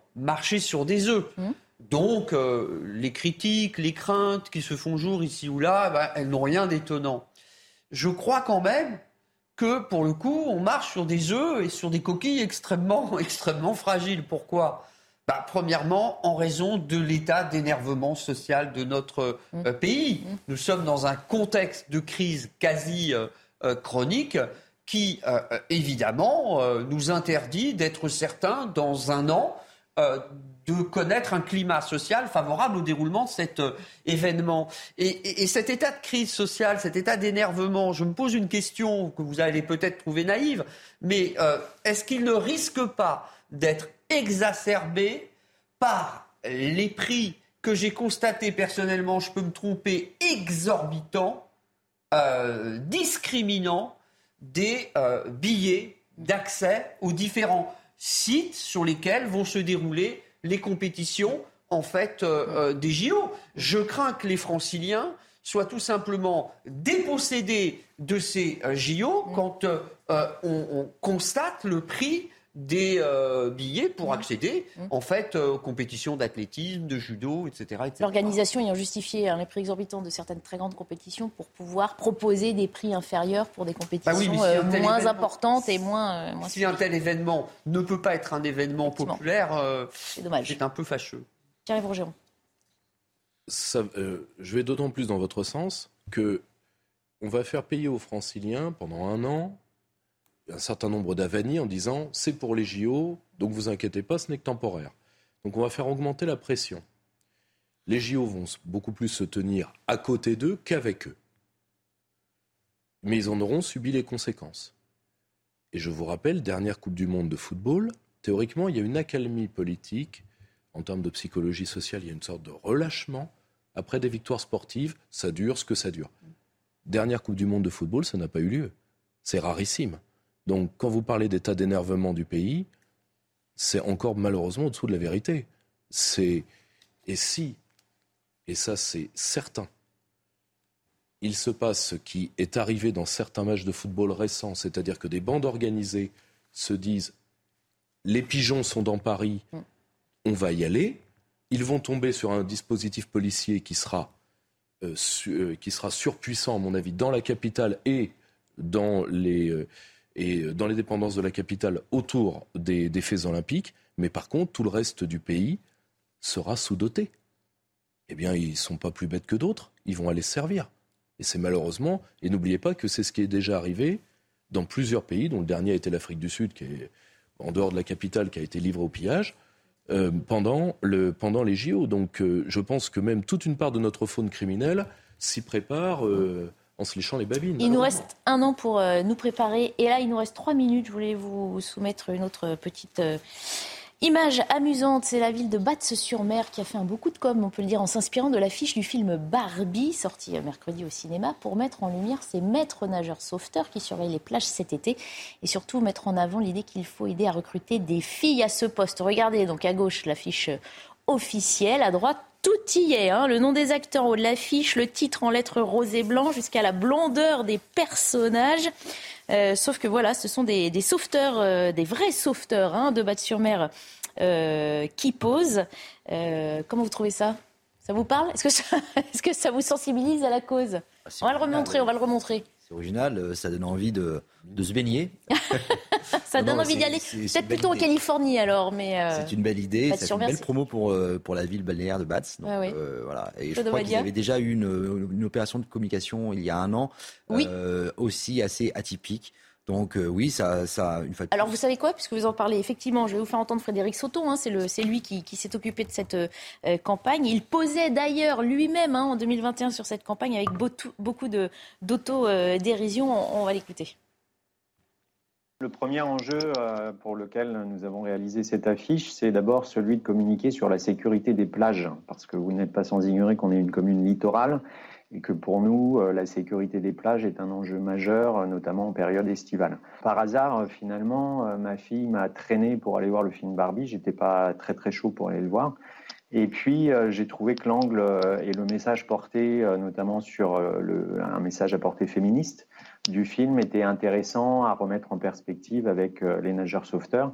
marcher sur des œufs. Mmh. Donc, euh, les critiques, les craintes qui se font jour ici ou là, bah, elles n'ont rien d'étonnant. Je crois quand même que, pour le coup, on marche sur des œufs et sur des coquilles extrêmement, extrêmement fragiles. Pourquoi ? Bah, premièrement, en raison de l'état d'énervement social de notre mmh. euh, pays. Mmh. Nous sommes dans un contexte de crise quasi euh, euh, chronique qui, euh, évidemment, euh, nous interdit d'être certains, dans un an, euh, de connaître un climat social favorable au déroulement de cet euh, événement. Et, et, et cet état de crise sociale, cet état d'énervement, je me pose une question que vous allez peut-être trouver naïve, mais euh, est-ce qu'il ne risque pas d'être exacerbé par les prix que j'ai constatés personnellement, je peux me tromper, exorbitants, euh, discriminants, des euh, billets d'accès aux différents sites sur lesquels vont se dérouler les compétitions en fait euh, euh, des J O. Je crains que les Franciliens soient tout simplement dépossédés de ces euh, J O mmh. quand euh, on, on constate le prix des euh, billets pour accéder mmh. en fait euh, aux compétitions d'athlétisme, de judo, et cetera, et cetera. L'organisation ayant justifié hein, les prix exorbitants de certaines très grandes compétitions pour pouvoir proposer des prix inférieurs pour des compétitions bah oui, si euh, moins importantes et moins. Euh, moins si un tel événement ne peut pas être un événement populaire, euh, c'est dommage. C'est un peu fâcheux. Thierry Bourgeron. Ça, euh, je vais d'autant plus dans votre sens que on va faire payer aux Franciliens pendant un an un certain nombre d'avanies en disant c'est pour les J O, donc vous inquiétez pas, ce n'est que temporaire. Donc on va faire augmenter la pression. Les J O vont beaucoup plus se tenir à côté d'eux qu'avec eux. Mais ils en auront subi les conséquences. Et je vous rappelle, dernière Coupe du Monde de football, théoriquement il y a une accalmie politique, en termes de psychologie sociale, il y a une sorte de relâchement. Après des victoires sportives, ça dure ce que ça dure. Dernière Coupe du Monde de football, ça n'a pas eu lieu. C'est rarissime. Donc, quand vous parlez d'état d'énervement du pays, c'est encore malheureusement au-dessous de la vérité. C'est... Et si, et ça c'est certain, il se passe ce qui est arrivé dans certains matchs de football récents, c'est-à-dire que des bandes organisées se disent « les pigeons sont dans Paris, on va y aller », ils vont tomber sur un dispositif policier qui sera, euh, su, euh, qui sera surpuissant, à mon avis, dans la capitale et dans les... Euh, et dans les dépendances de la capitale autour des, des Feux olympiques, mais par contre, tout le reste du pays sera sous-doté. Eh bien, ils ne sont pas plus bêtes que d'autres, ils vont aller se servir. Et c'est malheureusement, et n'oubliez pas que c'est ce qui est déjà arrivé dans plusieurs pays, dont le dernier a été l'Afrique du Sud, qui est en dehors de la capitale, qui a été livré au pillage, euh, pendant, le, pendant les J O. Donc euh, je pense que même toute une part de notre faune criminelle s'y prépare... Euh, en se léchant les babines. Il nous reste un an pour euh, nous préparer. Et là, il nous reste trois minutes. Je voulais vous soumettre une autre petite euh, image amusante. C'est la ville de Batz-sur-Mer qui a fait un beau coup de com', on peut le dire, en s'inspirant de l'affiche du film Barbie, sorti mercredi au cinéma, pour mettre en lumière ces maîtres nageurs sauveteurs qui surveillent les plages cet été. Et surtout, mettre en avant l'idée qu'il faut aider à recruter des filles à ce poste. Regardez, donc à gauche, l'affiche officielle. À droite, tout y est, hein. Le nom des acteurs en haut de l'affiche, le titre en lettres rose et blanc, jusqu'à la blondeur des personnages. Euh, sauf que voilà, ce sont des, des sauveteurs, euh, des vrais sauveteurs hein, de Batz-sur-Mer euh, qui posent. Euh, comment vous trouvez ça ? Ça vous parle ? Est-ce que ça, est-ce que ça vous sensibilise à la cause ? ah, On va le remontrer, on va le remontrer. C'est original, ça donne envie de, de se baigner. Ça donne non, envie d'y aller. C'est, c'est Peut-être plutôt idée. En Californie alors, mais euh, c'est une belle idée. C'est une belle promo pour euh, pour la ville balnéaire de Batz. Donc, ah oui. euh, voilà. Et je, je crois qu'ils avaient déjà eu une, une opération de communication il y a un an, oui. euh, aussi assez atypique. Donc euh, oui, ça, ça une fois de Alors plus. Vous savez quoi, puisque vous en parlez, effectivement, je vais vous faire entendre Frédéric Sauton, hein, c'est, le, c'est lui qui, qui s'est occupé de cette euh, campagne. Il posait d'ailleurs lui-même hein, en deux mille vingt et un sur cette campagne avec beaucoup, beaucoup de, d'auto-dérision. On, on va l'écouter. Le premier enjeu euh, pour lequel nous avons réalisé cette affiche, c'est d'abord celui de communiquer sur la sécurité des plages, parce que vous n'êtes pas sans ignorer qu'on est une commune littorale et que pour nous, euh, la sécurité des plages est un enjeu majeur, euh, notamment en période estivale. Par hasard, euh, finalement, euh, ma fille m'a traîné pour aller voir le film Barbie. J'étais pas très très chaud pour aller le voir. Et puis, euh, j'ai trouvé que l'angle euh, et le message porté, euh, notamment sur euh, le, un message à portée féministe du film, était intéressant à remettre en perspective avec euh, les nageurs sauveteurs.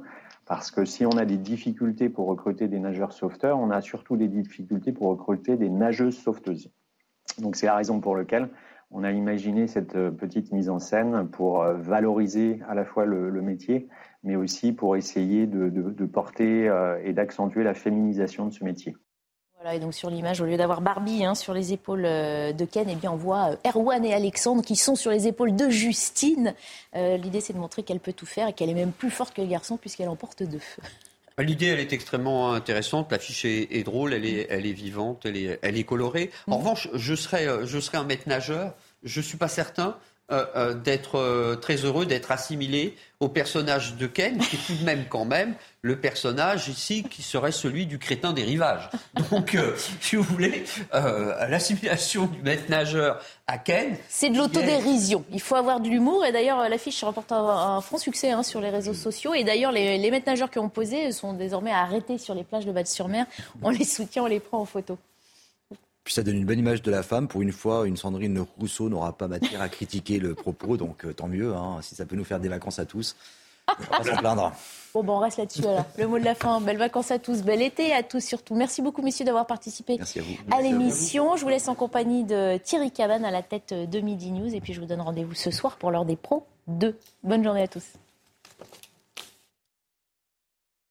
Parce que si on a des difficultés pour recruter des nageurs sauveteurs, on a surtout des difficultés pour recruter des nageuses sauveteuses. Donc c'est la raison pour laquelle on a imaginé cette petite mise en scène pour valoriser à la fois le, le métier, mais aussi pour essayer de, de, de porter et d'accentuer la féminisation de ce métier. Voilà, et donc sur l'image, au lieu d'avoir Barbie hein, sur les épaules de Ken, eh bien on voit Erwan et Alexandre qui sont sur les épaules de Justine. Euh, l'idée, c'est de montrer qu'elle peut tout faire et qu'elle est même plus forte que le garçon puisqu'elle en porte deux. L'idée, elle est extrêmement intéressante. L'affiche est, est drôle, elle est, elle est vivante, elle est, elle est colorée. En mmh. revanche, je serais, je serais un maître nageur. Je ne suis pas certain euh, euh, d'être euh, très heureux d'être assimilé au personnage de Ken, qui est tout de même quand même le personnage ici qui serait celui du crétin des rivages. Donc, euh, si vous voulez, euh, l'assimilation du maître nageur à Ken... C'est de l'autodérision. Il faut avoir de l'humour. Et d'ailleurs, l'affiche remporte un, un franc succès hein, sur les réseaux sociaux. Et d'ailleurs, les, les maîtres nageurs qui ont posé sont désormais arrêtés sur les plages de Batz-sur-Mer. On les soutient, on les prend en photo. Puis ça donne une bonne image de la femme. Pour une fois, une Sandrine Rousseau n'aura pas matière à critiquer le propos, donc euh, tant mieux. Hein, si ça peut nous faire des vacances à tous, on va pas s'en plaindre. Bon, ben on reste là-dessus alors. Le mot de la fin. Belles vacances à tous, bel été à tous surtout. Merci beaucoup messieurs d'avoir participé Merci à, vous. à l'émission. Je vous laisse en compagnie de Thierry Cabane à la tête de Midi News. Et puis je vous donne rendez-vous ce soir pour l'heure des pros deux. Bonne journée à tous.